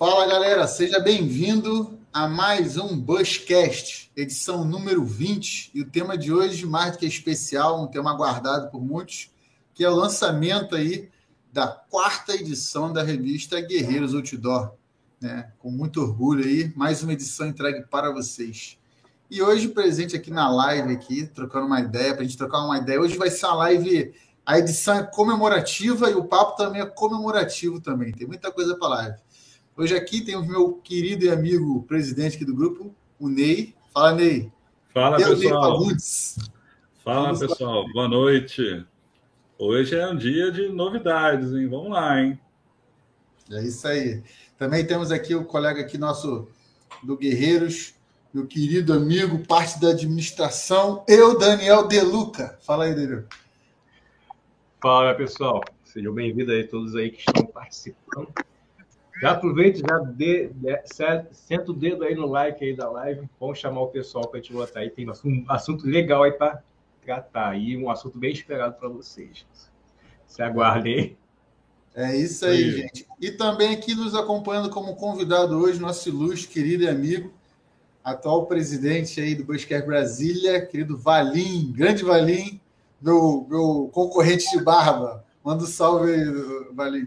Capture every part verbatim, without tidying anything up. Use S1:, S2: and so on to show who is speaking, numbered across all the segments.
S1: Fala, galera, seja bem-vindo a mais um Buzzcast, edição número vinte, e o tema de hoje, mais do que especial, um tema aguardado por muitos, que é o lançamento aí da quarta edição da revista Guerreiros Outdoor, né? Com muito orgulho aí, mais uma edição entregue para vocês. E hoje, presente aqui na live, aqui, trocando uma ideia, para a gente trocar uma ideia, hoje vai ser uma live, a edição é comemorativa e o papo também é comemorativo também, tem muita coisa para a live. Hoje aqui tem o meu querido e amigo presidente aqui do grupo, o Ney. Fala, Ney.
S2: Fala,
S1: Eu,
S2: pessoal.
S1: Ney
S2: Fala,
S1: Vamos
S2: pessoal. Lá. Boa noite. Hoje é um dia de novidades, hein? Vamos lá, hein?
S1: É isso aí. Também temos aqui o colega aqui nosso do Guerreiros, meu querido amigo, parte da administração, eu, Daniel Deluca. Fala aí, Daniel.
S3: Fala, pessoal. Sejam bem-vindos aí todos aí que estão participando. Já aproveita, já dê, dê, senta o dedo aí no like aí da live. Vamos chamar o pessoal para a gente botar aí. Tem um assunto legal aí para tratar aí, um assunto bem esperado para vocês. Se aguardem.
S1: É isso aí, Sim. gente. E também aqui nos acompanhando como convidado hoje, nosso ilustre, querido e amigo, atual presidente aí do Buzzcast Brasília, querido Valim, grande Valim, meu, meu concorrente de barba. Manda um salve aí, Valim.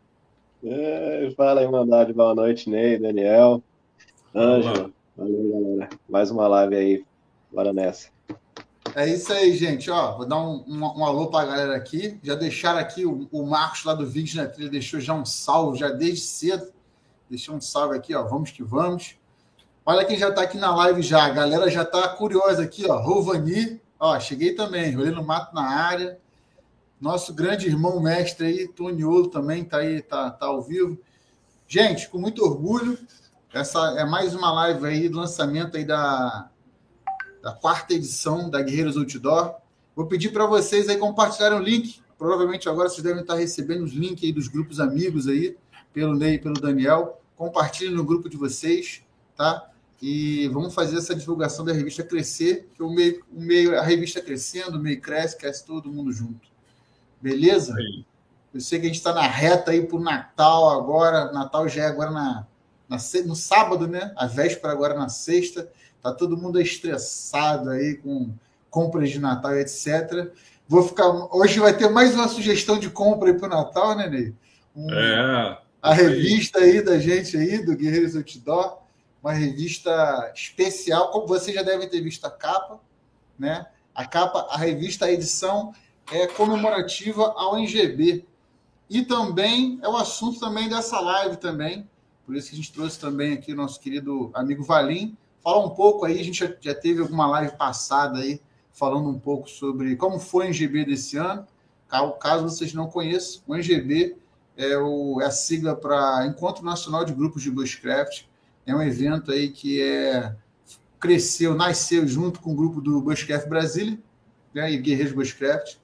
S4: É, fala aí, Mandade, boa noite, Ney, Daniel, Ângelo, valeu, galera, mais uma live aí, bora nessa.
S1: É isso aí, gente, ó, vou dar um, um, um alô pra galera aqui, já deixaram aqui, o, o Marcos lá do Vídeo na Trilha deixou já um salve, já desde cedo, deixou um salve aqui, ó, vamos que vamos. Olha quem já tá aqui na live já, a galera já tá curiosa aqui, ó, Rovani, ó, cheguei também, Rolê no Mato na área. Nosso grande irmão mestre aí, Toniolo, também está aí, tá, tá ao vivo. Gente, com muito orgulho, essa é mais uma live aí do lançamento aí da, da quarta edição da Guerreiros Outdoor. Vou pedir para vocês aí compartilharem o link. Provavelmente agora vocês devem estar recebendo os links aí dos grupos amigos aí, pelo Ney e pelo Daniel. Compartilhem no grupo de vocês, tá? E vamos fazer essa divulgação da revista crescer, que o meio, o meio, a revista crescendo, o meio cresce, cresce todo mundo junto. Beleza? Sim. Eu sei que a gente está na reta aí para o Natal agora. Natal já é agora na, na, no sábado, né? A véspera agora na sexta. Tá todo mundo estressado aí com compras de Natal e etcétera. Vou ficar. Hoje vai ter mais uma sugestão de compra aí para o Natal, né, Ney? Um,
S2: é.
S1: A revista aí da gente aí, do Guerreiros Outdoor. Uma revista especial, como vocês já devem ter visto a capa, né? A capa, a revista, a edição é comemorativa ao N G B. E também é o assunto também dessa live também. Por isso que a gente trouxe também aqui o nosso querido amigo Valim. Fala um pouco aí, a gente já, já teve alguma live passada aí, falando um pouco sobre como foi o N G B desse ano. Caso vocês não conheçam, o N G B é, o, é a sigla para Encontro Nacional de Grupos de Bushcraft. É um evento aí que é, cresceu, nasceu junto com o grupo do Bushcraft Brasília, né, e Guerreiros Bushcraft.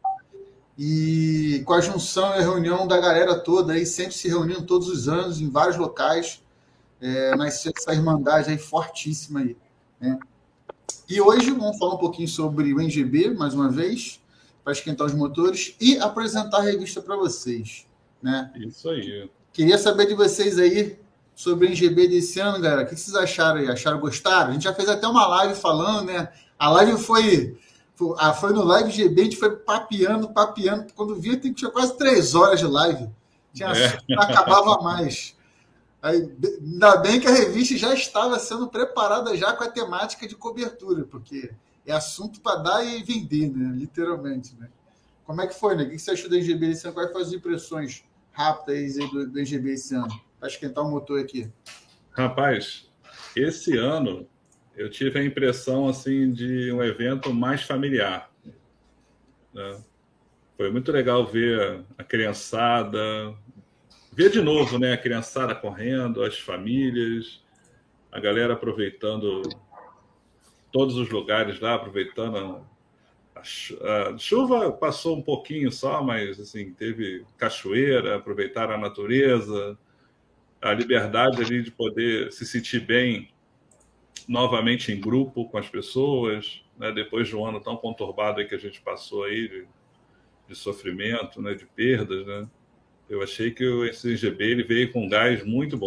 S1: E com a junção e a reunião da galera toda, aí, sempre se reunindo todos os anos, em vários locais, é, nasceu essa irmandade aí fortíssima aí, né? E hoje vamos falar um pouquinho sobre o N G B, mais uma vez, para esquentar os motores, e apresentar a revista para vocês, né?
S2: Isso aí.
S1: Queria saber de vocês aí sobre o N G B desse ano, galera. O que vocês acharam aí? Acharam, gostaram? A gente já fez até uma live falando, né? A live foi... Ah, foi no Live G B, a gente foi papeando, papeando. Quando via, tinha quase três horas de live. Tinha é. Não acabava mais. Aí, ainda bem que a revista já estava sendo preparada já com a temática de cobertura, porque é assunto para dar e vender, né? Literalmente. Né? Como é que foi, né? O que você achou do N G B esse ano? Quais foram as impressões rápidas aí do, do N G B esse ano? Para esquentar o motor aqui.
S2: Rapaz, esse ano eu tive a impressão assim de um evento mais familiar, né? Foi muito legal ver a criançada, ver de novo, né, a criançada correndo, as famílias, a galera aproveitando todos os lugares lá, aproveitando a, a chuva passou um pouquinho só, mas assim teve cachoeira, aproveitaram a natureza, a liberdade ali de poder se sentir bem novamente em grupo com as pessoas, né, depois de um ano tão conturbado aí que a gente passou aí de, de sofrimento, né, de perdas, né? Eu achei que esse N G B ele veio com um gás muito bom,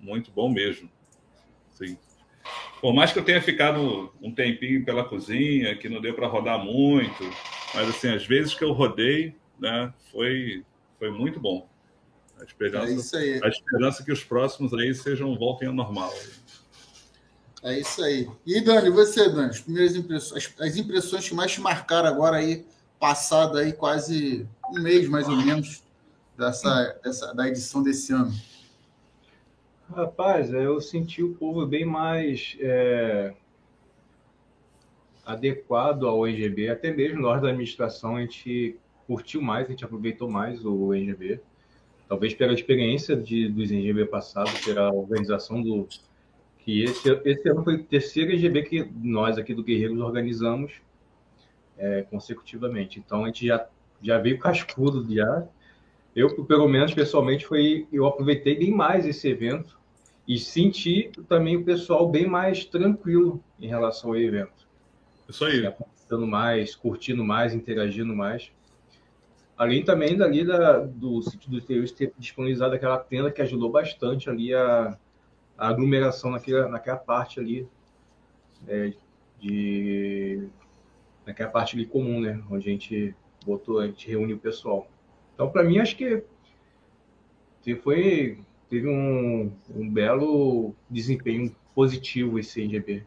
S2: muito bom mesmo. Sim. Por mais que eu tenha ficado um tempinho pela cozinha, que não deu para rodar muito, mas assim, às vezes que eu rodei, né, foi, foi muito bom. A esperança,
S1: é isso aí.
S2: A esperança que os próximos aí sejam, voltem ao normal.
S1: É isso aí. E Dani, você, Dani, as primeiras impressões, as impressões que mais te marcaram agora aí, passado aí quase um mês mais ou menos dessa, dessa da edição desse ano.
S3: Rapaz, eu senti o povo bem mais é, adequado ao N G B, até mesmo nós da administração a gente curtiu mais, a gente aproveitou mais o N G B, talvez pela experiência de, dos N G B passados, pela organização do... que esse, esse ano foi o terceiro N G B que nós aqui do Guerreiros organizamos é, consecutivamente, então a gente já, já veio cascudo já. Eu, pelo menos, pessoalmente, foi, eu aproveitei bem mais esse evento e senti também o pessoal bem mais tranquilo em relação ao evento.
S2: Isso aí.
S3: Aproveitando mais, curtindo mais, interagindo mais. Além também dali da, do sítio do interior ter disponibilizado aquela tenda que ajudou bastante ali a, a aglomeração naquela, naquela parte ali, é, de, naquela parte ali comum, né? Onde a gente botou, a gente reuniu o pessoal. Então, para mim, acho que foi, teve um, um belo desempenho positivo esse N G B.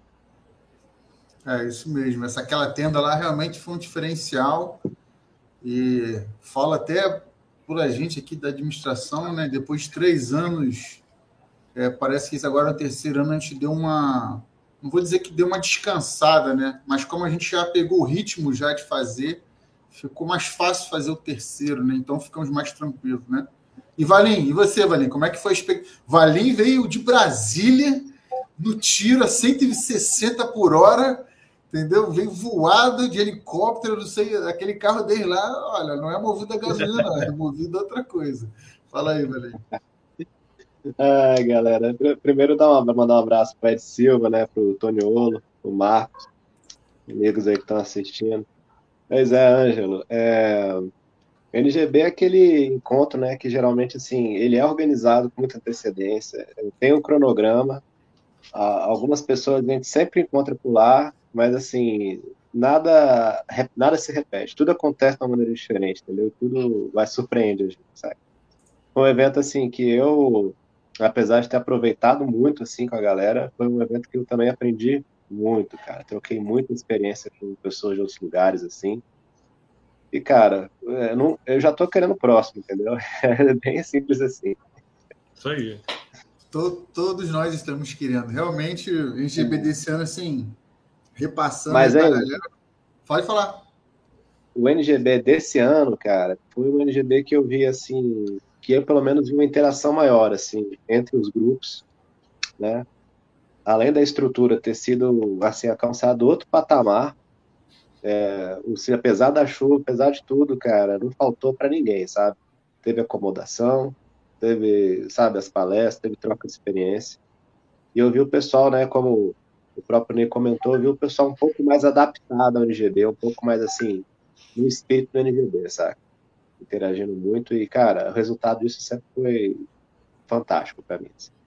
S1: É isso mesmo. Essa, aquela tenda lá realmente foi um diferencial e fala até por a gente aqui da administração, né? Depois de três anos, é, parece que isso agora no terceiro ano a gente deu uma... Não vou dizer que deu uma descansada, né? Mas como a gente já pegou o ritmo já de fazer, ficou mais fácil fazer o terceiro, né? Então ficamos mais tranquilos, né? E Valim, e você, Valim, como é que foi a experiência? Valim veio de Brasília no tiro a cento e sessenta por hora, entendeu? Veio voado de helicóptero, não sei, aquele carro dele lá, olha, não é movido a gasolina, não, é movido a outra coisa. Fala aí, Valim.
S4: Ai, galera, primeiro dar uma, mandar um abraço para o Ed Silva, né? Para o Toniolo, o Marcos, amigos aí que estão assistindo. Pois é, Ângelo, é... o N G B é aquele encontro, né, que geralmente, assim, ele é organizado com muita antecedência, tem um cronograma, algumas pessoas a gente sempre encontra por lá, mas, assim, nada, nada se repete, tudo acontece de uma maneira diferente, entendeu? Tudo vai surpreender a gente, sabe? Foi um evento, assim, que eu, apesar de ter aproveitado muito, assim, com a galera, foi um evento que eu também aprendi muito, cara. Troquei muita experiência com pessoas de outros lugares, assim. E, cara, eu, não, eu já tô querendo o próximo, entendeu? É bem simples assim.
S2: Isso aí.
S1: Todo, todos nós estamos querendo. Realmente, o N G B desse ano, assim, repassando...
S4: Mas,
S1: aí,
S4: hein,
S1: galera... Pode falar.
S4: O N G B desse ano, cara, foi um N G B que eu vi, assim, que eu, pelo menos, vi uma interação maior, assim, entre os grupos, né? Além da estrutura ter sido, assim, alcançado outro patamar, é, assim, apesar da chuva, apesar de tudo, cara, não faltou para ninguém, sabe? Teve acomodação, teve, sabe, as palestras, teve troca de experiência. E eu vi o pessoal, né, como o próprio Ney comentou, eu vi o pessoal um pouco mais adaptado ao N G B, um pouco mais, assim, no espírito do N G B, sabe? Interagindo muito e, cara, o resultado disso sempre foi fantástico para mim, assim.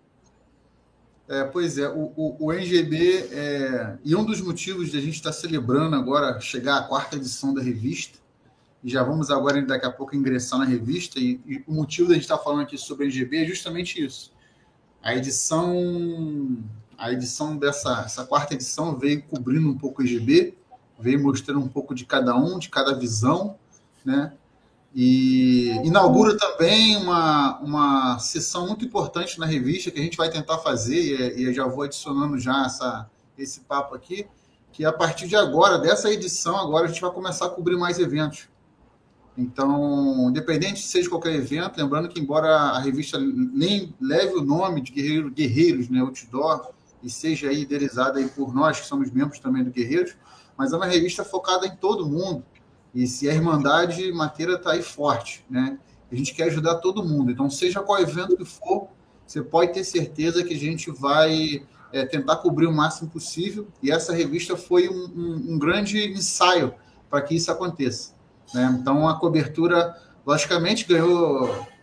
S1: É, pois é, o, o, o N G B, é, e um dos motivos de a gente estar celebrando agora chegar à quarta edição da revista, e já vamos agora, daqui a pouco, ingressar na revista, e, e o motivo da gente estar falando aqui sobre o N G B é justamente isso. A edição, a edição dessa essa quarta edição veio cobrindo um pouco o N G B, veio mostrando um pouco de cada um, de cada visão, né? E inaugura também uma, uma sessão muito importante na revista que a gente vai tentar fazer, e eu já vou adicionando já essa, esse papo aqui, que a partir de agora, dessa edição, agora a gente vai começar a cobrir mais eventos. Então, independente de seja qualquer evento, lembrando que embora a revista nem leve o nome de Guerreiro, Guerreiros, né, Outdoor, e seja aí idealizada aí por nós, que somos membros também do Guerreiros, mas é uma revista focada em todo mundo. E se a Irmandade Mateira está aí forte, né? A gente quer ajudar todo mundo. Então, seja qual evento que for, você pode ter certeza que a gente vai é, tentar cobrir o máximo possível. E essa revista foi um, um, um grande ensaio para que isso aconteça, né? Então, a cobertura, logicamente, ganhou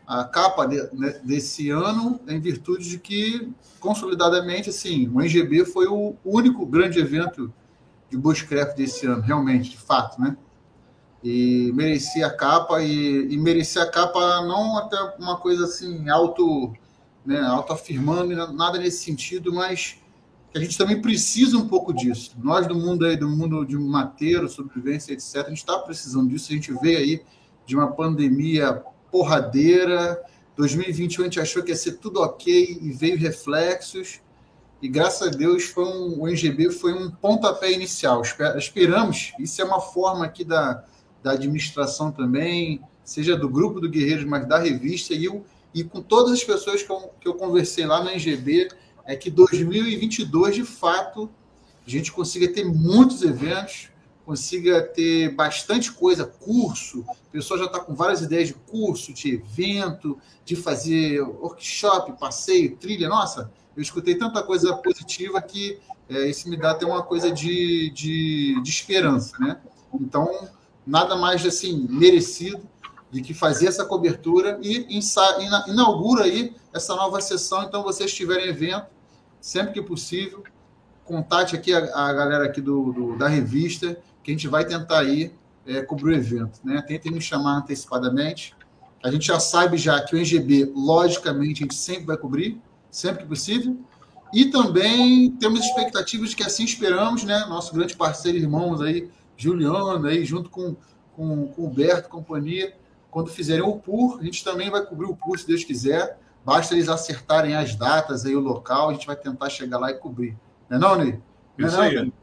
S1: a capa de, né, desse ano, em virtude de que, consolidadamente, assim, o N G B foi o único grande evento de bushcraft desse ano, realmente, de fato, né? E merecia a capa, e, e merecia a capa não até uma coisa assim, auto, né, autoafirmando, nada nesse sentido, mas que a gente também precisa um pouco disso. Nós do mundo aí, do mundo de mateiro, sobrevivência, etcétera, a gente está precisando disso, a gente veio aí de uma pandemia porradeira, dois mil e vinte e um a gente achou que ia ser tudo ok, e veio reflexos, e graças a Deus foi um, o N G B foi um pontapé inicial. Esperamos, isso é uma forma aqui da, da administração também, seja do grupo do Guerreiros, mas da revista, e, eu, e com todas as pessoas que eu, que eu conversei lá no N G B, é que dois mil e vinte e dois, de fato, a gente consiga ter muitos eventos, consiga ter bastante coisa, curso, o pessoal já está com várias ideias de curso, de evento, de fazer workshop, passeio, trilha. Nossa, eu escutei tanta coisa positiva que é, isso me dá até uma coisa de, de, de esperança, né? Então, nada mais assim merecido de que fazer essa cobertura e inaugura aí essa nova sessão. Então, vocês tiverem evento, sempre que possível, contate aqui a, a galera aqui do, do, da revista, que a gente vai tentar aí é, cobrir o evento, né? Tentem me chamar antecipadamente. A gente já sabe já que o N G B, logicamente, a gente sempre vai cobrir, sempre que possível. E também temos expectativas de que assim esperamos, né? Nosso grande parceiro e irmãos aí, Juliano, aí, junto com, com, com o Berto e companhia, quando fizerem o P U R, a gente também vai cobrir o P U R, se Deus quiser. Basta eles acertarem as datas aí, o local, a gente vai tentar chegar lá e cobrir. Não é não, Ney? Não
S2: Isso
S1: é não,
S2: aí.
S1: Ney?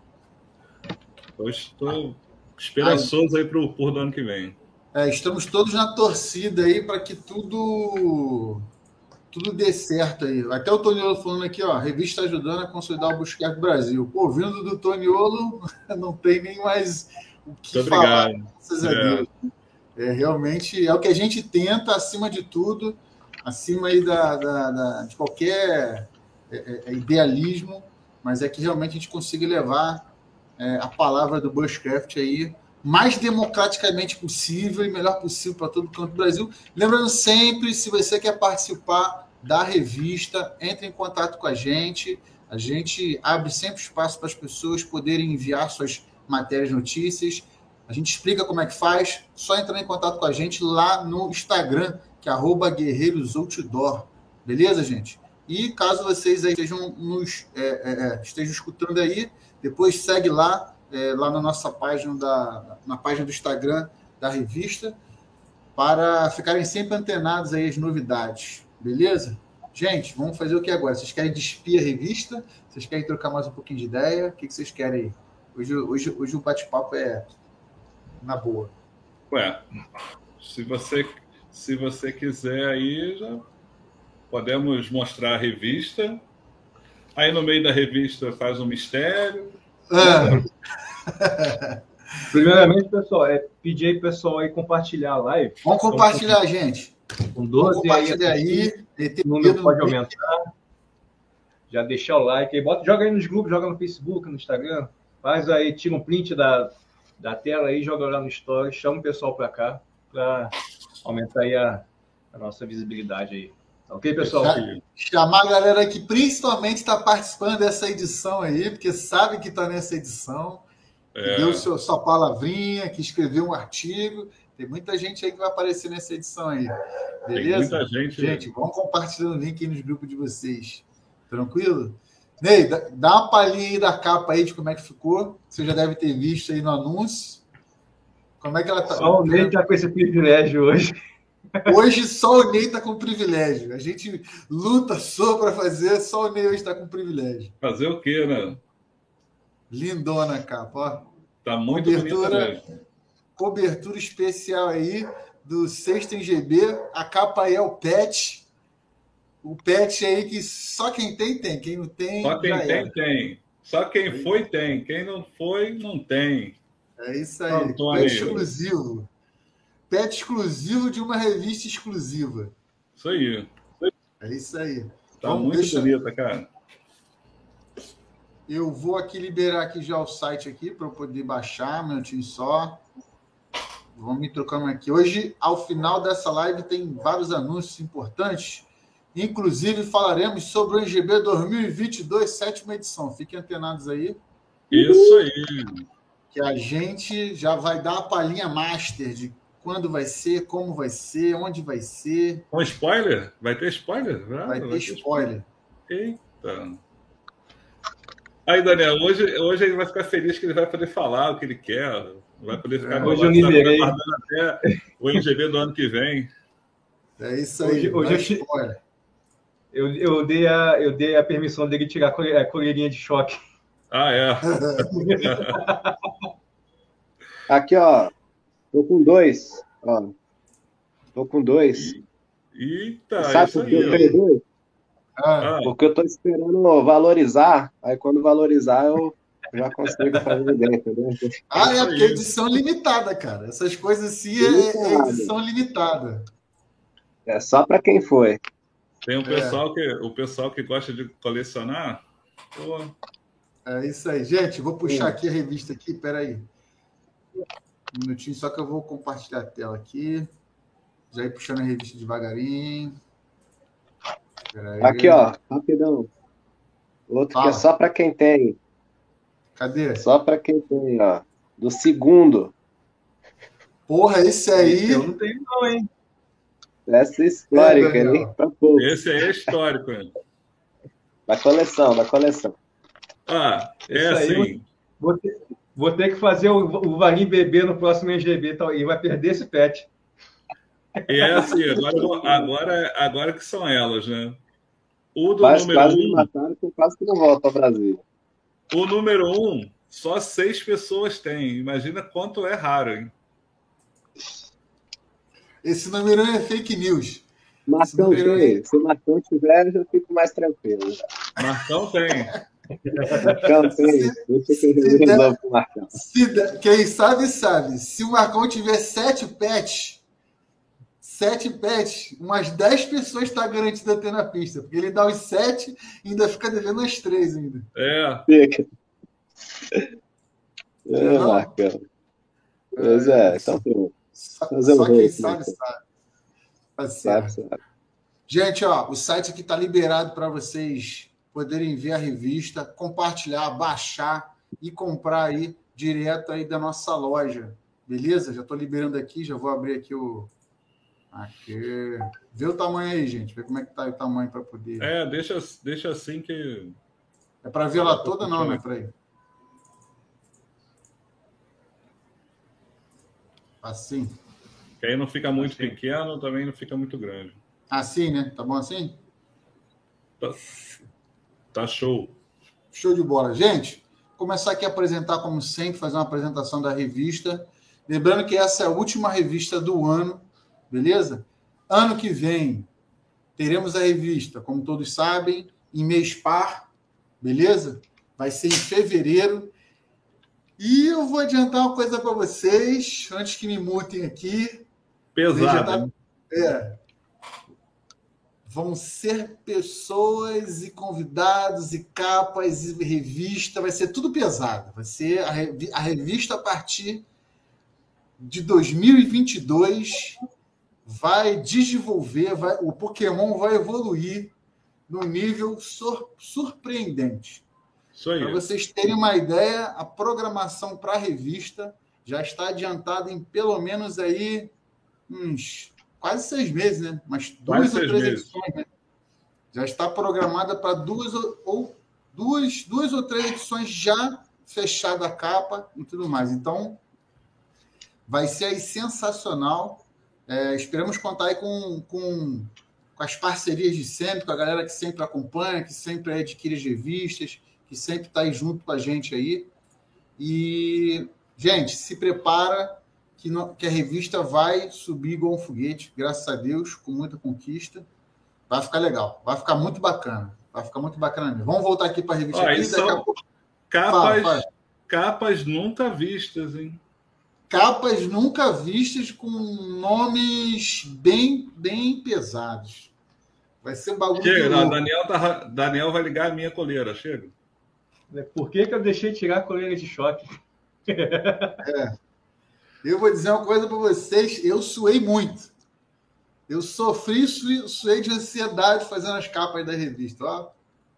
S2: Eu estou esperançoso aí para o P U R do ano que vem.
S1: É, estamos todos na torcida aí para que tudo tudo dê certo aí. Até o Toniolo falando aqui, ó, a revista ajudando a consolidar o Bushcraft Brasil. Pô, vindo do Toniolo, não tem nem mais o que
S2: Muito
S1: falar.
S2: obrigado.
S1: Graças a
S2: É.
S1: Deus. É, realmente é o que a gente tenta, acima de tudo, acima aí da, da, da- de qualquer é, é, idealismo, mas é que realmente a gente consiga levar é, a palavra do Bushcraft aí mais democraticamente possível e melhor possível para todo o canto do Brasil. Lembrando sempre, se você quer participar da revista, entre em contato com a gente. A gente abre sempre espaço para as pessoas poderem enviar suas matérias, notícias. A gente explica como é que faz, só entrar em contato com a gente lá no Instagram, que é arroba Guerreiros Outdoor. Beleza, gente? E caso vocês aí estejam, nos, é, é, estejam escutando aí, depois segue lá, é, lá na nossa página, da, na página do Instagram da revista, para ficarem sempre antenados aí às novidades. Beleza? Gente, vamos fazer o que agora? Vocês querem despir a revista? Vocês querem trocar mais um pouquinho de ideia? O que vocês querem aí? Hoje, hoje, hoje o bate-papo é na boa.
S2: Ué, se você, se você quiser aí, já podemos mostrar a revista. Aí no meio da revista faz um mistério.
S1: É.
S3: Primeiramente, pessoal, é pedir aí pro pessoal aí compartilhar a live.
S1: Vamos compartilhar, gente.
S3: Com
S1: Vamos
S3: doze
S1: compartilhar
S3: aí.
S1: aí. Meter
S3: O número
S1: dedo
S3: pode
S1: no-
S3: aumentar. Já deixar o like aí. Bota, joga aí nos grupos, joga no Facebook, no Instagram. Faz aí, tira um print da, da tela aí, joga lá no Story. Chama o pessoal para cá para aumentar aí a, a nossa visibilidade aí. Tá ok, pessoal?
S1: Tá. Chamar a galera que principalmente está participando dessa edição aí, porque sabe que está nessa edição, que
S2: É.
S1: deu seu, sua palavrinha, que escreveu um artigo. Tem muita gente aí que vai aparecer nessa edição aí.
S2: Tem
S1: Beleza?
S2: muita gente.
S1: Gente, vamos compartilhando o link aí nos grupos de vocês. Tranquilo? Ney, dá, dá uma palhinha aí da capa aí de como é que ficou. Você já deve ter visto aí no anúncio. Como é que ela tá?
S3: Só o Ney tá com esse privilégio hoje.
S1: Hoje só o Ney está com privilégio. A gente luta só para fazer, só o Ney hoje está com privilégio.
S2: Fazer o quê, né?
S1: Lindona a capa, ó.
S2: Tá muito
S1: Cobertura.
S2: bonita mesmo.
S1: Cobertura especial aí do Sexto N G B. A capa aí é o patch. O patch aí que só quem tem, tem. Quem não tem,
S2: Só quem
S1: já
S2: tem,
S1: era.
S2: tem. Só quem foi, tem. Quem não foi, não tem.
S1: É isso aí.
S2: Antônio.
S1: Patch exclusivo. Patch exclusivo de uma revista exclusiva.
S2: Isso aí.
S1: É isso aí.
S2: Tá
S1: Vamos,
S2: muito
S1: deixa-
S2: bonita, cara.
S1: Eu vou aqui liberar aqui já o site aqui para eu poder baixar, um minutinho só. Vamos me trocando aqui. Hoje, ao final dessa live, tem vários anúncios importantes. Inclusive, falaremos sobre o N G B dois mil e vinte e dois, sétima edição. Fiquem antenados aí.
S2: Isso aí.
S1: Que a gente já vai dar a palhinha master de quando vai ser, como vai ser, onde vai ser.
S2: Com spoiler? Vai ter spoiler? Ah,
S1: vai, ter vai ter spoiler.
S2: Eita. Aí, Daniel, hoje, hoje ele vai ficar feliz que ele vai poder falar o que ele quer. Vai poder ficar...
S3: É, hoje eu liberei.
S2: Até o N G B do ano que vem.
S1: É isso aí.
S3: Hoje, hoje eu, eu, eu, dei a, eu dei a permissão dele tirar a coleirinha de choque.
S2: Ah, é.
S4: Aqui, ó. Tô com dois. Ó. Tô com dois.
S2: Eita,
S4: sabe por que eu tenho dois?
S1: Ah.
S4: Porque eu tô esperando valorizar. Aí quando valorizar, eu já consigo fazer ideia, entendeu?
S1: Ah, é porque é edição limitada, cara. Essas coisas assim é, é edição limitada.
S4: É só para quem foi.
S2: Tem um pessoal, é. que, o pessoal que gosta de colecionar. Pô.
S1: É isso aí. Gente, vou puxar Sim. aqui a revista aqui, peraí. Um minutinho, só que eu vou compartilhar a tela aqui. Já ir puxando a revista devagarinho. Peraí.
S4: Aqui, ó, rapidão. Outro Fala. que é só para quem tem.
S1: Cadê?
S4: Só para quem tem, ó. Do segundo.
S1: Porra, esse aí...
S3: Eu não tenho não, hein?
S4: Essa é histórica, é, hein? Pra pouco.
S2: Esse aí é histórico, hein?
S4: Da coleção, da coleção.
S2: Ah, é assim...
S3: Vou ter, vou ter que fazer o, o Valim bebê no próximo N G B tá, e vai perder esse pet.
S2: E é assim, agora, agora, agora que são elas, né? O do
S4: Mas
S2: número
S4: quase
S2: um...
S4: me mataram, que eu quase que não volto ao Brasil.
S2: O número um, só seis pessoas têm. Imagina quanto é raro, hein?
S1: Esse número um é fake news.
S4: Marcão tem. É... Se o Marcão tiver, eu fico mais tranquilo.
S2: Marcão tem.
S4: Marcão tem. Deixa que eu resolvo com o Marcão.
S1: Se, quem sabe, sabe. Se o Marcão tiver sete pets, sete pets, umas dez pessoas estão tá garantidas a ter na pista. Porque ele dá os sete e ainda fica devendo as três ainda.
S2: É.
S4: Fica. É, é Marcão. Pois é, é então pronto.
S1: Só, só quem sabe, sabe. Tá certo. Sabe, sabe. Gente, ó, o site aqui está liberado para vocês poderem ver a revista, compartilhar, baixar e comprar aí direto aí da nossa loja. Beleza? Já estou liberando aqui, já vou abrir aqui o... Aqui. Vê o tamanho aí, gente. Vê como é que tá o tamanho para poder...
S2: É, deixa, deixa assim que...
S1: É para ver ela toda não, né? Peraí. Assim.
S2: Que aí não fica muito assim. Pequeno, também não fica muito grande.
S1: Assim, né? Tá bom assim?
S2: Tá, tá show.
S1: Show de bola. Gente, começar aqui a apresentar, como sempre, fazer uma apresentação da revista. Lembrando que essa é a última revista do ano, beleza? Ano que vem, teremos a revista, como todos sabem, em mês par, beleza? Vai ser em fevereiro. E eu vou adiantar uma coisa para vocês, antes que me multem aqui.
S2: Pesado.
S1: É. Vão ser pessoas e convidados e capas e revista. Vai ser tudo pesado. Vai ser a, revi- a revista a partir de dois mil e vinte e dois. Vai desenvolver, vai, o Pokémon vai evoluir num nível sur- surpreendente. Para vocês terem uma ideia, a programação para a revista já está adiantada em pelo menos aí uns quase seis meses, né? Mas duas ou três edições, né? Já está programada para duas ou duas, duas ou três edições já fechada a capa e tudo mais. Então, vai ser aí sensacional. É, esperamos contar aí com, com, com as parcerias de sempre, com a galera que sempre acompanha, que sempre adquire as revistas, que sempre está aí junto com a gente aí. E, gente, se prepara que, no, que a revista vai subir igual um foguete, graças a Deus, com muita conquista. Vai ficar legal, vai ficar muito bacana. Vai ficar muito bacana mesmo. Vamos voltar aqui para a revista.
S2: Ó,
S1: aqui,
S2: daqui a pouco... Capas, fala, fala. Capas nunca vistas, hein?
S1: Capas nunca vistas com nomes bem, bem pesados. Vai ser um bagulho.
S2: Chega, não, Daniel, tá, Daniel vai ligar a minha coleira, chega.
S3: Por que, que eu deixei tirar a coleira de choque?
S1: É. Eu vou dizer uma coisa para vocês, eu suei muito. Eu sofri, suei, suei de ansiedade fazendo as capas da revista, ó.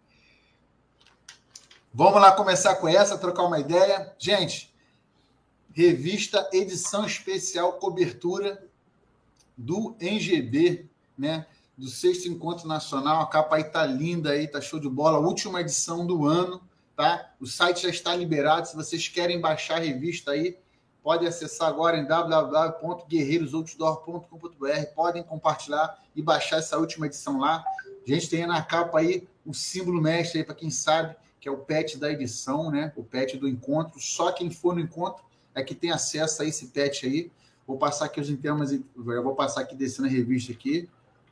S1: Vamos lá começar com essa, trocar uma ideia. Gente, revista edição especial, cobertura do N G B, né? Do sexto Encontro Nacional. A capa aí tá linda, aí, tá show de bola. Última edição do ano, tá? O site já está liberado. Se vocês querem baixar a revista aí, pode acessar agora em w w w ponto guerreiros outdoor ponto com ponto b r. Podem compartilhar e baixar essa última edição lá. A gente tem na capa aí o símbolo mestre aí, para quem sabe, que é o patch da edição, né? O patch do encontro. Só quem for no encontro é que tem acesso a esse patch aí. Vou passar aqui os termos, eu vou passar aqui descendo a revista aqui.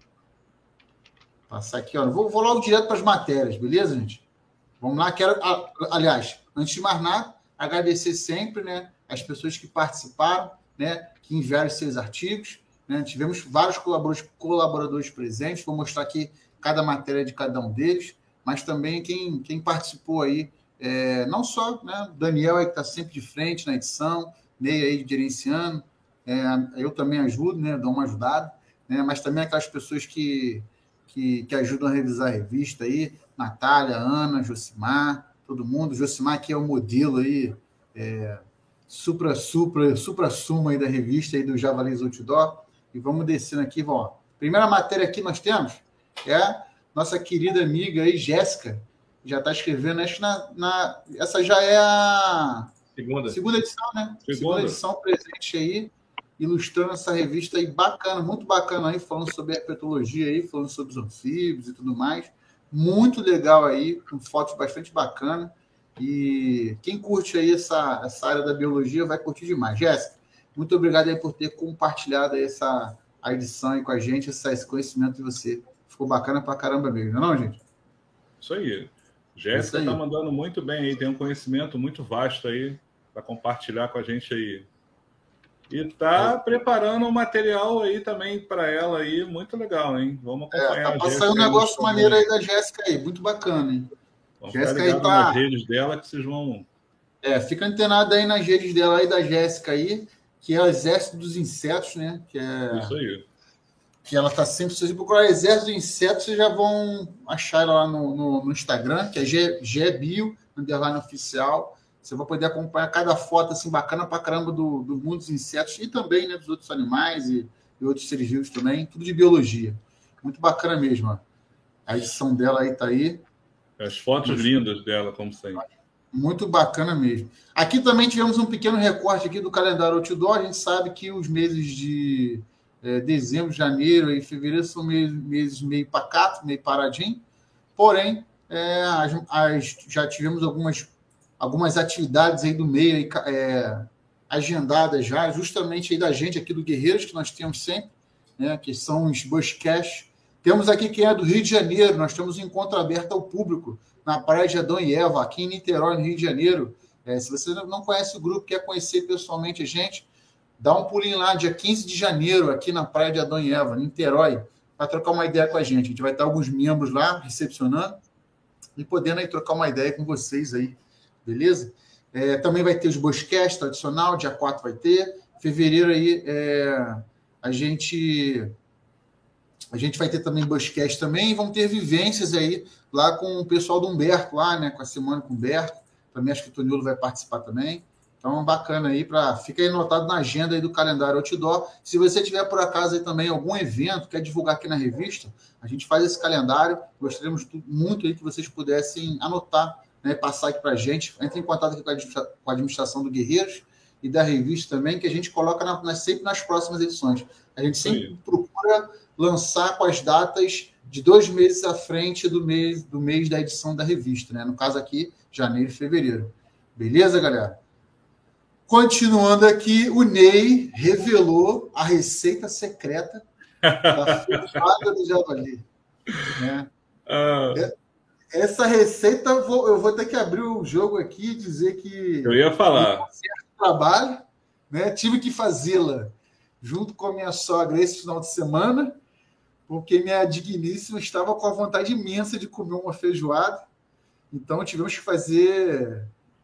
S1: Passar aqui, ó. Vou, vou logo direto para as matérias, beleza, gente? Vamos lá. Quero, aliás, antes de mais nada, agradecer sempre, né, as pessoas que participaram, né, que enviaram seus artigos, né? Tivemos vários colaboradores, colaboradores presentes. Vou mostrar aqui cada matéria de cada um deles, mas também quem, quem participou aí, é, não só, né, Daniel aí que está sempre de frente na edição, Ney aí gerenciando, é, eu também ajudo, né, dou uma ajudada, né, mas também aquelas pessoas que, que, que ajudam a revisar a revista aí, Natália, Ana, Josimar, todo mundo. Josimar aqui é o modelo aí, é, supra, supra, supra suma aí da revista aí do Javalis Outdoor. E vamos descendo aqui, ó. Primeira matéria aqui nós temos é nossa querida amiga aí, Jéssica, já está escrevendo, acho que na, na, essa já é a
S3: segunda,
S1: segunda edição, né?
S2: Segunda.
S1: segunda edição presente aí, ilustrando essa revista aí bacana, muito bacana aí, falando sobre herpetologia aí, falando sobre os anfíbios e tudo mais. Muito legal aí, com fotos bastante bacanas. E quem curte aí essa, essa área da biologia vai curtir demais. Jéssica, muito obrigado aí por ter compartilhado aí essa a edição aí com a gente, esse, esse conhecimento de você. Ficou bacana pra caramba mesmo, não é não, gente?
S2: Isso aí. Jéssica está mandando muito bem aí, tem um conhecimento muito vasto aí para compartilhar com a gente aí. E está é. preparando um material aí também para ela aí, muito legal, hein? Vamos acompanhar.
S1: É, tá passando um negócio maneiro aí da Jéssica aí, muito bacana, hein?
S2: Vamos Jéssica aí tá nas redes dela que vocês vão.
S1: É, fica antenado aí nas redes dela aí da Jéssica aí, que é o Exército dos Insetos, né? Que é...
S2: Isso aí.
S1: Que ela está sempre... Se você procurar Exército dos Insetos, vocês já vão achar ela lá no, no, no Instagram, que é gbio, underline oficial. Você vai poder acompanhar cada foto assim bacana pra caramba do, do mundo dos insetos e também, né, dos outros animais e, e outros seres vivos também. Tudo de biologia. Muito bacana mesmo, ó. A edição dela aí tá aí.
S2: As fotos muito lindas dela, como sempre.
S1: Muito bacana mesmo. Aqui também tivemos um pequeno recorte aqui do calendário Outdoor. A gente sabe que os meses de é, dezembro, janeiro e fevereiro são meses, meses meio pacatos, meio paradinho. Porém, é, as, as, já tivemos algumas, algumas atividades aí do meio aí, é, agendadas já, justamente aí da gente aqui do Guerreiros, que nós temos sempre, né, que são os Bushcash. Temos aqui quem é do Rio de Janeiro. Nós temos um encontro aberto ao público na Praia de Adão e Eva, aqui em Niterói, no Rio de Janeiro. É, se você não conhece o grupo, quer conhecer pessoalmente a gente, dá um pulinho lá, dia quinze de janeiro, aqui na Praia de Adão e Eva, Niterói, para trocar uma ideia com a gente. A gente vai ter alguns membros lá, recepcionando, e podendo aí trocar uma ideia com vocês aí, beleza? É, também vai ter os Bushcast tradicional, dia quatro vai ter. Fevereiro aí, é, a gente... A gente vai ter também Bushcast também, e vão ter vivências aí lá com o pessoal do Humberto, lá, né? Com a semana com o Humberto. Também acho que o Toniolo vai participar também. Então, bacana aí, para fica aí anotado na agenda aí do calendário Outdoor. Se você tiver, por acaso, aí também algum evento, quer divulgar aqui na revista, a gente faz esse calendário. Gostaríamos muito aí que vocês pudessem anotar, né? Passar aqui para a gente. Entre em contato aqui com a administração do Guerreiros e da revista também, que a gente coloca na, na, sempre nas próximas edições. A gente sempre Sim. procura lançar com as datas de dois meses à frente do mês, do mês da edição da revista, né? No caso aqui, janeiro e fevereiro. Beleza, galera? Continuando aqui, o Ney revelou a receita secreta da feijoada do javali. Né? Uh... Essa receita, eu vou, eu vou ter que abrir o jogo aqui e dizer que...
S2: Eu ia falar.
S1: Trabalho, né? Tive que fazê-la junto com a minha sogra esse final de semana, porque minha digníssima estava com a vontade imensa de comer uma feijoada. Então, tivemos que fazer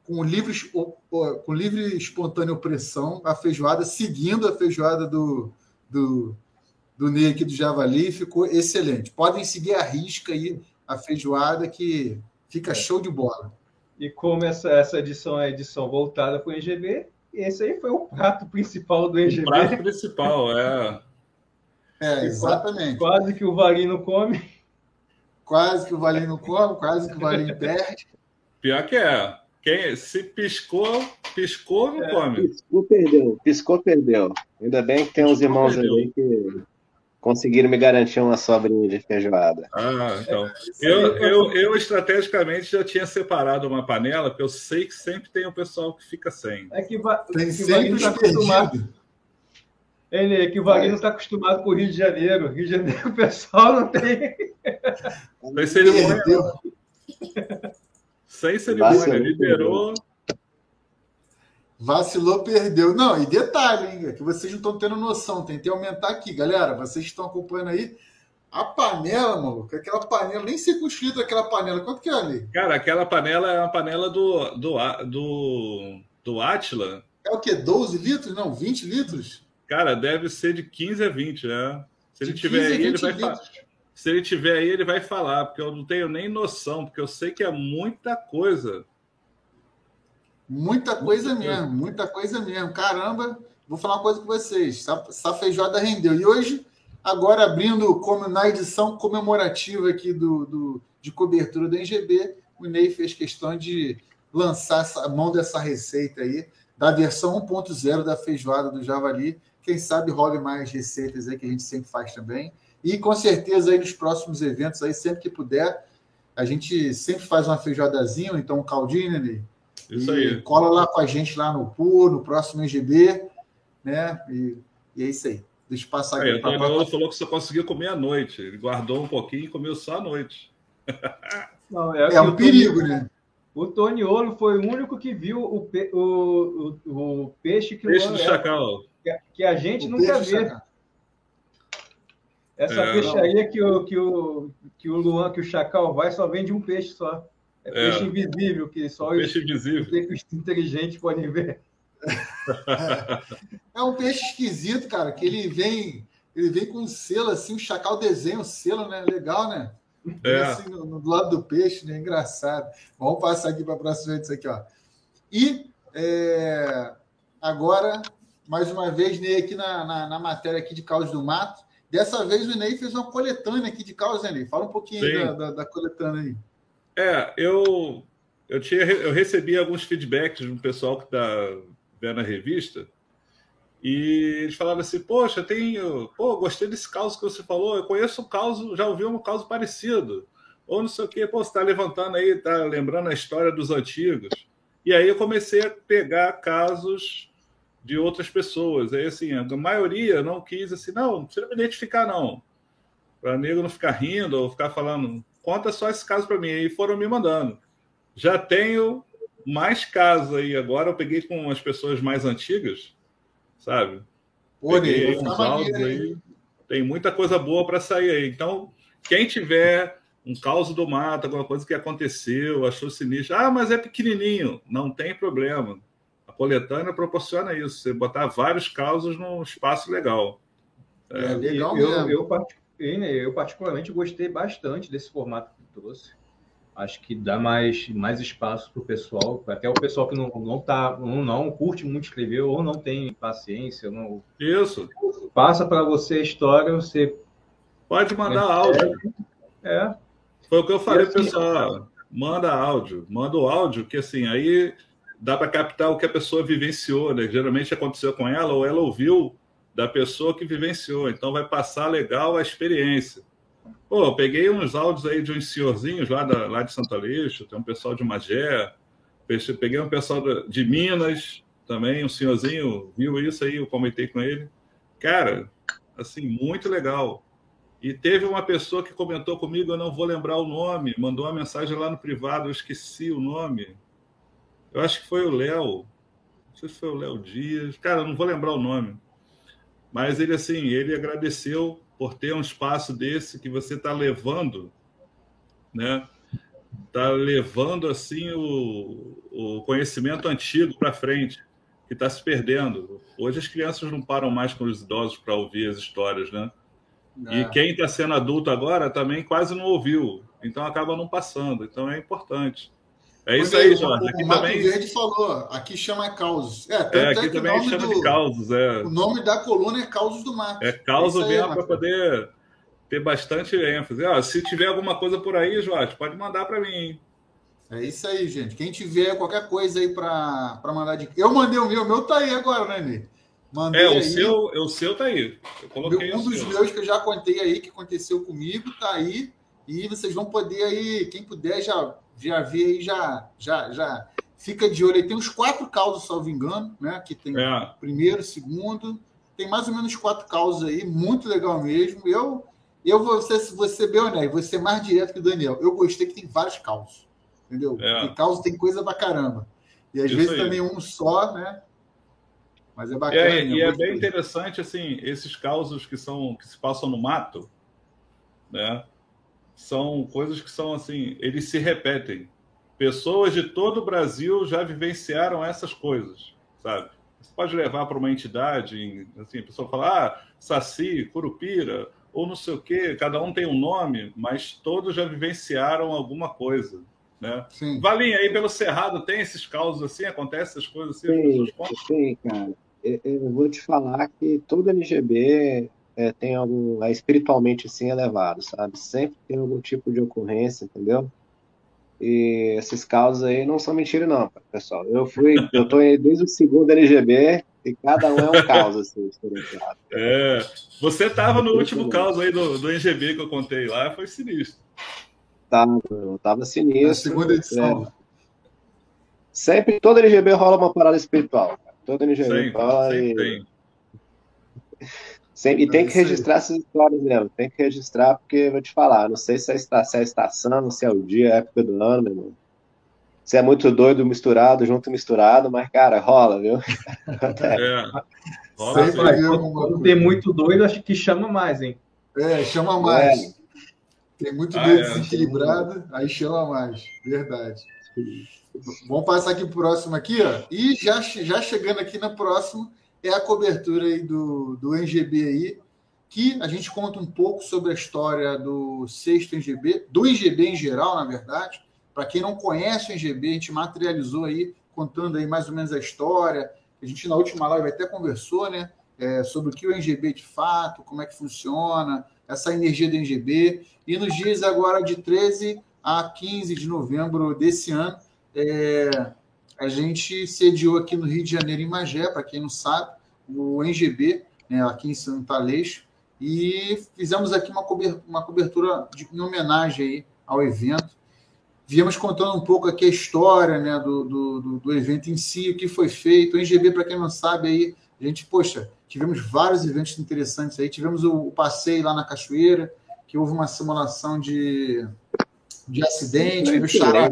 S1: com livre, com livre espontânea opressão, a feijoada, seguindo a feijoada do, do, do Ney aqui do Javali, ficou excelente. Podem seguir a risca aí a feijoada, que fica é. show de bola.
S3: E como essa, essa edição é a edição voltada para o N G B, esse aí foi o prato principal do N G B.
S2: O prato principal, é.
S1: É, exatamente.
S3: Quase, quase que o Valinho come.
S1: Quase que o Valinho não come, quase que o Valinho perde.
S2: Pior que é. Quem, se piscou, piscou, não é. come.
S4: Piscou, perdeu. Piscou, perdeu. Ainda bem que tem uns irmãos perdeu. ali que conseguiram me garantir uma sobrinha de feijoada.
S2: Ah, então. Eu, eu, eu, estrategicamente, já tinha separado uma panela, porque eu sei que sempre tem um pessoal que fica sem.
S3: É que, va
S1: tem
S3: que
S1: sempre
S3: está acostumado. Ele, é que o Vaguinho não está acostumado com o Rio de Janeiro. Rio de Janeiro, o pessoal não tem.
S2: Sem cerimônia. Sem cerimônia. Liberou.
S1: Vacilou, perdeu. Não, e detalhe, hein, que vocês não estão tendo noção. Tentei aumentar aqui, galera. Vocês estão acompanhando aí. A panela, maluco, aquela panela, nem sei quantos litros aquela panela. Quanto que é ali?
S2: Cara, aquela panela é uma panela do, do, do, do Átila.
S1: É o quê? doze litros? Não, vinte litros?
S2: Cara, deve ser de quinze a vinte, né? Se ele tiver aí, ele vai falar. Se ele tiver aí, ele vai falar, porque eu não tenho nem noção, porque eu sei que é muita coisa.
S1: Muita coisa muita mesmo, coisa. muita coisa mesmo. Caramba, vou falar uma coisa com vocês. Essa, essa feijoada rendeu. E hoje, agora abrindo como na edição comemorativa aqui do, do, de cobertura do N G B, o Ney fez questão de lançar essa, a mão dessa receita aí, da versão um ponto zero da feijoada do Javali. Quem sabe role mais receitas aí que a gente sempre faz também. E com certeza aí nos próximos eventos, aí, sempre que puder, a gente sempre faz uma feijoadazinha, ou então um caldinho, né, Ney?
S2: Isso
S1: e
S2: aí.
S1: Cola lá com a gente lá no P U, no próximo N G B, né? E, e é isso aí. Deixa eu passar aqui.
S2: Aí, o Toniolo falou que só conseguiu comer à noite. Ele guardou um pouquinho e comeu só à noite.
S3: Não, é
S1: é um perigo, Tony, né?
S3: O Toniolo foi o único que viu o, pe, o, o, o peixe que
S2: peixe
S3: o
S2: do chacal.
S3: Que, que a gente
S1: o
S3: nunca vê. Essa é, peixaria que o, que, o, que o Luan, que o Chacal vai, só vende um peixe só. É peixe é. invisível, que só
S2: peixe
S3: os,
S2: invisível.
S3: os inteligentes podem ver.
S1: É. é um peixe esquisito, cara, que ele vem, ele vem com um selo assim, o Chacal desenha o selo, né? Legal, né?
S2: É.
S1: Assim, no, no lado do peixe, né? Engraçado. Vamos passar aqui para a próxima vez isso aqui, ó. E é, agora, mais uma vez, Ney aqui na, na, na matéria aqui de Caos do Mato. Dessa vez o Ney fez uma coletânea aqui de caos, né, Ney? Fala um pouquinho aí da, da, da coletânea aí.
S2: É, eu, eu, tinha, eu recebi alguns feedbacks do pessoal que está vendo a revista e eles falaram assim, poxa, tenho, pô, gostei desse caos que você falou, eu conheço um caos, já ouvi um caos parecido, ou não sei o quê, pô, você está levantando aí, está lembrando a história dos antigos. E aí eu comecei a pegar casos de outras pessoas. Aí, assim, a maioria não quis, assim, não, não precisa me identificar, não. Para nego não ficar rindo ou ficar falando, conta só esse caso para mim. E foram me mandando. Já tenho mais casos aí agora. Eu peguei com as pessoas mais antigas, sabe?
S1: Pô,
S2: peguei
S1: Ney,
S2: uns áudios aí. Tem muita coisa boa para sair aí. Então, quem tiver um caos do mato, alguma coisa que aconteceu, achou sinistro, ah, mas é pequenininho. Não tem problema. A coletânea proporciona isso, você botar vários causos num espaço legal.
S1: É, é legal
S3: eu,
S1: mesmo.
S3: Eu, eu, eu, particularmente, gostei bastante desse formato que trouxe. Acho que dá mais, mais espaço para o pessoal, até o pessoal que não, não, tá, não, não curte muito escrever ou não tem paciência. Não...
S2: Isso.
S3: Passa para você a história, você...
S2: Pode mandar é, áudio.
S3: É.
S2: Foi o que eu falei para o pessoal. Manda áudio. Manda o áudio, que assim, aí... dá para captar o que a pessoa vivenciou, né? Geralmente aconteceu com ela ou ela ouviu da pessoa que vivenciou. Então vai passar legal a experiência. Pô, eu peguei uns áudios aí de uns senhorzinhos lá, da, lá de Santo Aleixo, tem um pessoal de Magé, peguei um pessoal de Minas também, um senhorzinho viu isso aí, eu comentei com ele. Cara, assim, muito legal. E teve uma pessoa que comentou comigo, eu não vou lembrar o nome, mandou uma mensagem lá no privado, eu esqueci o nome. Eu acho que foi o Léo, não sei se foi o Léo Dias, cara, eu não vou lembrar o nome. Mas ele, assim, ele agradeceu por ter um espaço desse que você está levando, né? tá levando assim o, o conhecimento antigo para frente, que está se perdendo. Hoje as crianças não param mais com os idosos para ouvir as histórias, né? É. E quem está sendo adulto agora também quase não ouviu, então acaba não passando. Então é importante. É isso aí, Jorge. Aqui
S1: o Mato
S2: também...
S1: Verde falou, aqui chama Causos. É, tanto
S2: é, aqui
S1: é que
S2: também
S1: o nome
S2: chama
S1: do,
S2: de Causos. É.
S1: O nome da coluna é Causos do Mato.
S2: É Causos mesmo para poder ter bastante ênfase. Ah, se tiver alguma coisa por aí, Jorge, pode mandar para mim, hein?
S1: É isso aí, gente. Quem tiver qualquer coisa aí para mandar de... Eu mandei o meu, o meu tá aí agora, né, Ney? Mandei
S2: é, o
S1: aí.
S2: seu, o seu tá aí. Eu coloquei
S1: um dos
S2: seu.
S1: meus que eu já contei aí, que aconteceu comigo, tá aí. E vocês vão poder aí, quem puder, já, já ver aí, já, já, já fica de olho aí. Tem uns quatro causos, salvo engano, né? Que tem
S2: é.
S1: primeiro, segundo. Tem mais ou menos quatro causos aí, muito legal mesmo. Eu, eu vou ser, vou ser bem honesto, vou ser mais direto que o Daniel. Eu gostei que tem vários causos, entendeu?
S2: É.
S1: Porque causos tem coisa pra caramba. E às
S2: Isso
S1: vezes
S2: aí.
S1: também um só, né? Mas é bacana.
S2: É, e é bem interessante, assim, esses causos que, são, que se passam no mato, né? São coisas que são, assim, eles se repetem. Pessoas de todo o Brasil já vivenciaram essas coisas, sabe? Você pode levar para uma entidade, assim, a pessoa fala, ah, Saci, Curupira, ou não sei o quê, cada um tem um nome, mas todos já vivenciaram alguma coisa, né?
S1: Sim.
S2: Valinha, aí pelo Cerrado tem esses causos assim, acontecem essas coisas assim?
S4: Sim, sim, cara. Eu vou te falar que todo L G B é, tem algum, é espiritualmente assim elevado, sabe? Sempre tem algum tipo de ocorrência, entendeu? E esses casos aí não são mentira não, pessoal. Eu fui, eu tô aí desde o segundo L G B e cada um é um caos, assim, diferenciado.
S2: É, você tava no último caso aí do, do N G B que eu contei lá, foi sinistro.
S4: Tava, eu tava sinistro.
S1: Na segunda edição.
S4: É. Sempre, todo L G B rola uma parada espiritual, cara. Todo N G B
S2: sempre,
S4: rola
S2: sempre
S4: e...
S2: tem.
S4: Sempre, e tem que registrar essas histórias mesmo, tem que registrar, porque vou te falar, não sei se é, esta, se é a estação, se é o dia, a época do ano, meu irmão. Se é muito doido misturado, junto misturado, mas, cara, rola, viu?
S2: É, rola
S3: sempre vai, quando, quando tem muito doido, acho que chama mais, hein?
S1: É, chama mais.
S4: É.
S1: Tem muito
S2: Ah,
S1: doido
S2: é.
S1: desequilibrado, aí chama mais. Verdade. Vamos passar aqui pro próximo aqui, ó. E já, já chegando aqui na próxima, é a cobertura aí do, do N G B aí, que a gente conta um pouco sobre a história do sexto N G B, do N G B em geral, na verdade. Para quem não conhece o N G B, a gente materializou aí, contando aí mais ou menos a história. A gente na última live até conversou, né? É, sobre o que é o N G B de fato, como é que funciona, essa energia do N G B. E nos dias agora de treze a quinze de novembro desse ano, é, a gente sediou aqui no Rio de Janeiro, em Magé, para quem não sabe, o N G B, né, aqui em Santo Aleixo, e fizemos aqui uma cobertura, uma cobertura de, em homenagem aí ao evento. Viemos contando um pouco aqui a história, né, do, do, do evento em si, o que foi feito. O N G B, para quem não sabe, aí, a gente, poxa, tivemos vários eventos interessantes aí. Tivemos o, o passeio lá na Cachoeira, que houve uma simulação de, de acidente. Meu xará,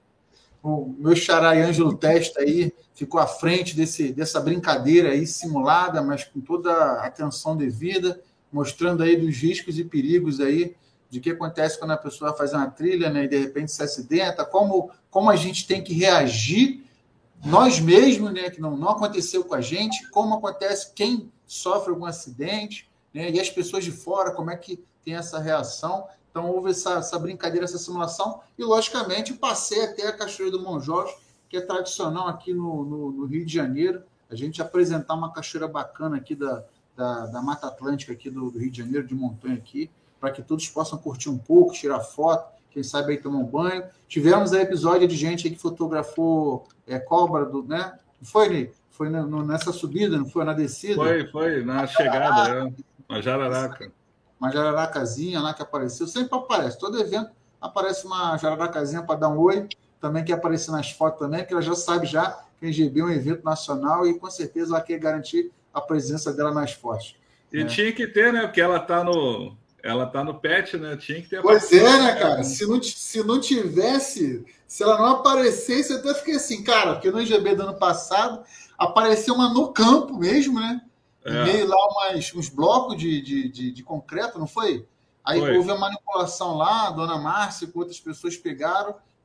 S1: o meu xará Ângelo Testa aí ficou à frente desse, dessa brincadeira aí simulada, mas com toda a atenção devida, mostrando aí dos riscos e perigos aí de que acontece quando a pessoa vai fazer uma trilha, né, e de repente se acidenta, como, como a gente tem que reagir nós mesmos, né, que não, não aconteceu com a gente, como acontece quem sofre algum acidente, né, e as pessoas de fora, como é que tem essa reação. Então houve essa, essa brincadeira, essa simulação, e logicamente passei até a Cachoeira do Bom Jorge, que é tradicional aqui no, no, no Rio de Janeiro, a gente apresentar uma cachoeira bacana aqui da, da, da Mata Atlântica aqui do, do Rio de Janeiro, de montanha aqui, para que todos possam curtir um pouco, tirar foto, quem sabe aí tomar um banho. Tivemos aí episódio de gente aí que fotografou é, cobra, do, né? Não foi, Ney? Foi no, no, nessa subida, não foi na descida?
S2: Foi, foi, na uma chegada, né? Uma jararaca.
S1: Uma jararacazinha lá que apareceu, sempre aparece, todo evento aparece uma jararacazinha para dar um oi, também quer aparecer nas fotos também, que ela já sabe já que o N G B é um evento nacional e com certeza ela quer garantir a presença dela nas fotos.
S2: E
S1: né?
S2: Tinha que ter, né? Porque ela está no... Ela tá no pet, né? Tinha que ter...
S1: Pois é, né, cara? Se não, se não tivesse, se ela não aparecesse, eu até fiquei assim, cara, porque no N G B do ano passado apareceu uma no campo mesmo, né? É. E meio lá umas, uns blocos de, de, de, de concreto, não foi? Aí
S2: foi.
S1: Houve a manipulação lá, a dona Márcia com outras pessoas pegaram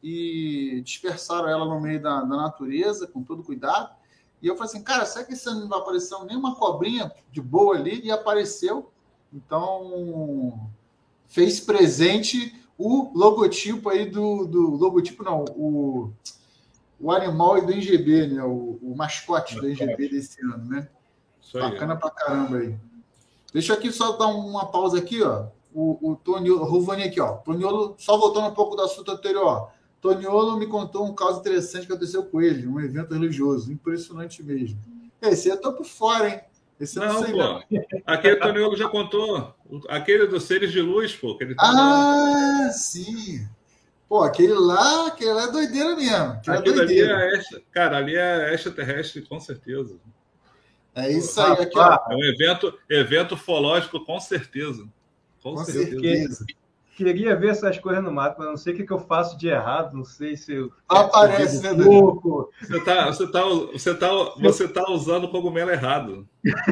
S1: e dispersaram ela no meio da, da natureza, com todo cuidado. E eu falei assim, cara, será que esse ano não vai aparecer nenhuma cobrinha de boa ali? E apareceu. Então, fez presente o logotipo aí do... do logotipo não, o, o animal aí do N G B, né? O, o mascote do N G B desse ano, né?
S2: Isso aí.
S1: Bacana pra caramba aí. Deixa eu aqui só dar uma pausa aqui, ó. O, o Toniolo, Ruvani aqui, ó. Toniolo, só voltando um pouco do assunto anterior, ó. Toniolo me contou um caso interessante que aconteceu com ele, um evento religioso, impressionante mesmo. Esse eu tô por fora, hein? Esse eu não,
S2: não
S1: sei
S2: pô.
S1: não.
S2: Aquele Toniolo já contou. Aquele dos seres de luz, pô. Que ele tá
S1: ah, lá. Sim. Pô, aquele lá, aquele lá é doideira mesmo. Aquele
S2: Aquilo
S1: é doideira.
S2: ali é extra, cara, ali é extraterrestre, com certeza.
S1: É isso aí, aqui, ó.
S2: É um evento, evento ufológico, com certeza. Com,
S1: Com
S2: certeza.
S1: certeza.
S3: Queria ver essas coisas no mato, mas não sei o que, que eu faço de errado, não sei se eu...
S1: Aparece, né,
S3: pouco.
S2: Você tá, você tá, você tá, você tá usando o cogumelo errado.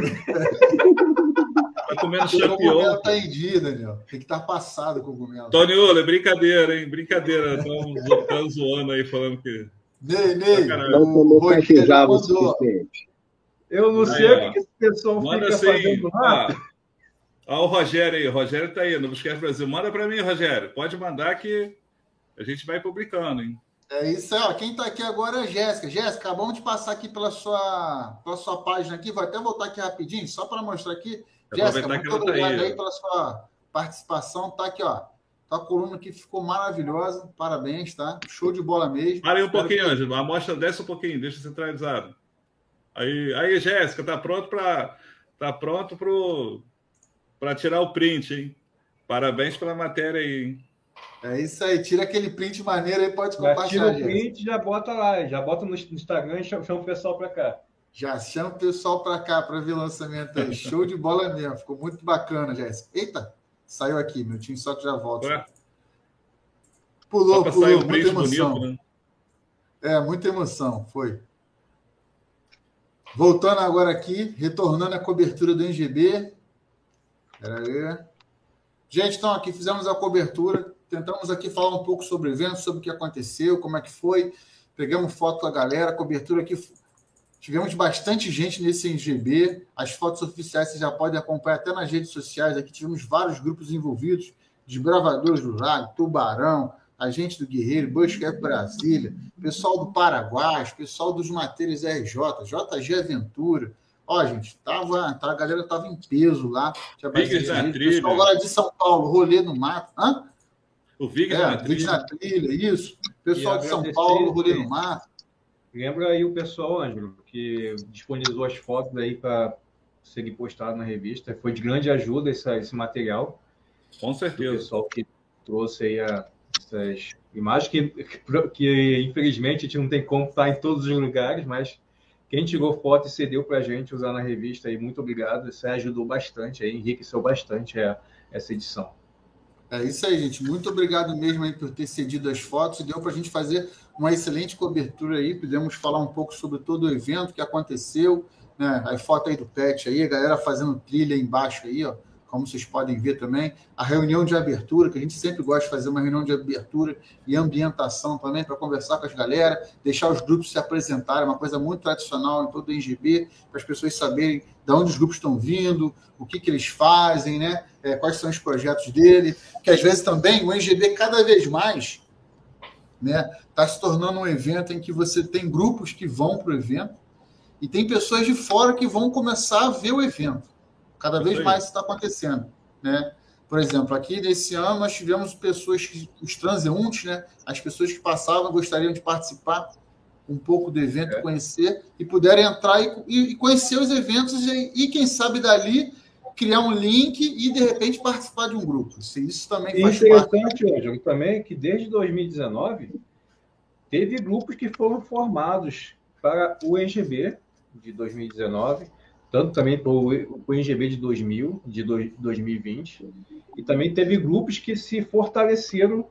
S2: Tá comendo
S1: chapião. O cogumelo tá
S2: champion.
S1: em dia, Daniel. Tem que estar passado o cogumelo.
S2: Toniolo, é brincadeira, hein? Brincadeira. Estão zoando aí, falando que...
S1: Ney, Ney,
S4: não
S1: o
S4: Rogério o suficiente.
S3: Eu não
S2: aí,
S3: sei
S2: ó.
S3: o que, que esse pessoal
S2: Manda
S3: fica
S2: assim,
S3: fazendo no mato.
S2: Ó, o Rogério aí, o Rogério tá aí, no Buscast Brasil. Manda para mim, Rogério. Pode mandar que a gente vai publicando, hein?
S1: É isso aí, ó. Quem tá aqui agora é a Jéssica. Jéssica, acabamos de passar aqui pela sua, pela sua página aqui. Vou até voltar aqui rapidinho, só para mostrar aqui. Jéssica, muito obrigado tá aí, aí pela sua participação. Tá aqui, ó. Tá a coluna que ficou maravilhosa. Parabéns, tá? Show de bola mesmo.
S2: Para aí um
S1: Espero
S2: pouquinho,
S1: que...
S2: Ângelo. Amostra, desce um pouquinho, deixa centralizado. Aí, aí Jéssica, tá pronto para tá pronto pro para tirar o print, hein? Parabéns pela matéria aí, hein?
S1: É isso aí, tira aquele print maneiro aí, pode
S3: Já
S1: compartilhar.
S3: Tira o print e já bota lá, já bota no Instagram e chama, chama o pessoal para cá.
S1: Já chama o pessoal para cá para ver o lançamento aí. Show de bola mesmo, ficou muito bacana, Jéssica. Eita, saiu aqui, meu time só que já volta.
S2: Ué?
S1: Pulou,
S2: Só
S1: pulou,
S2: um
S1: muita emoção.
S2: Bonito, né?
S1: É, muita emoção, foi. Voltando agora aqui, retornando à cobertura do N G B. Pera aí. Gente, então aqui fizemos a cobertura, tentamos aqui falar um pouco sobre o evento, sobre o que aconteceu, como é que foi, pegamos foto da galera, cobertura aqui, tivemos bastante gente nesse N G B, as fotos oficiais você já pode acompanhar até nas redes sociais, aqui tivemos vários grupos envolvidos, desbravadores do Lago, Tubarão, a gente do Guerreiro, Bushcraft Brasília, pessoal do Paraguai, pessoal dos Mateiros R J, J G Aventura. Ó, gente, tava, tá, a galera tava em peso lá. Tinha bastante gente. Pessoal lá de São Paulo, rolê no mato. Hã?
S2: O Vig
S1: é,
S2: na,
S1: Vig na trilha, isso. Pessoal de São Paulo, rolê no mato.
S3: Lembra aí o pessoal, Ângelo, que disponibilizou as fotos aí para serem postadas na revista. Foi de grande ajuda esse, esse material.
S2: Com certeza.
S3: O pessoal que trouxe aí a, essas imagens que, que, que, infelizmente, a gente não tem como estar em todos os lugares, mas quem tirou foto e cedeu para a gente usar na revista, aí, muito obrigado. Isso ajudou bastante, aí, enriqueceu bastante a, essa edição.
S1: É isso aí, gente. Muito obrigado mesmo aí por ter cedido as fotos. Deu para a gente fazer uma excelente cobertura aí. Pudemos falar um pouco sobre todo o evento que aconteceu, né? A foto aí do Pet aí, a galera fazendo trilha embaixo aí, ó. Como vocês podem ver também, a reunião de abertura, que a gente sempre gosta de fazer uma reunião de abertura e ambientação também, para conversar com as galera, deixar os grupos se apresentarem, uma coisa muito tradicional em todo o N G B, para as pessoas saberem de onde os grupos estão vindo, o que, que eles fazem, né? É, quais são os projetos dele, que às vezes também o N G B cada vez mais né, está se tornando um evento em que você tem grupos que vão para o evento e tem pessoas de fora que vão começar a ver o evento. Cada vez mais isso está acontecendo, né? Por exemplo, aqui nesse ano nós tivemos pessoas, que, os transeuntes, né? As pessoas que passavam gostariam de participar um pouco do evento, é. conhecer, e puderem entrar e, e conhecer os eventos e, e, quem sabe, dali criar um link e, de repente, participar de um grupo. Isso, isso também
S3: e
S1: faz
S3: interessante,
S1: parte.
S3: Ângelo, também que desde dois mil e dezenove teve grupos que foram formados para o N G B de dois mil e dezenove, tanto também para o N G B de dois mil, de dois mil e vinte, e também teve grupos que se fortaleceram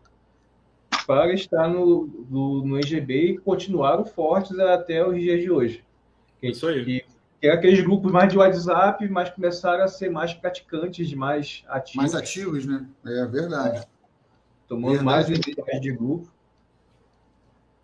S3: para estar no, no, no N G B e continuaram fortes até os dias de hoje.
S2: Isso aí.
S3: Que, que é aqueles grupos mais de WhatsApp, mas começaram a ser mais praticantes, mais ativos.
S1: Mais ativos, né? É verdade.
S3: Tomando
S1: verdade.
S3: mais identidade de grupo.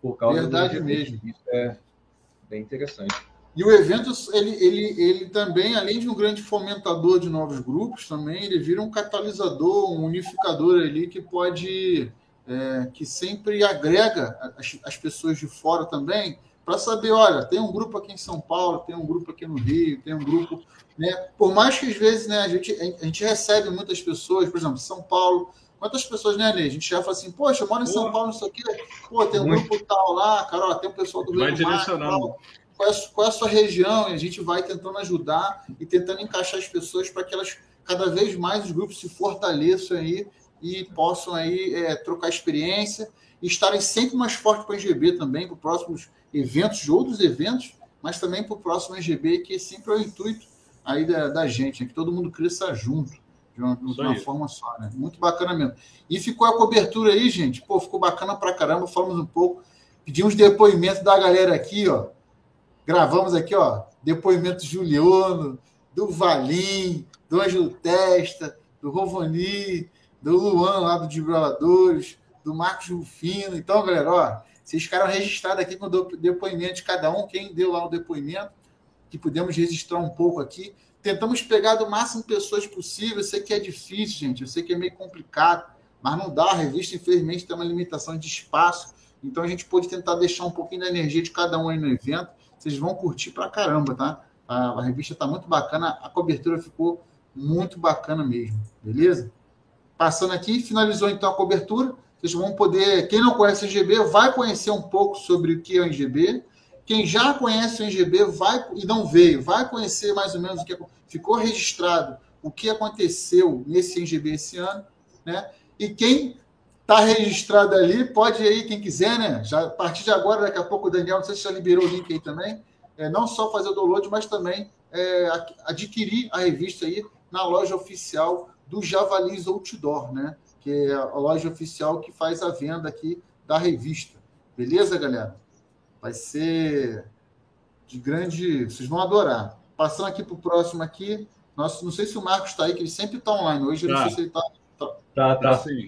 S3: por causa
S1: Verdade
S3: do
S1: mesmo.
S3: Isso é bem interessante.
S1: E o evento, ele, ele, ele também, além de um grande fomentador de novos grupos, também ele vira um catalisador, um unificador ali que pode, é, que sempre agrega as, as pessoas de fora também, para saber, olha, tem um grupo aqui em São Paulo, tem um grupo aqui no Rio, tem um grupo, né? Por mais que às vezes, né, a gente, a gente recebe muitas pessoas, por exemplo, São Paulo, quantas pessoas, né, Ney? A gente já fala assim, poxa, eu moro em São Paulo, não sei o quê, pô, tem um
S3: Muito.
S1: grupo tal lá, cara, ó, tem um pessoal do
S2: Vai
S1: Rio do Mar,
S2: direcionando.
S1: tal. Qual é, a, qual é a sua região, e a gente vai tentando ajudar e tentando encaixar as pessoas para que elas, cada vez mais, os grupos se fortaleçam aí e possam aí é, trocar experiência e estarem sempre mais fortes para o N G B também, para os próximos eventos, de outros eventos, mas também para o próximo N G B, que sempre é o intuito aí da, da gente, né? Que todo mundo cresça junto, de uma, de uma forma só, né? Muito bacana mesmo. E ficou a cobertura aí, gente, pô, ficou bacana pra caramba, falamos um pouco, pedimos depoimentos da galera aqui, ó. Gravamos aqui, ó, depoimento do Juliano, do Valim, do Ângelo Testa, do Rovani, do Luan lá do Vibradores, do Marcos Rufino. Então, galera, ó, vocês ficaram registrados aqui com o depoimento de cada um, quem deu lá o depoimento, que pudemos registrar um pouco aqui. Tentamos pegar do máximo de pessoas possível. Eu sei que é difícil, gente, eu sei que é meio complicado, mas não dá. A revista, infelizmente, tem uma limitação de espaço, então a gente pôde tentar deixar um pouquinho da energia de cada um aí no evento. Vocês vão curtir pra caramba, tá? A, a revista tá muito bacana, a cobertura ficou muito bacana mesmo, beleza? Passando aqui, finalizou então a cobertura. Vocês vão poder, quem não conhece o N G B, vai conhecer um pouco sobre o que é o N G B. Quem já conhece o N G B vai e não veio, vai conhecer mais ou menos o que ficou registrado, o que aconteceu nesse N G B esse ano, né? E quem está registrado ali, pode ir aí, quem quiser, né? Já, a partir de agora, daqui a pouco, o Daniel, não sei se já liberou o link aí também, é, não só fazer o download, mas também é, adquirir a revista aí na loja oficial do Javalis Outdoor, né? Que é a loja oficial que faz a venda aqui da revista. Beleza, galera? Vai ser de grande... Vocês vão adorar. Passando aqui para o próximo aqui, nossa, não sei se o Marcos está aí, que ele sempre está online. Hoje eu
S2: tá.
S1: não sei se ele está...
S3: Tá, tá.
S2: Tá sim.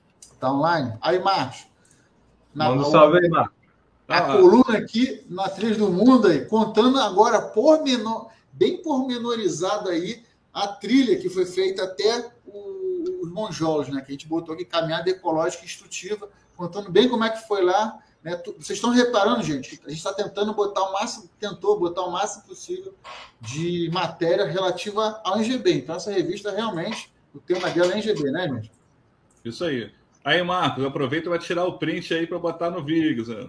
S1: Tá online? Aí, Marcos.
S3: Manda um salve aí, Marcos.
S1: A
S2: Ah,
S1: coluna aqui, na Trilha do Mundo, aí, contando agora pormenor, bem pormenorizado aí, a trilha que foi feita até o, os Monjolos, né? Que a gente botou aqui, caminhada ecológica instrutiva, contando bem como é que foi lá. Né? Vocês estão reparando, gente, a gente está tentando botar o máximo, tentou botar o máximo possível de matéria relativa ao N G B. Então, essa revista realmente, o tema dela é N G B, né, gente?
S2: Isso aí. Aí, Marcos, aproveita e vai tirar o print aí para botar no vídeo, Zé.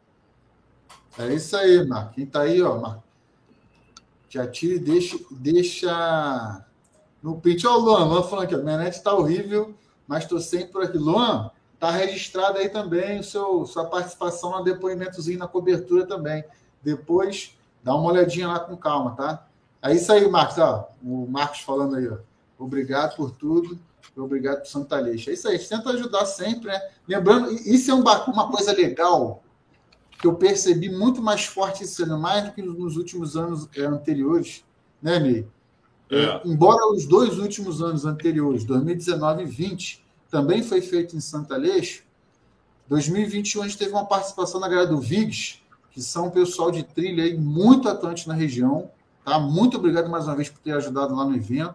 S1: É isso aí, Marcos. Quem tá aí, ó, Marcos. Já tira e deixa, deixa no print. Ó, o Luan, Luan falando aqui, ó, minha net tá horrível, mas tô sempre por aqui. Luan, tá registrado aí também o seu, sua participação no depoimentozinho na cobertura também. Depois, dá uma olhadinha lá com calma, tá? É isso aí, Marcos, ó. O Marcos falando aí, ó. Obrigado por tudo. Obrigado por Santa Aleixo. É isso aí, a gente tenta ajudar sempre, né? Lembrando, isso é um, uma coisa legal que eu percebi muito mais forte esse ano, mais do que nos últimos anos é, anteriores, né, Ney? É. É, embora os dois últimos anos anteriores, dois mil e dezenove e dois mil e vinte, também foi feito em Santa Aleixo, dois mil e vinte e um a gente teve uma participação da galera do V I Gs, que são um pessoal de trilha aí muito atuante na região, tá? Muito obrigado mais uma vez por ter ajudado lá no evento.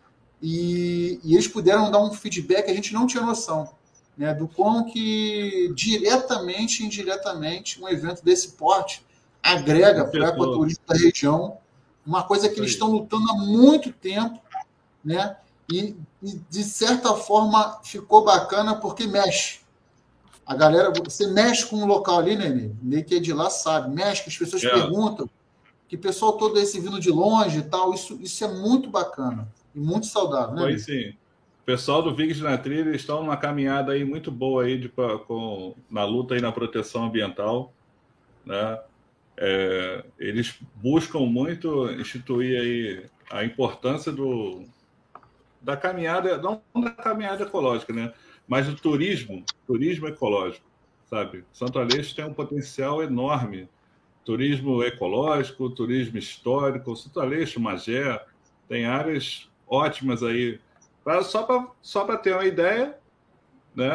S1: E, e eles puderam dar um feedback que a gente não tinha noção, né, do quão que diretamente e indiretamente um evento desse porte agrega para o ecoturismo da região, uma coisa que eles estão lutando há muito tempo, né, e, e de certa forma ficou bacana porque mexe. A galera, você mexe com um local ali, né, nem que é de lá sabe, mexe, que as pessoas é. perguntam, que o pessoal todo esse vindo de longe e tal, isso, isso é muito bacana. E muito saudável, né?
S2: Pois sim. O pessoal do V I Gs na Trilha estão numa caminhada aí muito boa aí de, com, na luta aí na proteção ambiental, né? É, eles buscam muito instituir aí a importância do, da caminhada, não da caminhada ecológica, né? Mas do turismo, turismo ecológico, sabe? Santo Aleixo tem um potencial enorme. Turismo ecológico, turismo histórico, Santo Aleixo, Magé, tem áreas ótimas aí. Pra, só para só para ter uma ideia, né?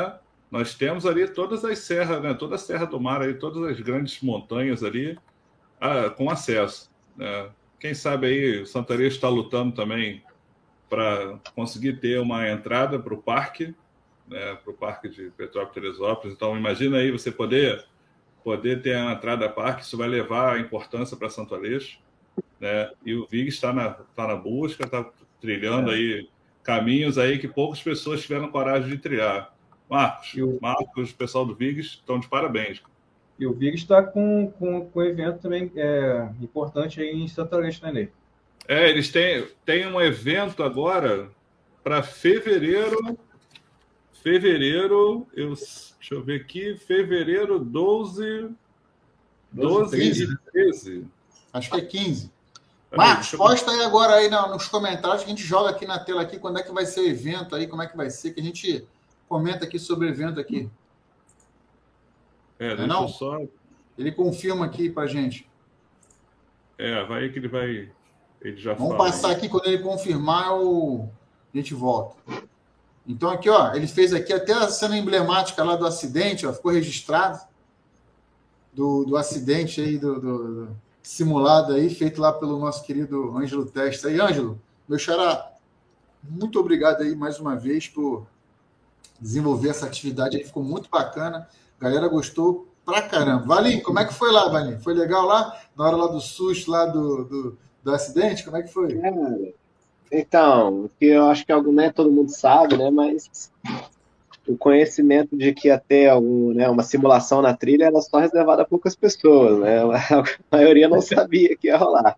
S2: nós temos ali todas as serras, né? Toda a Serra do Mar, aí, todas as grandes montanhas ali ah, com acesso. Né? Quem sabe aí o Santarém está lutando também para conseguir ter uma entrada para o parque, né? Para o parque de Petrópolis-Teresópolis. Então, imagina aí você poder, poder ter a entrada a parque, isso vai levar a importância para Santo Aleixo. Né? E o V I G está na, tá na busca, está trilhando é. aí caminhos aí que poucas pessoas tiveram coragem de trilhar. Marcos, o... Marcos, o pessoal do V I G estão de parabéns.
S3: E o V I G está com, com, com um evento também é, importante aí em Santo Aleixo, né, Ney?
S2: É, eles têm, têm um evento agora para fevereiro, fevereiro, eu, deixa eu ver aqui, fevereiro doze, doze e treze.
S1: Acho que é quinze. Marcos, posta aí agora aí nos comentários que a gente joga aqui na tela aqui quando é que vai ser o evento aí, como é que vai ser, que a gente comenta aqui sobre o evento aqui.
S2: É, deixa não? Eu só...
S1: Ele confirma aqui pra gente.
S2: É, vai aí que ele vai... Ele já
S1: Vamos
S2: fala
S1: passar
S2: aí.
S1: aqui, quando ele confirmar, o... a gente volta. Então aqui, ó, ele fez aqui até a cena emblemática lá do acidente, ó, ficou registrado do, do acidente aí, do... do, do... simulado aí, feito lá pelo nosso querido Ângelo Testa. Aí, Ângelo, meu xará, muito obrigado aí mais uma vez por desenvolver essa atividade aí, ficou muito bacana, a galera gostou pra caramba. Valim, como é que foi lá, Valim? Foi legal lá? Na hora lá do susto, lá do, do, do acidente, como é que foi?
S4: É, então, que eu acho que algo, né, todo mundo sabe, né, mas o conhecimento de que ia ter algum, né, uma simulação na trilha era só reservada a poucas pessoas, né? A maioria não sabia que ia rolar.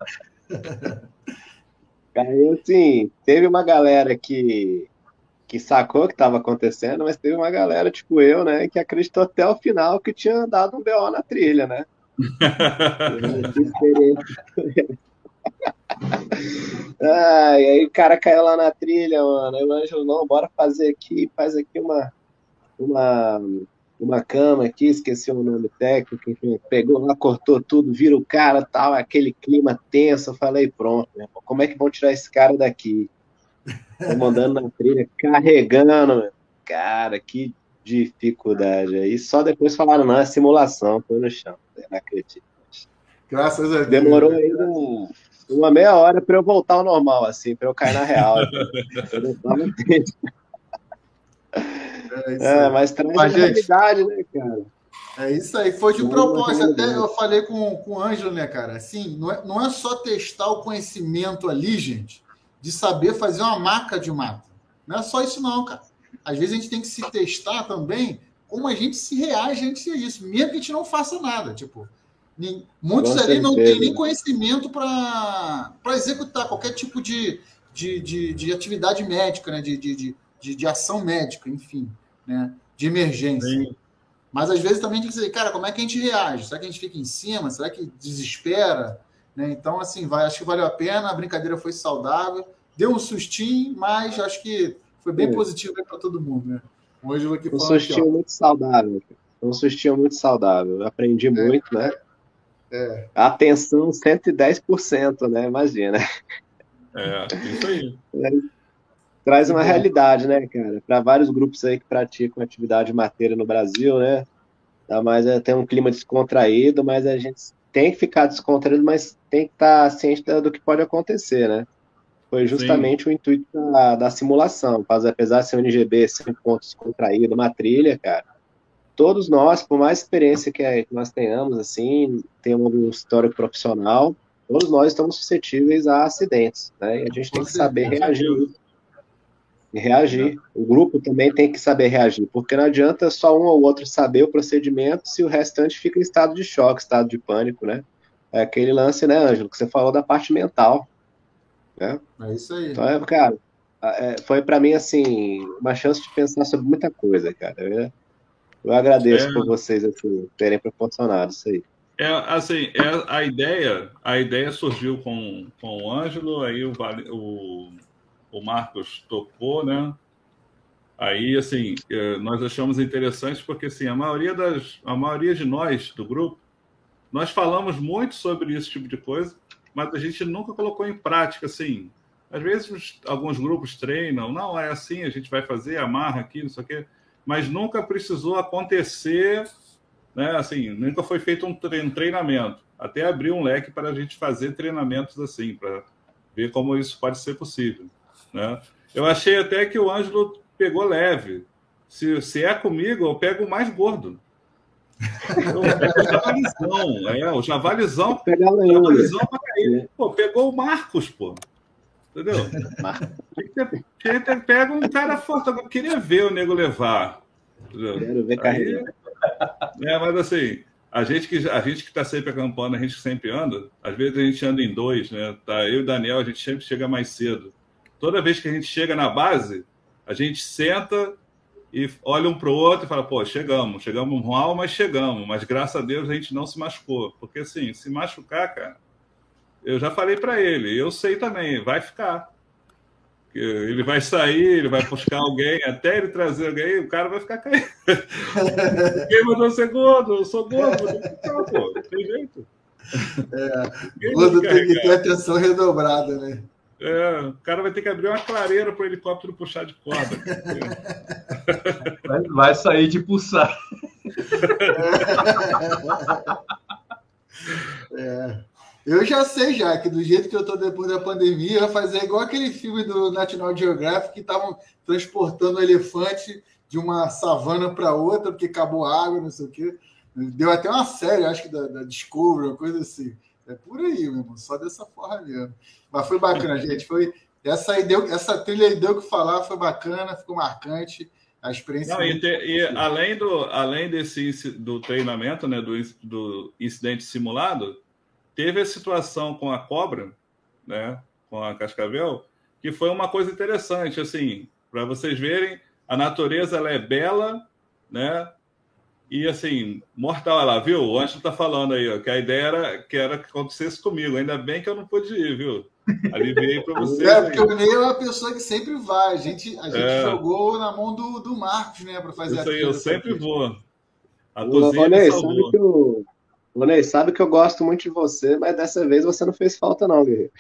S4: Aí, assim, teve uma galera que, que sacou o que estava acontecendo, mas teve uma galera, tipo eu, né, que acreditou até o final que tinha dado um B O na trilha, né? Ah, e aí o cara caiu lá na trilha, mano. Aí o Ângelo, não, bora fazer aqui, faz aqui uma, uma, uma cama aqui, esqueci o nome técnico, enfim, pegou lá, cortou tudo, vira o cara, tal, aquele clima tenso. Eu falei, pronto, meu irmão, como é que vão tirar esse cara daqui? Tô mandando na trilha, carregando, meu. Cara, que dificuldade. Aí só depois falaram, não, é simulação, foi no chão. Eu não acredito.
S1: Graças a Deus.
S4: Demorou ainda um... uma meia hora para eu voltar ao normal, assim, para eu cair na real. Eu não tava triste. É, é, mas traz a realidade, né, cara?
S1: É isso aí, foi de propósito. Até eu falei com, com o Ângelo, né, cara? Assim, não é, não é só testar o conhecimento ali, gente, de saber fazer uma marca de mata. Não é só isso, não, cara. Às vezes a gente tem que se testar também como a gente se reage a isso, mesmo que a gente não faça nada. Tipo, muitos ali não têm nem conhecimento para executar qualquer tipo de, de, de, de atividade médica, né? de, de, de, de ação médica, enfim, né? De emergência. Sim. Mas às vezes também tem que dizer, cara, como é que a gente reage? Será que a gente fica em cima? Será que desespera? Né? Então, assim, vai, acho que valeu a pena, a brincadeira foi saudável, deu um sustinho, mas acho que foi bem é. positivo para todo mundo. Né? Hoje eu aqui
S4: um sustinho aqui, muito saudável. Um sustinho muito saudável. Eu aprendi é, muito, é. né?
S1: É.
S4: Atenção cento e dez por cento, né? Imagina.
S2: É, isso aí.
S4: É, traz uma realidade, né, cara? Para vários grupos aí que praticam atividade mateira no Brasil, né? Tá, mas é, tem um clima descontraído, mas a gente tem que ficar descontraído, mas tem que estar ciente do que pode acontecer, né? Foi justamente Sim. o intuito da, da simulação. Apesar de ser um N G B, ser um ponto descontraído, uma trilha, cara, todos nós, por mais experiência que, é, que nós tenhamos, assim, temos um histórico profissional, todos nós estamos suscetíveis a acidentes, né? E a gente tem que saber reagir. E reagir. O grupo também tem que saber reagir, porque não adianta só um ou outro saber o procedimento se o restante fica em estado de choque, estado de pânico, né? É aquele lance, né, Ângelo, que você falou da parte mental, né?
S1: É isso aí.
S4: Então, é, cara, é, foi para mim, assim, uma chance de pensar sobre muita coisa, cara. Eu, eu agradeço é, por vocês, assim, terem proporcionado isso aí.
S2: É, assim, é, a ideia, a ideia surgiu com, com o Ângelo, aí o, o, o Marcos topou, né? Aí, assim, nós achamos interessante porque, assim, a maioria, das, a maioria de nós, do grupo, nós falamos muito sobre esse tipo de coisa, mas a gente nunca colocou em prática, assim. Às vezes, alguns grupos treinam, não, é assim, a gente vai fazer, amarra aqui, não sei o quê. mas nunca precisou acontecer, né? Assim, nunca foi feito um treinamento. Até abrir um leque para a gente fazer treinamentos assim, para ver como isso pode ser possível, né? Eu achei até que o Ângelo pegou leve. Se, se é comigo, eu pego o mais gordo. Eu pego o javalizão, é, o javalizão.
S4: Pegava
S2: o
S4: eu,
S2: javalizão para cair. Pô, pegou o Marcos, pô. Entendeu? Tinha que ter pego um cara forte. Eu queria ver o nego levar. Entendeu?
S4: Quero ver
S2: Aí,
S4: carregar.
S2: é, mas assim, a gente que a gente que está sempre acampando, a gente que sempre anda, às vezes a gente anda em dois, né? Tá, eu e o Daniel, a gente sempre chega mais cedo. Toda vez que a gente chega na base, a gente senta e olha um para o outro e fala, pô, chegamos, chegamos mal, mas chegamos. Mas graças a Deus a gente não se machucou. Porque assim, se machucar, cara, eu já falei para ele, eu sei também, vai ficar. Ele vai sair, ele vai buscar alguém, até ele trazer alguém, o cara vai ficar caindo. Ninguém mandou ser gordo, eu sou gordo, tem que ficar, pô, não tem jeito.
S1: É, gordo tem que ter atenção redobrada, né?
S2: É, o cara vai ter que abrir uma clareira para o helicóptero puxar de corda.
S3: Vai, vai sair de pulsar.
S1: É. Eu já sei já que do jeito que eu tô depois da pandemia, eu ia fazer igual aquele filme do National Geographic que estavam transportando o elefante de uma savana para outra porque acabou a água, não sei o quê. Deu até uma série, acho que da, da Discovery, uma coisa assim. É por aí, meu irmão, só dessa forma mesmo. Mas foi bacana, gente. Foi essa aí deu, essa trilha aí deu o que falar, foi bacana, ficou marcante. A experiência.
S2: Não, e, te, e além do além desse do treinamento, né, do, do incidente simulado, teve a situação com a cobra, né, com a cascavel, que foi uma coisa interessante, assim, para vocês verem, a natureza ela é bela, né? E assim, mortal, ela viu? O Ângelo tá falando aí, ó, que a ideia era que era que acontecesse comigo. Ainda bem que eu não pude ir, viu? Aliviei para vocês.
S1: É, porque o Ney é uma pessoa que sempre vai. A gente, a gente
S2: é.
S1: jogou na mão do, do Marcos, né, para fazer
S2: isso
S1: a
S2: aí. Eu sempre vou. A
S4: Ô,
S2: cozinha
S4: Ney,
S2: me
S4: sabe
S2: salvou.
S4: que eu, Ô, Ney, sabe que eu gosto muito de você, mas dessa vez você não fez falta, não, guerreiro.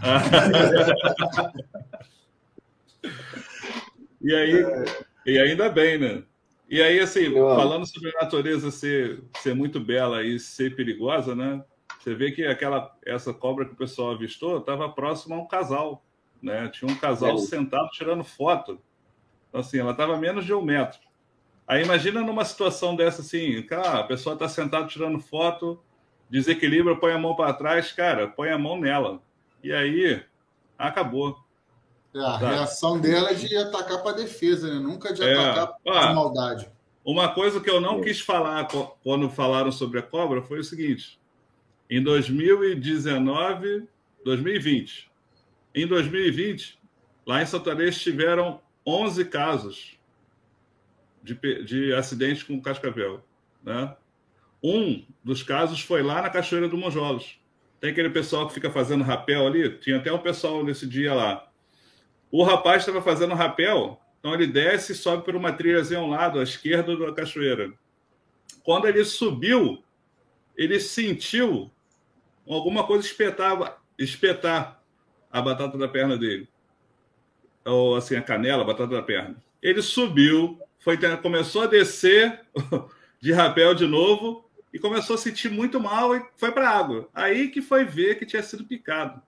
S2: E aí, e ainda bem, né? E aí, assim,
S4: Eu amo.
S2: falando sobre a natureza ser, ser muito bela e ser perigosa, né? Você vê que aquela, essa cobra que o pessoal avistou estava próxima a um casal, né? Tinha um casal
S4: É.
S2: sentado tirando foto. Então, assim, ela estava a menos de um metro. Aí imagina numa situação dessa, assim, cara, a pessoa está sentada tirando foto, desequilibra, põe a mão para trás, cara, põe a mão nela. E aí, acabou.
S1: É, a
S2: Tá.
S1: reação dela é de atacar para defesa, né? Nunca de
S2: É.
S1: atacar
S2: Ah.
S1: de maldade.
S2: Uma coisa que eu não quis falar co- quando falaram sobre a cobra foi o seguinte: em dois mil e dezenove, dois mil e vinte, em dois mil e vinte, lá em Santo Aleixo tiveram onze casos de, pe- de acidentes com cascavel, né? Um dos casos foi lá na Cachoeira do Monjolos. Tem aquele pessoal que fica fazendo rapel ali, tinha até um pessoal nesse dia lá. O rapaz estava fazendo rapel, então ele desce e sobe por uma trilhazinha ao lado, à esquerda da cachoeira. Quando ele subiu, ele sentiu alguma coisa espetar, espetar a batata da perna dele. Ou assim, a canela, a batata da perna. Ele subiu, foi, começou a descer de rapel de novo e começou a sentir muito mal e foi para a água. Aí que foi ver que tinha sido picado.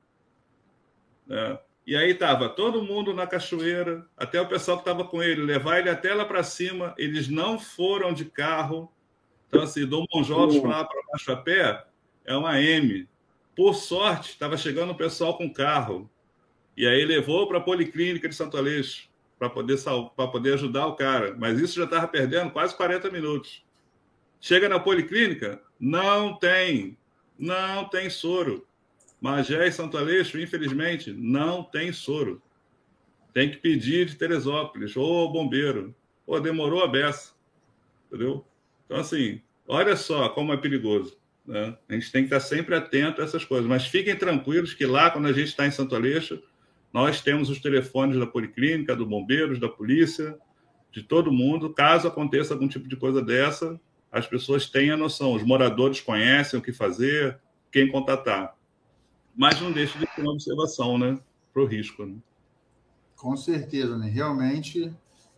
S2: É. E aí estava todo mundo na cachoeira, até o pessoal que estava com ele, levar ele até lá para cima. Eles não foram de carro. Então, assim, do Monjolos para lá para baixo a pé é uma M. Por sorte, estava chegando o pessoal com carro. E aí levou para a Policlínica de Santo Aleixo para poder, sal... para poder ajudar o cara. Mas isso já estava perdendo quase quarenta minutos. Chega na Policlínica, não tem, não tem soro. Magé e Santo Aleixo, infelizmente, não tem soro. Tem que pedir de Teresópolis, ou bombeiro. Pô, demorou a beça. Entendeu? Então, assim, olha só como é perigoso, né? A gente tem que estar sempre atento a essas coisas. Mas fiquem tranquilos que lá, quando a gente está em Santo Aleixo, nós temos os telefones da Policlínica, do Bombeiros, da polícia, de todo mundo. Caso aconteça algum tipo de coisa dessa, as pessoas têm a noção. Os moradores conhecem o que fazer, quem contatar. Mas não deixa de ter uma observação, né? Para o risco. Né?
S1: Com certeza, né? Realmente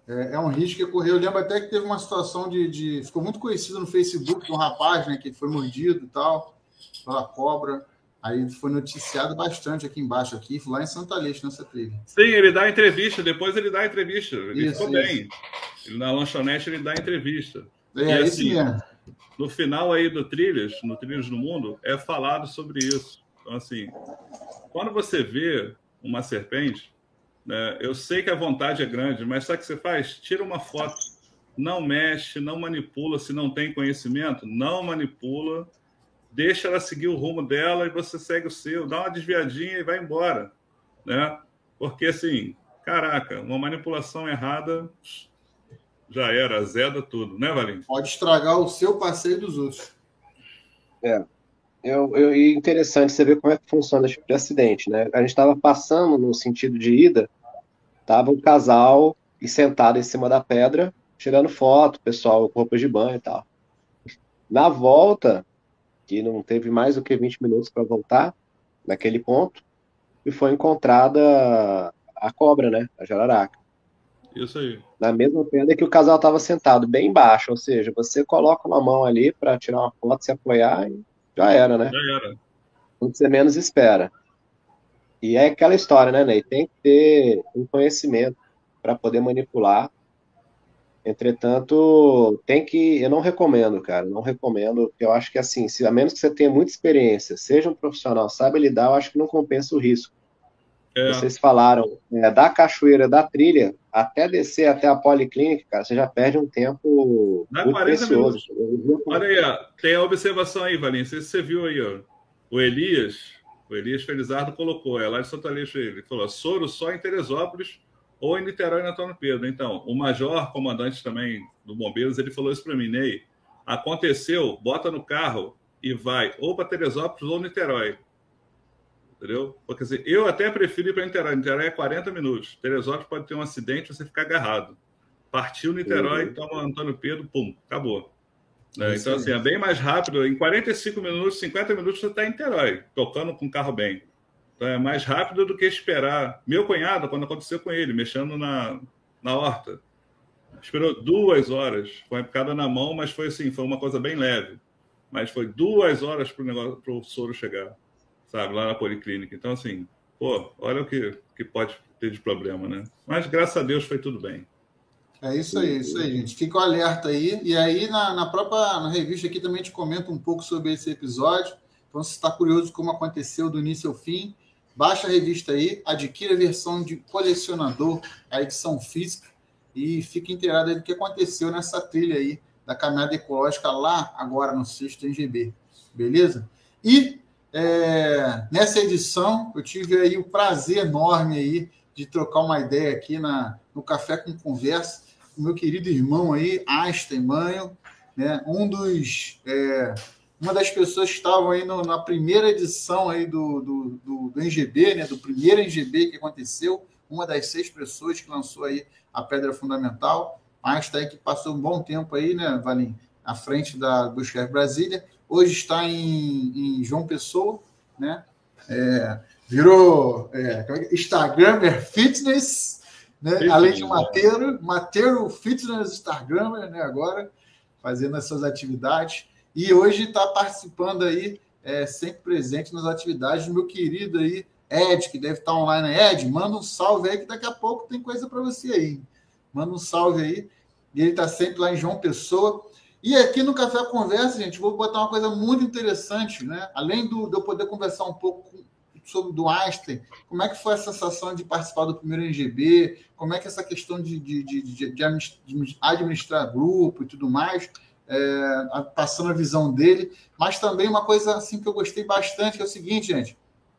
S1: É, é um risco que correu. Eu lembro até que teve uma situação de, de... Ficou muito conhecido no Facebook de um rapaz, né, que foi mordido e tal, pela cobra. Aí foi noticiado bastante aqui embaixo, aqui, lá em Santa Leste, nessa trilha.
S2: Sim, ele dá entrevista, depois ele dá entrevista. Ele
S1: isso,
S2: ficou
S1: isso.
S2: bem. Ele, na lanchonete ele dá entrevista.
S1: É,
S2: e,
S1: é
S2: assim,
S1: isso mesmo.
S2: No final aí do Trilhas, no Trilhas do Mundo, é falado sobre isso. Então, assim, quando você vê uma serpente, né, eu sei que a vontade é grande, mas sabe o que você faz? Tira uma foto. Não mexe, não manipula. Se não tem conhecimento, não manipula. Deixa ela seguir o rumo dela e você segue o seu. Dá uma desviadinha e vai embora. Né? Porque, assim, caraca, uma manipulação errada já era, azeda tudo, né, Valim?
S1: Pode estragar o seu passeio dos outros.
S4: É. Eu, eu, e interessante você ver como é que funciona esse tipo de acidente, né? A gente estava passando no sentido de ida, tava um casal e sentado em cima da pedra, tirando foto, pessoal com roupas de banho e tal. Na volta, que não teve mais do que vinte minutos para voltar, naquele ponto, e foi encontrada a cobra, né? A jararaca.
S2: Isso aí.
S4: Na mesma pedra que o casal estava sentado, bem embaixo, ou seja, você coloca uma mão ali para tirar uma foto, se apoiar e já era, né?
S2: Já era.
S4: Quando você menos espera. E é aquela história, né, Ney? Tem que ter um conhecimento para poder manipular. Entretanto, tem que... Eu não recomendo, cara. Não recomendo, porque eu acho que, assim, se, a menos que você tenha muita experiência, seja um profissional, saiba lidar, eu acho que não compensa o risco.
S2: É.
S4: Vocês falaram, é, da cachoeira, da trilha, até descer até a policlínica, cara, você já perde um tempo
S2: Dá
S4: muito
S2: quarenta
S4: precioso.
S2: minutos. Olha aí, ó, tem a observação aí, Valim. Não sei se você viu aí, ó. O Elias, o Elias Felizardo colocou, é lá de Santa Leste, ele falou, soro só em Teresópolis ou em Niterói, na Antônio Pedro. Então, o major, comandante também do Bombeiros, ele falou isso para mim, Ney, aconteceu, bota no carro e vai ou para Teresópolis ou Niterói. Entendeu? Porque assim, eu até prefiro ir para Niterói. Niterói é quarenta minutos. Teresópolis pode ter um acidente e você ficar agarrado. Partiu Niterói, uhum. Toma Antônio Pedro, pum, acabou. Né? Então, assim, é bem mais rápido. Em quarenta e cinco minutos, cinquenta minutos, você está em Niterói, tocando com o carro bem. Então, é mais rápido do que esperar. Meu cunhado, quando aconteceu com ele, mexendo na, na horta, esperou duas horas, com a picada na mão, mas foi assim, foi uma coisa bem leve. Mas foi duas horas para o negócio, para o soro chegar. Sabe, lá na policlínica. Então, assim, pô, olha o que, que pode ter de problema, né? Mas, graças a Deus, foi tudo bem.
S1: É isso aí, é isso aí, gente. Fica o alerta aí. E aí, na, na própria na revista aqui, também te comento um pouco sobre esse episódio. Então, se está curioso como aconteceu do início ao fim, baixa a revista aí, adquira a versão de colecionador, a edição física, e fique inteirado aí do que aconteceu nessa trilha aí da caminhada ecológica lá, agora no sexto N G B. Beleza? E É, nessa edição, eu tive aí o prazer enorme aí de trocar uma ideia aqui na, no Café com Conversa com o meu querido irmão aí, Einstein Manho, né, um dos, é, uma das pessoas que estavam aí no, na primeira edição aí do, do, do, do N G B, né, do primeiro N G B que aconteceu, uma das seis pessoas que lançou aí a Pedra Fundamental. Einstein que passou um bom tempo aí, né, Valim, à frente da Bushcraft Brasília. Hoje está em, em João Pessoa, né? É, virou é, Instagramer Fitness, né? Fitness, além de Mateiro, Mateiro Fitness Instagramer, né? Agora fazendo as suas atividades. E hoje está participando aí, é, sempre presente nas atividades do meu querido aí, Ed, que deve estar online. Ed, manda um salve aí, que daqui a pouco tem coisa para você aí. Manda um salve aí. E ele está sempre lá em João Pessoa. E aqui no Café Conversa, gente, vou botar uma coisa muito interessante, né? Além do, de eu poder conversar um pouco sobre do Einstein, como é que foi a sensação de participar do primeiro N G B, como é que essa questão de, de, de, de, de administrar grupo e tudo mais, é, passando a visão dele, mas também uma coisa assim que eu gostei bastante, que é o seguinte, gente,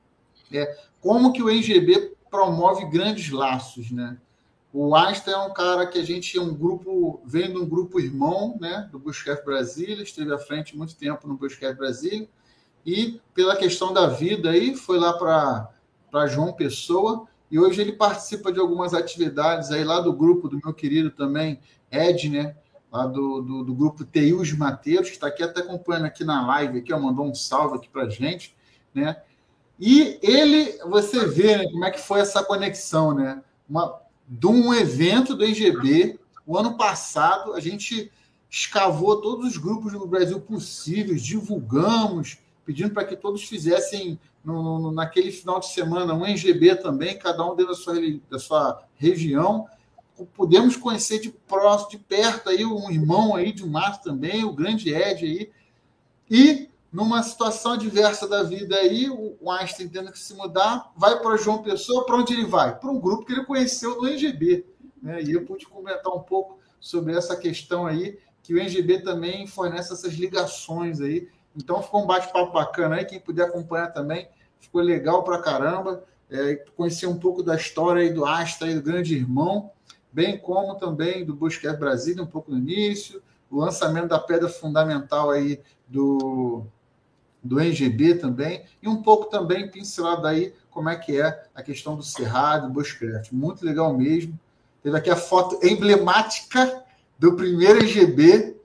S1: é como que o N G B promove grandes laços, né? O Einstein é um cara que a gente é um grupo, vem de um grupo irmão, né, do Bushcraft Brasília, esteve à frente muito tempo no Bushcraft Brasília, e pela questão da vida aí, foi lá para João Pessoa, e hoje ele participa de algumas atividades aí lá do grupo do meu querido também, Ed, né, lá do, do, do grupo T I Os Mateiros, que está aqui até acompanhando aqui na live, aqui, ó, mandou um salve aqui para a gente, né, e ele, você vê, né, como é que foi essa conexão, né, uma de um evento do N G B. O ano passado, a gente escavou todos os grupos do Brasil possíveis, divulgamos, pedindo para que todos fizessem, no, no, naquele final de semana, um N G B também, cada um dentro da sua, da sua região. Podemos conhecer de próximo, de perto, aí, um irmão aí de Marco também, o grande Ed aí. E, numa situação diversa da vida aí, o Einstein tendo que se mudar, vai para João Pessoa. Para onde ele vai? Para um grupo que ele conheceu no N G B. Né? E eu pude comentar um pouco sobre essa questão aí, que o N G B também fornece essas ligações aí. Então, ficou um bate-papo bacana aí. Quem puder acompanhar também, ficou legal pra caramba. É, conhecer um pouco da história aí do Astra, aí, do grande irmão, bem como também do Busquets Brasília, um pouco no início, o lançamento da pedra fundamental aí do, do N G B também, e um pouco também pincelado aí como é que é a questão do Cerrado, do Busquets. Muito legal mesmo. Teve aqui a foto emblemática do primeiro N G B,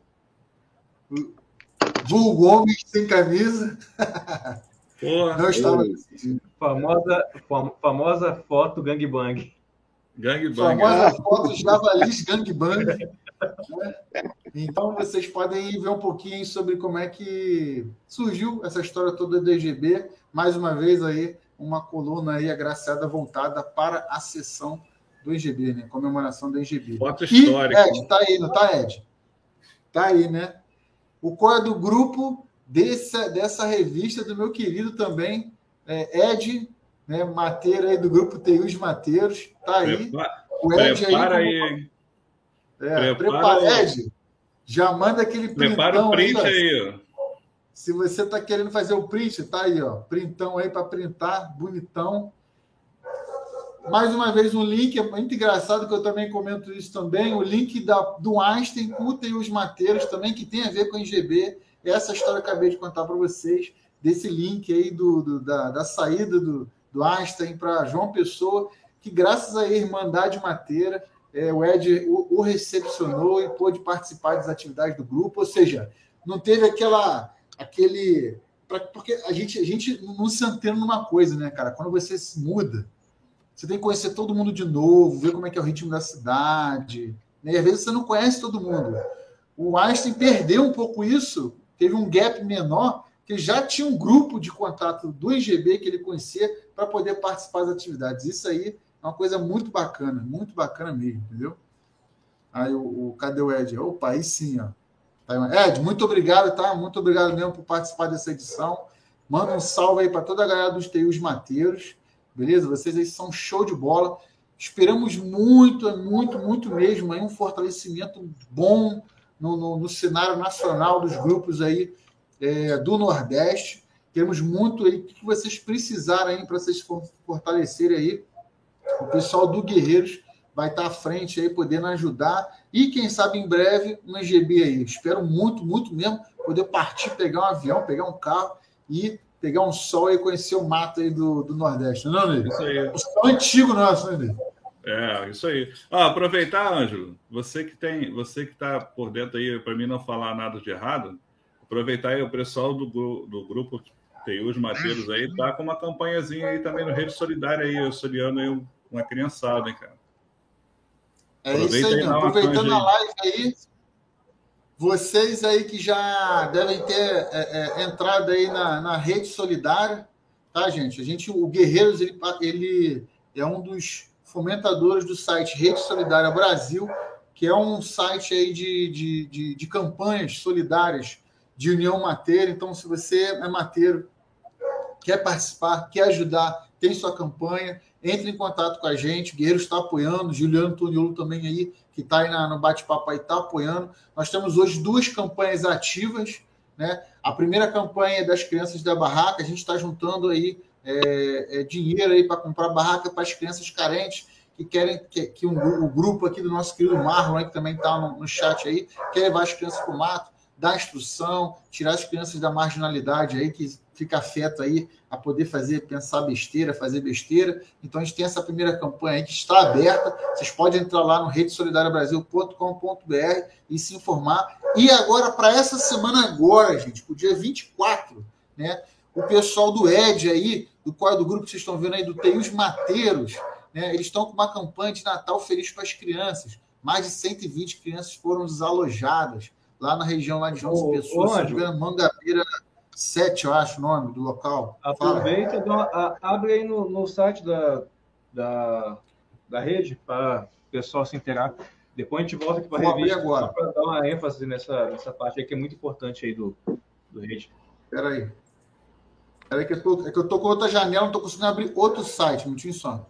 S1: Bull Gomes sem camisa.
S2: Porra,
S1: não estava
S3: famosa, famosa foto gangbang.
S2: Gangbang.
S1: Famosa foto Javalis gangbang. Né? Então vocês podem ver um pouquinho sobre como é que surgiu essa história toda do N G B. Mais uma vez aí, uma coluna aí agraciada voltada para a sessão do N G B, né? Comemoração do N G B.
S2: Foto histórica.
S1: E, Ed, tá aí, não tá, Ed? Tá aí, né? O qual é do grupo dessa, dessa revista do meu querido também, é, Ed, né? Mateiro aí do grupo T I Os Mateiros. Tá aí.
S2: Prepara,
S1: o Ed
S2: prepara
S1: aí.
S2: aí.
S1: É,
S2: prepara,
S1: prepara, Ed. Já manda aquele printão.
S2: Prepara o print
S1: aí,
S2: aí, ó.
S1: Se você tá querendo fazer o print, tá aí, ó. Printão aí para printar, bonitão. Mais uma vez, um link, é muito engraçado que eu também comento isso também, o link da, do Einstein com o T I Os Mateiros também, que tem a ver com o N G B. Essa história que eu acabei de contar para vocês, desse link aí do, do, da, da saída do, do Einstein para João Pessoa, que graças à Irmandade Mateira, é, o Ed o, o recepcionou e pôde participar das atividades do grupo, ou seja, não teve aquela, aquele... Pra, porque a gente, a gente não se antena numa coisa, né, cara? Quando você se muda, você tem que conhecer todo mundo de novo, ver como é que é o ritmo da cidade. Né? E às vezes você não conhece todo mundo. O Einstein perdeu um pouco isso, teve um gap menor, que já tinha um grupo de contato do N G B que ele conhecia para poder participar das atividades. Isso aí é uma coisa muito bacana, muito bacana mesmo, entendeu? Aí o, o cadê o Ed? Opa, aí sim, ó. Ed, muito obrigado, tá? Muito obrigado mesmo por participar dessa edição. Manda um salve aí para toda a galera dos T I Os Mateiros. Beleza? Vocês aí são show de bola. Esperamos muito, muito, muito mesmo aí um fortalecimento bom no, no, no cenário nacional dos grupos aí é, do Nordeste. Queremos muito aí o que vocês precisarem para vocês fortalecerem aí. O pessoal do Guerreiros vai estar à frente aí, podendo ajudar. E, quem sabe, em breve, no N G B aí. Espero muito, muito mesmo poder partir, pegar um avião, pegar um carro e pegar um sol e conhecer o mato aí do, do Nordeste, não, Ney?
S2: Isso aí.
S1: O sol antigo nosso, né, Ney?
S2: É, isso aí. Ah, aproveitar, Ângelo, você que tem, você que está por dentro aí, para mim não falar nada de errado, aproveitar aí o pessoal do, do grupo T I Os Mateiros aí, tá com uma campanhazinha aí também no Rede Solidária aí, auxiliando aí uma criançada, hein, cara.
S1: É Aproveita isso aí, aí aproveitando a live aí, vocês aí que já devem ter é, é, entrado aí na, na Rede Solidária, tá, gente? A gente, o Guerreiros, ele, ele é um dos fomentadores do site Rede Solidária Brasil, que é um site aí de, de, de, de campanhas solidárias de União Mateira. Então, se você é mateiro, quer participar, quer ajudar, tem sua campanha, entre em contato com a gente. O Guerreiro está apoiando, Juliano Toniolo também aí, que está aí na, no bate-papo aí, está apoiando. Nós temos hoje duas campanhas ativas, né? A primeira campanha é das crianças da barraca, a gente está juntando aí é, é, dinheiro aí para comprar barraca para as crianças carentes, que querem que, que um, o grupo aqui do nosso querido Marlon, aí, que também está no, no chat aí, quer levar as crianças para o mato, dar instrução, tirar as crianças da marginalidade aí, que fica afeto aí a poder fazer, pensar besteira, fazer besteira. Então, a gente tem essa primeira campanha aí que está aberta. Vocês podem entrar lá no rede solidária brasil ponto com ponto b r e se informar. E agora, para essa semana agora, gente, para o dia vinte e quatro, né, o pessoal do Ed aí, do qual é do grupo que vocês estão vendo aí, do T I Os Mateiros, né? Eles estão com uma campanha de Natal feliz para as crianças. Mais de cento e vinte crianças foram desalojadas lá na região lá de João
S3: Ô,
S1: Pessoa,
S3: ô,
S1: se não me
S3: Ângelo.
S1: engano, Mangabeira sete, eu acho o nome do local. Fala.
S3: Aproveita, dá uma- a- abre aí no, no site da, da, da rede para o pessoal se inteirar. Depois a gente volta aqui para
S1: Vou
S3: a
S1: abrir
S3: revista,
S1: agora.
S3: só para dar uma ênfase nessa, nessa parte aí que é muito importante aí do, do rede.
S1: Espera aí. Espera aí que eu tô, é que eu tô com outra janela, não estou conseguindo abrir outro site, um minutinho só.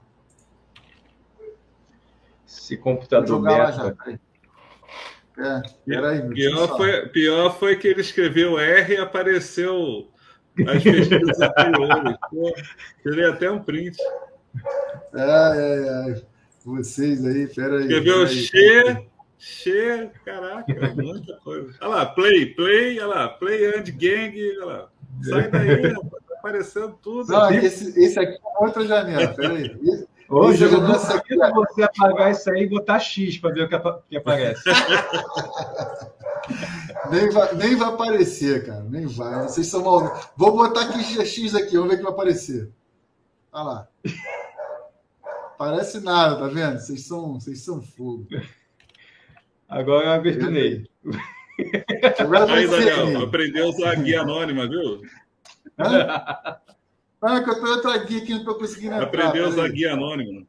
S3: Esse
S1: Vou
S3: computador
S1: jogar lá
S3: beta.
S1: já. Peraí. É, peraí, um minutinho
S2: Pior
S1: só.
S2: foi, pior foi que ele escreveu R e apareceu as pesquisas anteriores. Pô, tirei até um print.
S1: Ai, ai, ai. Vocês aí, peraí.
S2: Escreveu
S1: peraí.
S2: Che, Che, caraca, muita coisa. Olha lá, play, play, olha lá, play and gang, olha lá. Sai daí, rapaz, tá aparecendo tudo.
S1: Não, é que esse, esse aqui é outra janela, peraí. Esse-
S3: Hoje
S1: esse
S3: eu
S1: janela, esse aqui,
S3: duvido você apagar isso aí e botar X para ver o que, apa- que aparece.
S1: nem, vai, nem vai aparecer, cara. Nem vai. Vocês são mal. Vou botar aqui X aqui, vamos ver o que vai aparecer. Olha lá. Parece nada, tá vendo? Vocês são, vocês são fogo.
S3: Agora eu apertei.
S1: Agora vai
S2: Aí,
S1: ser.
S2: Daniel, aprendeu a usar a guia anônima, viu?
S1: Hã? Ah, que eu tô em outra guia aqui, não tô conseguindo entrar.
S2: Aprendeu a usar a
S1: Peraí.
S2: guia anônima.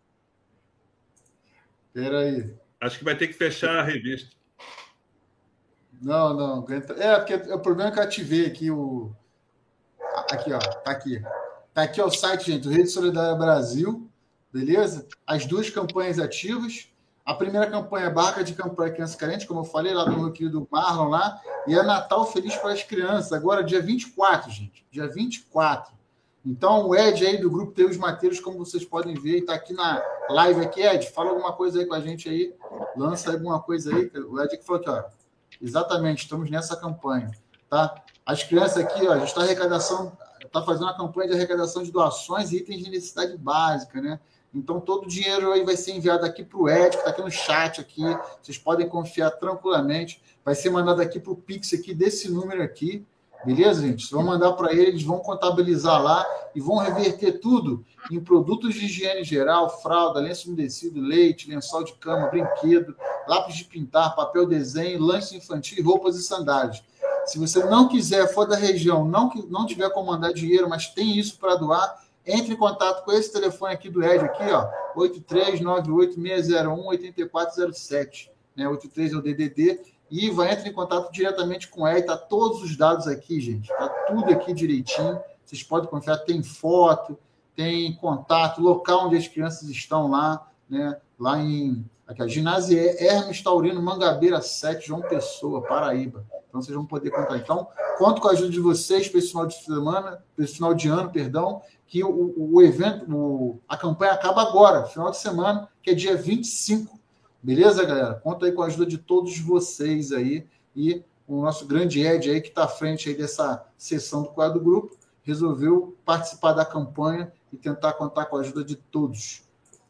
S1: Peraí.
S2: Acho que vai ter que fechar a revista.
S1: Não, não. aguenta- É, porque o problema é que eu ativei aqui o. Aqui, ó. Tá aqui. Tá aqui ó, o site, gente, do Rede Solidária Brasil. Beleza? As duas campanhas ativas. A primeira campanha é Barca de Campanha Criança Carente, como eu falei, lá do meu querido Marlon lá. E é Natal Feliz para as Crianças. Agora, dia vinte e quatro, gente. Dia vinte e quatro. Então, o Ed aí do grupo Teus Mateiros, como vocês podem ver, está aqui na live aqui. Ed, fala alguma coisa aí com a gente aí. Lança alguma coisa aí. O Ed que falou aqui, ó. Exatamente, estamos nessa campanha, tá? As crianças aqui, ó, a gente está arrecadação, está fazendo uma campanha de arrecadação de doações e itens de necessidade básica, né? Então, todo o dinheiro aí vai ser enviado aqui para o Ed, que está aqui no chat aqui. Vocês podem confiar tranquilamente. Vai ser mandado aqui para o Pix aqui desse número aqui. Beleza, gente? Vocês vão mandar para eles, eles vão contabilizar lá e vão reverter tudo em produtos de higiene geral, fralda, lenço umedecido, leite, lençol de cama, brinquedo, lápis de pintar, papel desenho, lanche infantil, roupas e sandálias. Se você não quiser, for da região, não, não tiver como mandar dinheiro, mas tem isso para doar, entre em contato com esse telefone aqui do Ed, aqui, ó, oito três nove oito seis zero um oito quatro zero sete, né? oitenta e três é o D D D, e vai entrar em contato diretamente com o Ed, tá todos os dados aqui, gente, tá tudo aqui direitinho, vocês podem confiar, tem foto, tem contato, local onde as crianças estão lá, né? Lá em aqui, a ginásio Hermes Taurino, Mangabeira sete, João Pessoa, Paraíba. Então, vocês vão poder contar. Então, conto com a ajuda de vocês para esse final de semana, para esse final de ano, perdão, que o, o evento, o, a campanha acaba agora, final de semana, que é dia vinte e cinco. Beleza, galera? Conto aí com a ajuda de todos vocês aí e o nosso grande Ed aí, que está à frente aí dessa sessão do quadro do grupo, resolveu participar da campanha e tentar contar com a ajuda de todos.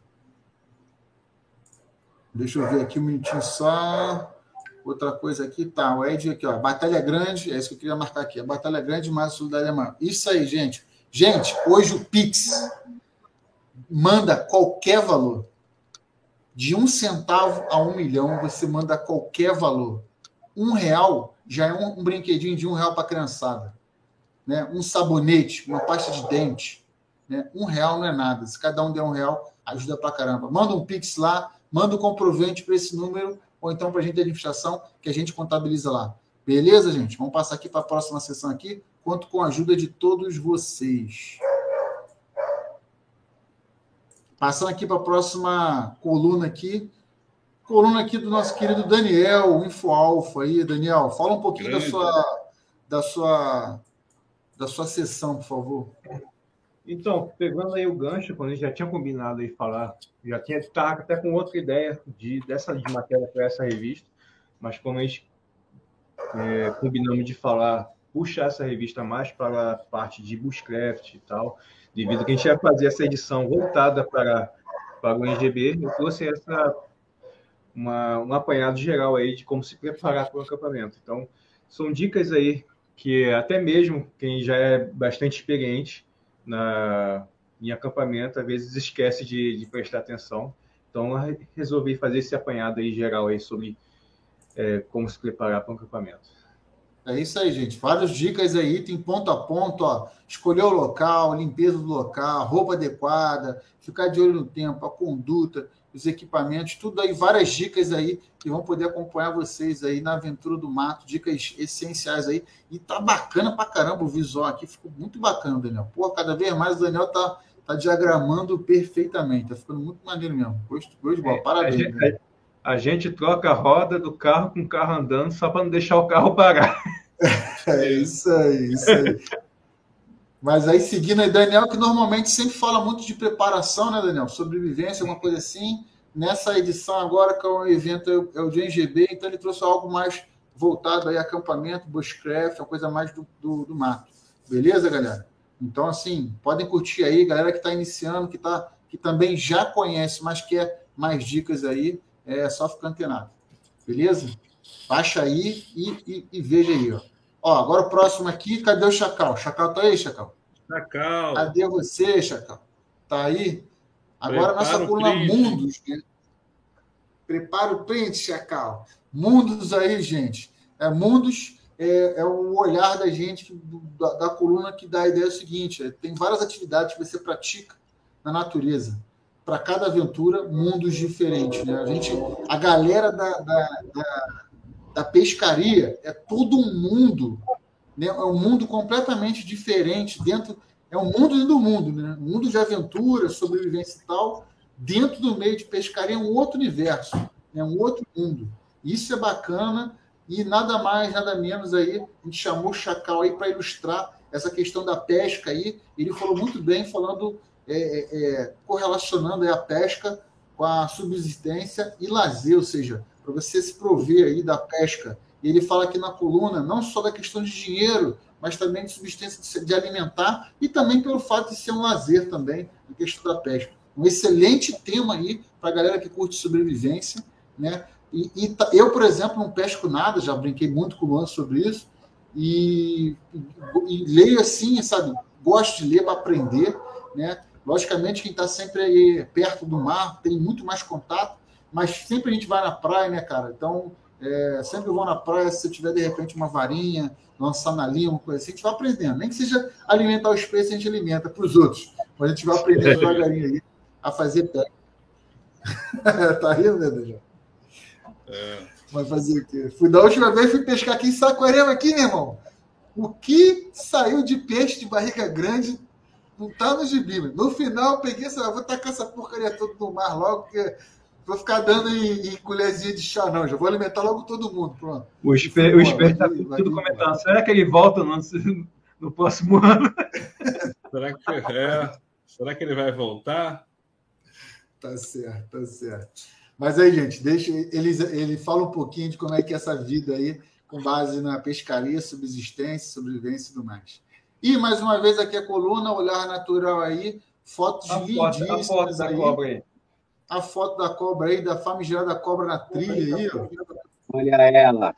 S1: Deixa eu ver aqui um minutinho só. Outra coisa aqui, tá, o Ed aqui, ó, Batalha Grande, é isso que eu queria marcar aqui, a Batalha Grande mais Solidária Maior. Isso aí, gente. Gente, hoje o Pix manda qualquer valor. De um centavo a um milhão, você manda qualquer valor. Um real já é um, um brinquedinho de um real para a criançada. Né? Um sabonete, uma pasta de dente. Né? Um real não é nada. Se cada um der um real, ajuda pra caramba. Manda um Pix lá, manda um comprovante para esse número, ou então para a gente de administração, que a gente contabiliza lá. Beleza, gente? Vamos passar aqui para a próxima sessão aqui. Conto com a ajuda de todos vocês. Passando aqui para a próxima coluna aqui. Coluna aqui do nosso querido Daniel, o Info Alfa aí. Daniel, fala um pouquinho da sua, da, sua, da sua sessão, por favor.
S3: Então, pegando aí o gancho, quando a gente já tinha combinado aí falar, já tinha estava até com outra ideia de, dessa de matéria para essa revista, mas como a gente é, combinamos de falar, puxar essa revista mais para a parte de bushcraft e tal, devido que a gente ia fazer essa edição voltada para, para o N G B, eu trouxe essa, uma, um apanhado geral aí de como se preparar para o acampamento. Então, são dicas aí que até mesmo quem já é bastante experiente na, em acampamento, às vezes esquece de, de prestar atenção. Então, eu resolvi fazer esse apanhado aí geral aí sobre é, como se preparar para um acampamento.
S1: É isso aí, gente. Várias dicas aí, tem ponto a ponto, ó. Escolher o local, limpeza do local, roupa adequada, ficar de olho no tempo, a conduta, os equipamentos, tudo aí, várias dicas aí que vão poder acompanhar vocês aí na aventura do mato, dicas essenciais aí. E tá bacana pra caramba o visual aqui, ficou muito bacana, Daniel. Pô, cada vez mais o Daniel tá, tá diagramando perfeitamente, tá ficando muito maneiro mesmo. Gosto, gosto de bola, parabéns.
S3: A gente, a gente troca a roda do carro com o carro andando só para não deixar o carro parar.
S1: É isso aí, isso aí. Mas aí, seguindo aí, Daniel, que normalmente sempre fala muito de preparação, né, Daniel? Sobrevivência, alguma coisa assim. Nessa edição agora, que é um evento, é o de N G B, então ele trouxe algo mais voltado aí a acampamento, bushcraft, uma coisa mais do, do, do mato. Beleza, galera? Então, assim, podem curtir aí, galera que está iniciando, que, tá, que também já conhece, mas quer mais dicas aí, é só ficar antenado. Beleza? Baixa aí e, e, e veja aí, ó. Ó, agora o próximo aqui, cadê o Chacal? Chacal tá aí, Chacal?
S2: Chacal.
S1: Cadê você, Chacal? Tá aí? Agora
S2: Prepara
S1: nossa coluna Mundos, né? Prepara o print, Chacal. Mundos aí, gente. É, Mundos é, é o olhar da gente, do, da, da coluna, que dá a ideia seguinte: é, tem várias atividades que você pratica na natureza. Para cada aventura, mundos diferentes, né? A gente, a galera da, da, da da pescaria é todo um mundo, né? É um mundo completamente diferente dentro, é um mundo dentro do mundo, né? Um mundo de aventura, sobrevivência e tal, dentro do meio de pescaria é um outro universo, é um outro mundo. Isso é bacana e nada mais, nada menos aí, a gente chamou o Chacal aí para ilustrar essa questão da pesca aí. Ele falou muito bem, falando, é, é, correlacionando aí a pesca com a subsistência e lazer, ou seja, para você se prover aí da pesca. E ele fala aqui na coluna, não só da questão de dinheiro, mas também de subsistência de alimentar e também pelo fato de ser um lazer também, a questão da pesca. Um excelente tema aí para a galera que curte sobrevivência, né? E, e eu, por exemplo, não pesco nada, já brinquei muito com o Luan sobre isso, e, e, e leio assim, sabe? Gosto de ler para aprender, né? Logicamente, quem está sempre aí perto do mar tem muito mais contato, mas sempre a gente vai na praia, né, cara? Então, é, sempre eu vou na praia, se eu tiver, de repente, uma varinha, lançar na linha, uma coisa assim, a gente vai aprendendo. Nem que seja alimentar os peixes, a gente alimenta para os outros. Mas a gente vai aprendendo devagarinho aí a fazer pesca. Tá rindo, né, Daniel? É. Vai fazer o quê? Fui da última vez, fui pescar aqui em Saquarema, aqui, meu irmão. O que saiu de peixe de barriga grande não tá no gibi. No final, eu peguei essa, vou tacar essa porcaria toda no mar logo, porque vou ficar dando em, em colherzinha de chá, não. Já vou alimentar logo todo mundo. Pronto.
S3: O Esper está tudo comentando. Será que ele volta no, no próximo ano?
S2: Será que, é, será que ele vai voltar?
S1: Tá certo, tá certo. Mas aí, gente, deixa ele, ele fala um pouquinho de como é que é essa vida aí, com base na pescaria, subsistência, sobrevivência e tudo mais. E, mais uma vez, aqui a coluna, olhar natural aí, fotos
S3: a
S1: lindíssimas
S3: foto, a foto
S1: aí.
S3: Da cobra aí.
S1: A foto da cobra aí, da famigerada cobra na trilha aí, ó.
S4: Olha ela.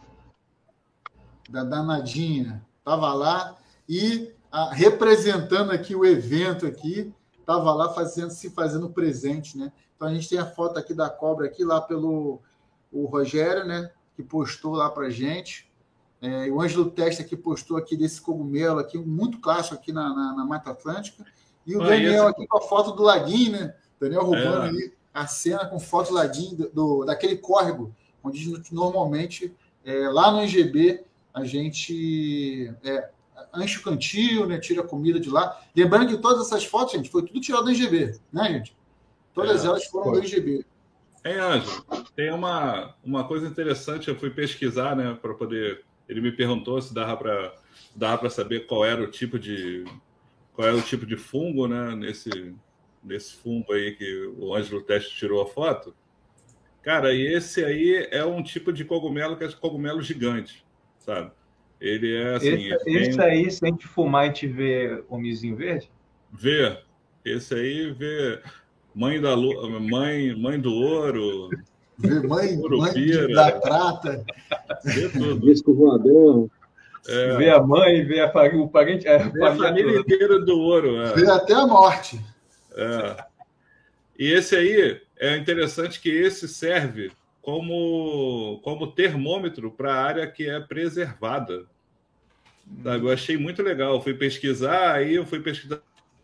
S1: Da danadinha. Tava lá e a, representando aqui o evento aqui, tava lá fazendo, se fazendo presente, né? Então a gente tem a foto aqui da cobra aqui, lá pelo o Rogério, né? Que postou lá pra gente. É, e o Ângelo Testa que postou aqui desse cogumelo aqui, muito clássico aqui na, na, na Mata Atlântica. E o ah, Daniel esse... aqui com a foto do laguinho, né? Daniel roubando é. ali a cena com foto do laguinho, do, do, daquele córrego, onde normalmente, é, lá no N G B, a gente é, enche o cantil, né? Tira a comida de lá. Lembrando que todas essas fotos, gente, foi tudo tirado do N G B, né, gente? Todas é, elas foram foi. do N G B.
S2: É, Ângelo, tem uma, uma coisa interessante, eu fui pesquisar, né, para poder... Ele me perguntou se dava para dava para saber qual era o tipo de qual era o tipo de fungo, né, nesse nesse fungo aí que o Ângelo Teste tirou a foto. Cara, e esse aí é um tipo de cogumelo que é cogumelo gigante, sabe? Ele é assim,
S3: esse, esse tem... aí, se a gente fumar, a gente vê homenzinho verde?
S2: Vê. Esse aí vê mãe da lua, mãe, mãe do ouro.
S1: Vê mãe, mãe da prata.
S2: Vê tudo.
S4: Disco voador.
S3: É. Vê a mãe, vê a, o parente.
S2: A vê a família toda. inteira do ouro. É.
S1: Vê até a morte.
S2: É. E esse aí, é interessante que esse serve como, como termômetro para a área que é preservada. Sabe? Eu achei muito legal. Eu fui pesquisar, aí eu fui pesquisar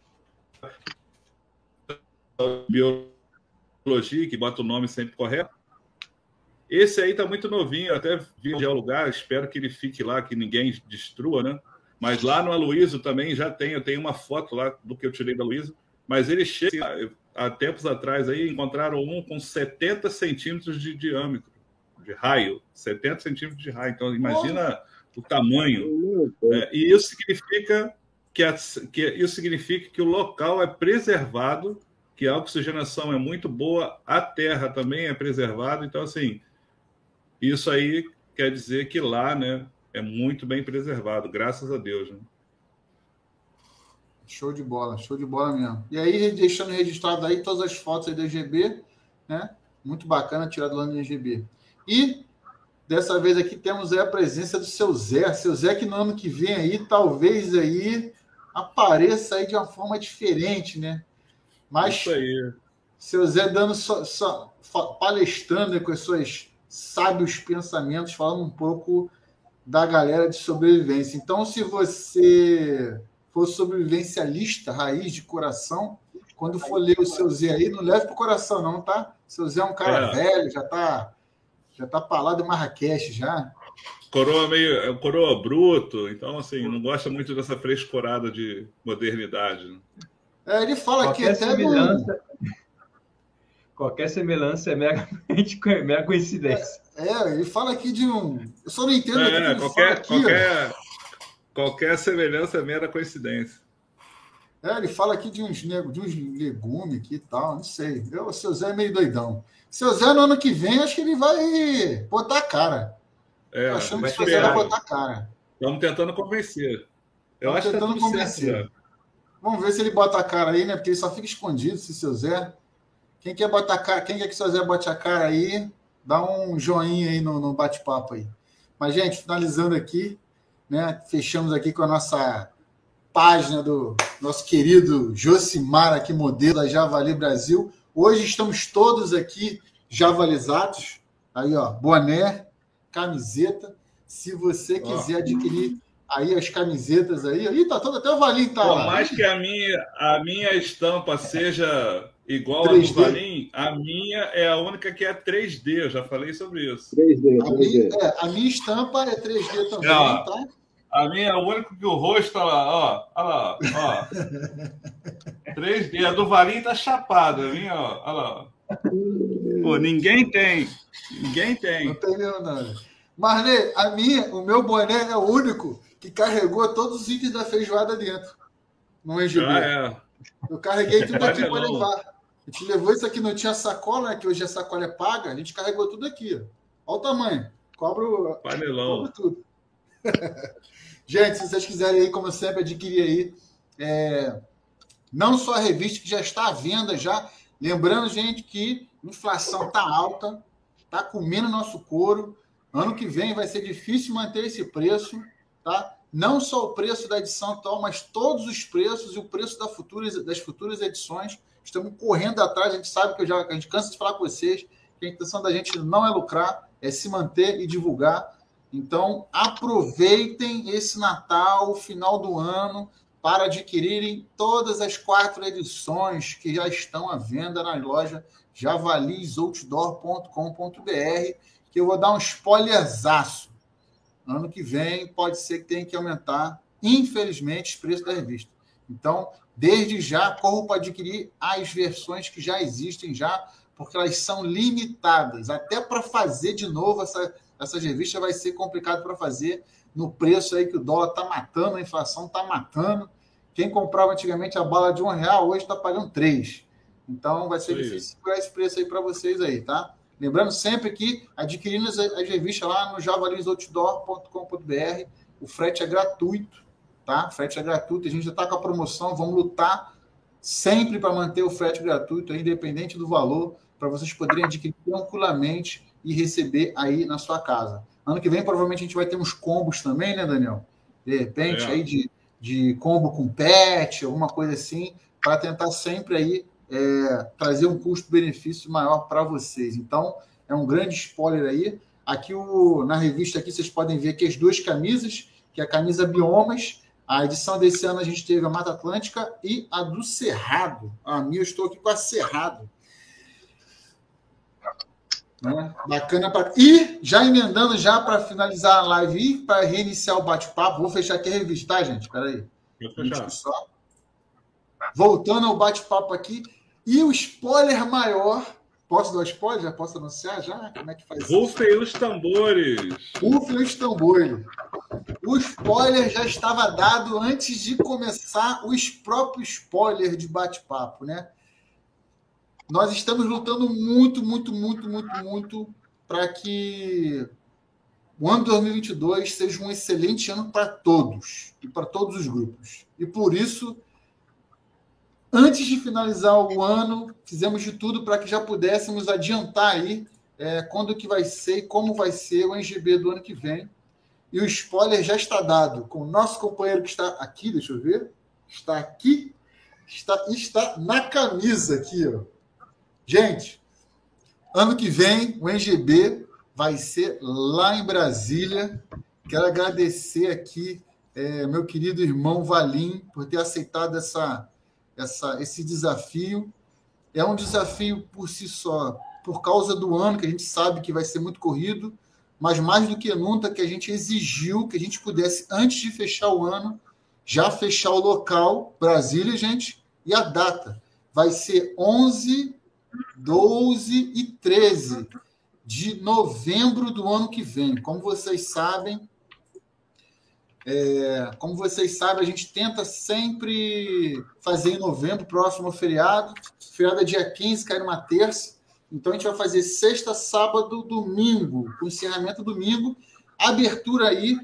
S2: biologia, que bota o nome sempre correto. Esse aí está muito novinho, eu até vi onde é o lugar, espero que ele fique lá, que ninguém destrua, né? Mas lá no Aloysio também já tem, eu tenho uma foto lá do que eu tirei da Aloysio, mas ele chega, há tempos atrás aí, encontraram um com setenta centímetros de diâmetro, de raio, setenta centímetros de raio, então imagina o tamanho. É, e isso significa que, a, que isso significa que o local é preservado, que a oxigenação é muito boa, a terra também é preservada, então assim, isso aí quer dizer que lá, né, é muito bem preservado, graças a Deus, né?
S1: Show de bola, show de bola mesmo. E aí, deixando registrado aí todas as fotos aí do E G B, né? Muito bacana tirado lá no E G B. E dessa vez aqui temos aí a presença do seu Zé. Seu Zé que no ano que vem aí, talvez aí apareça aí de uma forma diferente, né? Mas
S2: isso aí.
S1: Seu Zé dando só, só, palestrando, né, com os seus sábios pensamentos, falando um pouco da galera de sobrevivência. Então, se você for sobrevivencialista, raiz de coração, quando for ler o seu Zé aí, não leve para o coração não, tá? Seu Zé é um cara é. velho, já tá, já tá pra lá de Marrakech já.
S2: Coroa meio, coroa bruto, então assim, não gosta muito dessa frescorada de modernidade, né?
S1: É, ele fala
S3: qualquer
S1: aqui até
S3: semelhança, do... qualquer semelhança é meramente mera coincidência.
S1: É, é, ele fala aqui de um. Eu só não entendo
S2: é,
S1: aqui,
S2: qualquer,
S1: aqui,
S2: qualquer, qualquer semelhança é mera coincidência.
S1: É, ele fala aqui de uns, de uns legumes aqui e tal, não sei. Eu, o seu Zé é meio doidão. Seu Zé, no ano que vem, acho que ele vai botar a cara.
S2: É,
S1: Tô achando que o seu Zé vai botar a cara.
S2: Estamos tentando convencer. Eu
S1: Estamos
S2: acho
S1: tentando
S2: que tá
S1: convencer.
S2: certo,
S1: vamos ver se ele bota a cara aí, né? Porque ele só fica escondido, esse seu Zé. Quem quer botar a cara, quem quer que o seu Zé bote a cara aí, dá um joinha aí no, no bate-papo aí. Mas, gente, finalizando aqui, né? Fechamos aqui com a nossa página do nosso querido Josimar, aqui, modelo da Javali Brasil. Hoje estamos todos aqui javalizados. Aí, ó, boné, camiseta. Se você quiser oh. adquirir aí as camisetas aí. Ih, tá todo, até o Valim tá
S2: Por
S1: lá.
S2: mais que a minha, a minha estampa seja igual a do Valim, a minha é a única que é três D. Eu já falei sobre isso.
S4: três D,
S1: a,
S4: três D.
S1: Minha, é, a minha estampa é três D também,
S2: é,
S1: tá?
S2: A minha é o único que o rosto tá lá, ó. Olha lá, ó. três D. A do Valim tá chapada, a minha, ó. Olha lá. Pô, ninguém tem. Ninguém tem.
S1: Não tem mesmo, não. Marley, a minha, o meu boné é o único que carregou todos os itens da feijoada dentro. No E G B.
S2: Ah, é.
S1: Eu carreguei tudo aqui para levar. A gente levou isso aqui, não tinha sacola, né? Que hoje a sacola é paga. A gente carregou tudo aqui. Ó. Olha o tamanho. Cobro, cobro tudo. Gente, se vocês quiserem aí, como sempre, adquirir aí, é, não só a revista que já está à venda já. Lembrando, gente, que a inflação está alta, está comendo nosso couro. Ano que vem vai ser difícil manter esse preço, tá? Não só o preço da edição atual, mas todos os preços e o preço da futuras, das futuras edições. Estamos correndo atrás, a gente sabe que eu já, a gente cansa de falar com vocês, que a intenção da gente não é lucrar, é se manter e divulgar. Então, aproveitem esse Natal, o final do ano, para adquirirem todas as quatro edições que já estão à venda na loja javalis outdoor ponto com ponto b r, que eu vou dar um spoilerzaço. Ano que vem pode ser que tenha que aumentar, infelizmente, os preços da revista. Então, desde já, corro para adquirir as versões que já existem já, porque elas são limitadas. Até para fazer de novo essa, essa revista vai ser complicado para fazer no preço aí que o dólar está matando, a inflação está matando. Quem comprava antigamente a bala de um real, hoje está pagando três. Então, vai ser Sim. difícil segurar esse preço aí para vocês aí, tá? Lembrando sempre que adquirindo as, as revistas lá no javalis outdoor ponto com ponto b r, o frete é gratuito, tá? O frete é gratuito, a gente já está com a promoção, vamos lutar sempre para manter o frete gratuito, independente do valor, para vocês poderem adquirir tranquilamente e receber aí na sua casa. Ano que vem, provavelmente, a gente vai ter uns combos também, né, Daniel? De repente, é. aí de, de combo com pet, alguma coisa assim, para tentar sempre aí é, trazer um custo-benefício maior para vocês. Então, é um grande spoiler aí. Aqui o, na revista aqui vocês podem ver aqui as duas camisas, que é a camisa Biomas. A edição desse ano a gente teve a Mata Atlântica e a do Cerrado. A minha, eu estou aqui com a Cerrado. Né? Bacana. Pra... E já emendando já para finalizar a live e para reiniciar o bate-papo, vou fechar aqui a revista, tá, gente? Espera aí. Só. Voltando ao bate-papo aqui. E o spoiler maior... Posso dar o spoiler? Já posso anunciar já? Como é que faz isso?
S2: Rufem os tambores.
S1: Rufem os tambores. O spoiler já estava dado antes de começar os próprios spoilers de bate-papo, né? Nós estamos lutando muito, muito, muito, muito, muito para que o ano dois mil e vinte e dois seja um excelente ano para todos e para todos os grupos. E por isso, antes de finalizar o ano, fizemos de tudo para que já pudéssemos adiantar aí é, quando que vai ser e como vai ser o N G B do ano que vem. E o spoiler já está dado com o nosso companheiro que está aqui, deixa eu ver, está aqui, está, está na camisa aqui, ó. Gente, ano que vem o N G B vai ser lá em Brasília. Quero agradecer aqui é, meu querido irmão Valim por ter aceitado essa... Essa, esse desafio. É um desafio por si só, por causa do ano, que a gente sabe que vai ser muito corrido, mas mais do que nunca que a gente exigiu que a gente pudesse, antes de fechar o ano, já fechar o local, Brasília, gente, e a data. Vai ser onze, doze e treze de novembro do ano que vem. Como vocês sabem, É, como vocês sabem, a gente tenta sempre fazer em novembro, próximo ao feriado. Feriado é dia quinze, cai numa terça. Então, a gente vai fazer sexta, sábado, domingo, com encerramento domingo. Abertura aí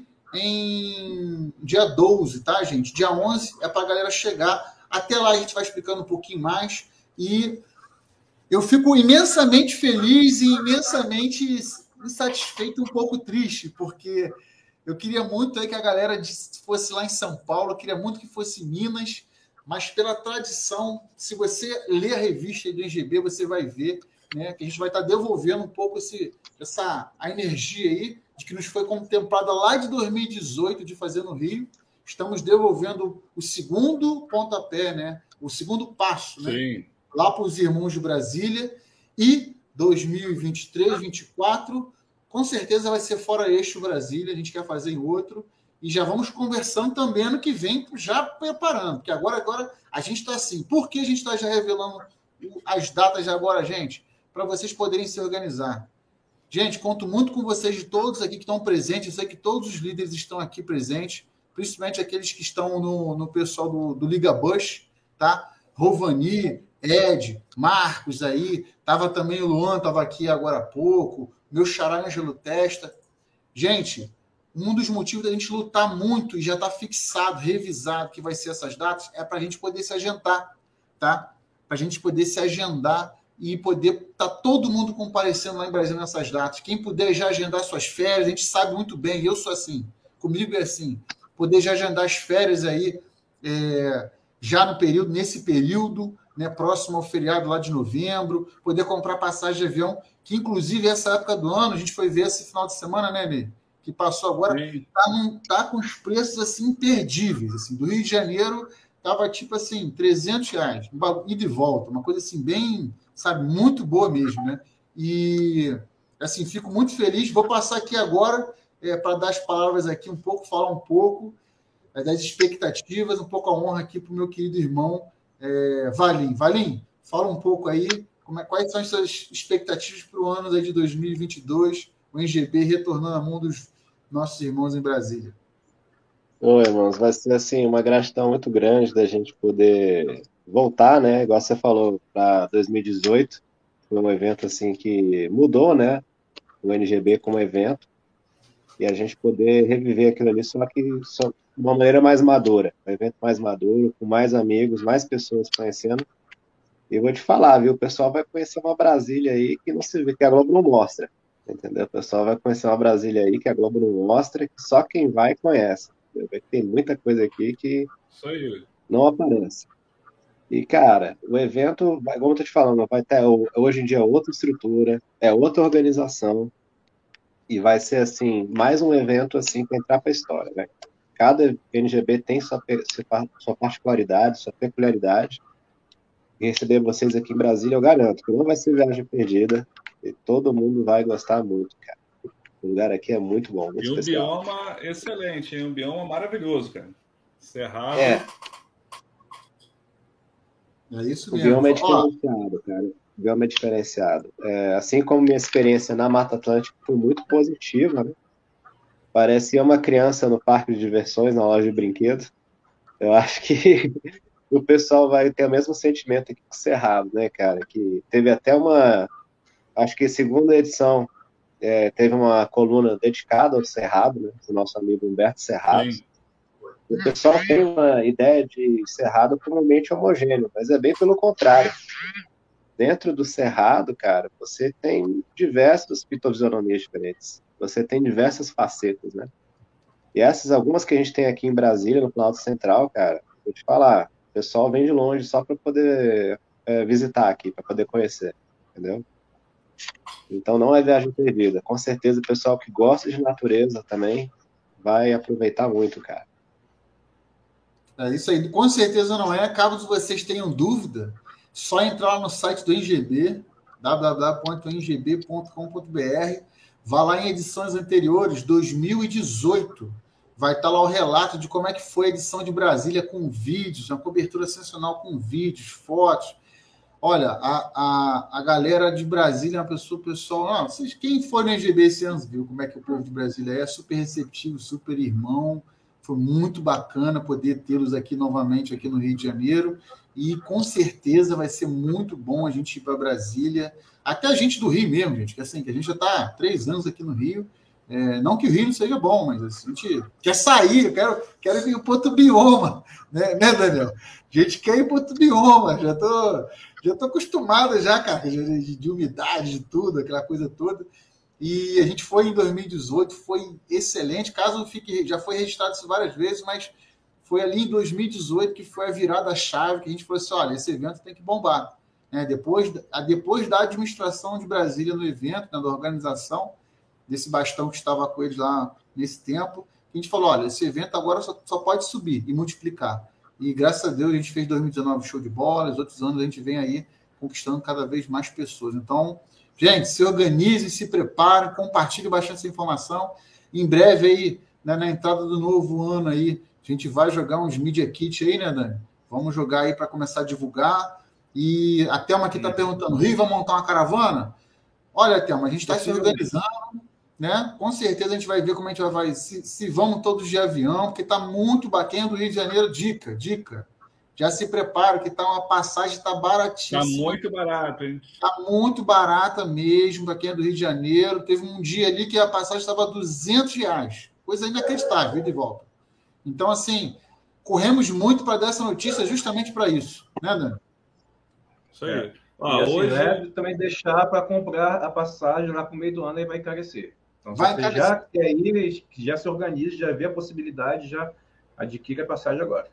S1: em dia doze, tá, gente? Dia onze é para a galera chegar. Até lá a gente vai explicando um pouquinho mais. E eu fico imensamente feliz e imensamente insatisfeito, um pouco triste, porque... Eu queria muito aí que a galera fosse lá em São Paulo, eu queria muito que fosse em Minas, mas pela tradição, se você ler a revista do N G B, você vai ver, né, que a gente vai estar devolvendo um pouco esse, essa, a energia aí de que nos foi contemplada lá de dois mil e dezoito de fazer no Rio. Estamos devolvendo o segundo pontapé, né, o segundo passo, né,
S2: Sim.
S1: lá para os irmãos de Brasília. E dois mil e vinte e três, dois mil e vinte e quatro... com certeza vai ser fora eixo Brasília, a gente quer fazer em outro, e já vamos conversando também ano que vem, já preparando, porque agora, agora a gente está assim. Por que a gente está já revelando as datas de agora, gente? Para vocês poderem se organizar. Gente, conto muito com vocês de todos aqui que estão presentes, eu sei que todos os líderes estão aqui presentes, principalmente aqueles que estão no, no pessoal do, do Liga Bush, tá? Rovani, Ed, Marcos aí, estava também o Luan, estava aqui agora há pouco, meu xará Ângelo Testa. Gente, um dos motivos da gente lutar muito e já está fixado, revisado, que vai ser essas datas, é para a gente poder se agendar, tá? Para a gente poder se agendar e poder estar tá todo mundo comparecendo lá em Brasília nessas datas. Quem puder já agendar suas férias, a gente sabe muito bem, eu sou assim, comigo é assim, poder já agendar as férias aí, é, já no período, nesse período, né, próximo ao feriado lá de novembro, poder comprar passagem de avião, que inclusive essa época do ano, a gente foi ver esse final de semana, né, Ney? Que passou agora, tá, num, tá com os preços assim imperdíveis, assim, do Rio de Janeiro tava tipo assim, trezentos reais, ida e volta, uma coisa assim bem, sabe, muito boa mesmo, né? E assim, fico muito feliz, vou passar aqui agora é, para dar as palavras aqui um pouco, falar um pouco é, das expectativas, um pouco a honra aqui para o meu querido irmão é, Valim. Valim, fala um pouco aí, como é, quais são as suas expectativas para o ano aí de dois mil e vinte e dois, o N G B retornando à mão dos nossos irmãos em Brasília.
S4: Oi, irmãos, vai ser assim uma gratidão muito grande da gente poder voltar, né? Igual você falou, para dois mil e dezoito, foi um evento assim que mudou, né? O N G B como evento, e a gente poder reviver aquilo ali, só que só de uma maneira mais madura, um evento mais maduro, com mais amigos, mais pessoas conhecendo. E eu vou te falar, viu? O pessoal vai conhecer uma Brasília aí que não se vê, que a Globo não mostra. Entendeu? O pessoal vai conhecer uma Brasília aí que a Globo não mostra, que só quem vai conhece. Entendeu? Tem muita coisa aqui que não aparece. E, cara, o evento, vai- como eu tô te falando, vai ter hoje em dia outra estrutura, é outra organização, e vai ser, assim, mais um evento, assim, para entrar para a história, né? Cada N G B tem sua, pe- sua particularidade, sua peculiaridade, e receber vocês aqui em Brasília, eu garanto que não vai ser viagem perdida, e todo mundo vai gostar muito, cara. O lugar aqui é muito bom, muito
S2: E um
S4: especial.
S2: bioma excelente, hein? Um bioma maravilhoso, cara. Cerrado.
S4: É,
S1: É isso
S4: o
S1: mesmo.
S4: bioma é
S1: Ó,
S4: diferenciado, cara. O bioma é diferenciado. É, assim como minha experiência na Mata Atlântica foi muito positiva, né? Parecia uma criança no parque de diversões, na loja de brinquedos. Eu acho que o pessoal vai ter o mesmo sentimento aqui com o Cerrado, né, cara? Que teve até uma, acho que segunda edição, é, teve uma coluna dedicada ao Cerrado, né? Do nosso amigo Humberto Cerrado.
S2: Sim.
S4: O pessoal tem uma ideia de Cerrado comumente homogêneo, mas é bem pelo contrário. Dentro do Cerrado, cara, você tem diversas fitofisionomias diferentes. Você tem diversas facetas, né? E essas, algumas que a gente tem aqui em Brasília, no Planalto Central, cara, vou te falar, o pessoal vem de longe só para poder é, visitar aqui, para poder conhecer, entendeu? Então não é viagem perdida. Com certeza o pessoal que gosta de natureza também vai aproveitar muito, cara.
S1: é isso aí. Com certeza não é. Caso vocês tenham dúvida, só entrar lá no site do N G B, w w w ponto n g b ponto com ponto b r. Vá lá em edições anteriores, dois mil e dezoito. Vai estar lá o relato de como é que foi a edição de Brasília com vídeos, uma cobertura sensacional com vídeos, fotos. Olha, a, a, a galera de Brasília é uma pessoa, pessoal. Não, vocês, quem for no N G B esse ano viu como é que o povo de Brasília é super receptivo, super irmão. Foi muito bacana poder tê-los aqui novamente aqui no Rio de Janeiro. E com certeza vai ser muito bom a gente ir para Brasília. Até a gente do Rio mesmo, gente, que assim, que a gente já está há três anos aqui no Rio. É, não que o Rio não seja bom, mas assim, a gente quer sair, eu quero, quero ir para outro bioma, né, né, Daniel? A gente quer ir para outro bioma, já tô, já tô acostumado já, cara, de, de umidade, de tudo, aquela coisa toda. E a gente foi em dois mil e dezoito, foi excelente. Caso fique, já foi registrado isso várias vezes, mas foi ali em dois mil e dezoito que foi a virada-chave, que a gente falou assim: olha, esse evento tem que bombar. Né? Depois, depois da administração de Brasília no evento, né, da organização, desse bastão que estava com eles lá nesse tempo, a gente falou: olha, esse evento agora só, só pode subir e multiplicar. E graças a Deus a gente fez dois mil e dezenove show de bola, os outros anos a gente vem aí conquistando cada vez mais pessoas. Então, gente, se organize, se prepare, compartilhe bastante essa informação. Em breve aí, né, na entrada do novo ano aí, a gente vai jogar uns Media Kit aí, né, Dani? Vamos jogar aí para começar a divulgar. E a Thelma aqui está perguntando: Rio, vai montar uma caravana? Olha, Thelma, a gente está se organizando, né? Com certeza a gente vai ver como a gente vai. Se, se vamos todos de avião, porque está muito bacana do Rio de Janeiro. Dica, dica. Já se prepara, que tá uma passagem está baratíssima.
S2: Está muito barato, hein?
S1: Está muito barata mesmo, para quem é do Rio de Janeiro. Teve um dia ali que a passagem estava duzentos reais. Coisa inacreditável, ida e volta. Então, assim, corremos muito para dar essa notícia justamente para isso. Né, Dani?
S2: Isso aí.
S3: É.
S2: Ah,
S3: e assim,
S2: hoje...
S3: né, também deixar para comprar a passagem lá para o meio do ano e vai encarecer. Então,
S1: vai
S3: se você
S1: encarecer.
S3: já quer ir, já se organize, já vê a possibilidade, já adquira a passagem agora.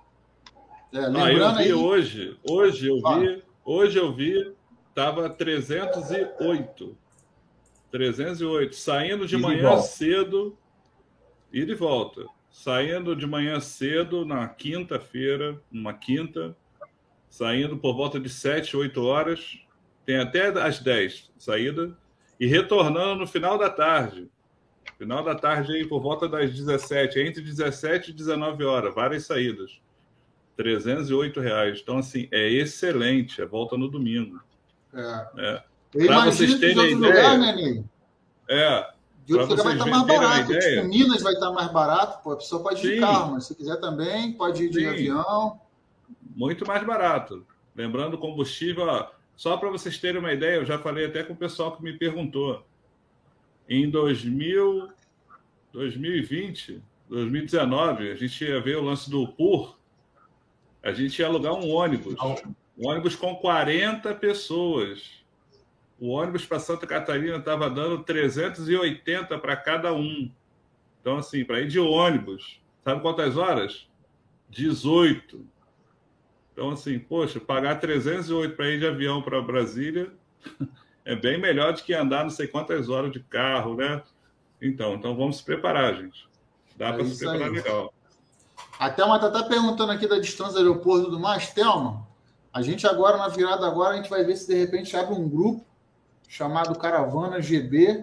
S1: É,
S2: ah, eu vi
S1: aí...
S2: hoje, hoje eu vi, hoje eu vi, estava trezentos e oito. trezentos e oito, saindo de
S3: Ida e
S2: manhã
S3: volta.
S2: cedo, ida e volta. Saindo de manhã cedo, na quinta-feira, numa quinta, saindo por volta de sete, oito horas, tem até às dez saída, e retornando no final da tarde. Final da tarde aí, por volta das dezessete, entre dezessete e dezenove horas, várias saídas. trezentos e oito reais. Então, assim, é excelente. É volta no domingo.
S1: É.
S2: É.
S1: Para vocês terem ideia... Lugar, né, Ney?
S2: É.
S1: De outro lugar vai estar mais barato. Tipo, Minas vai estar mais barato. Pô, a pessoa pode ir de carro, mas se quiser também, pode ir de Sim. avião.
S2: Muito mais barato. Lembrando, combustível... Ó, só para vocês terem uma ideia, eu já falei até com o pessoal que me perguntou. Em dois mil, dois mil e vinte, dois mil e dezenove, a gente ia ver o lance do P U R. A gente ia alugar um ônibus. Um ônibus com quarenta pessoas. O ônibus para Santa Catarina estava dando trezentos e oitenta para cada um. Então, assim, para ir de ônibus, sabe quantas horas? dezoito. Então, assim, poxa, pagar trezentos e oito para ir de avião para Brasília é bem melhor do que andar não sei quantas horas de carro, né? Então, então vamos se preparar, gente. Dá
S1: É
S2: para se
S1: isso
S2: preparar
S1: aí.
S2: legal.
S1: A Thelma está até perguntando aqui da distância do aeroporto e tudo mais. Thelma, a gente agora, na virada agora, a gente vai ver se de repente abre um grupo chamado Caravana G B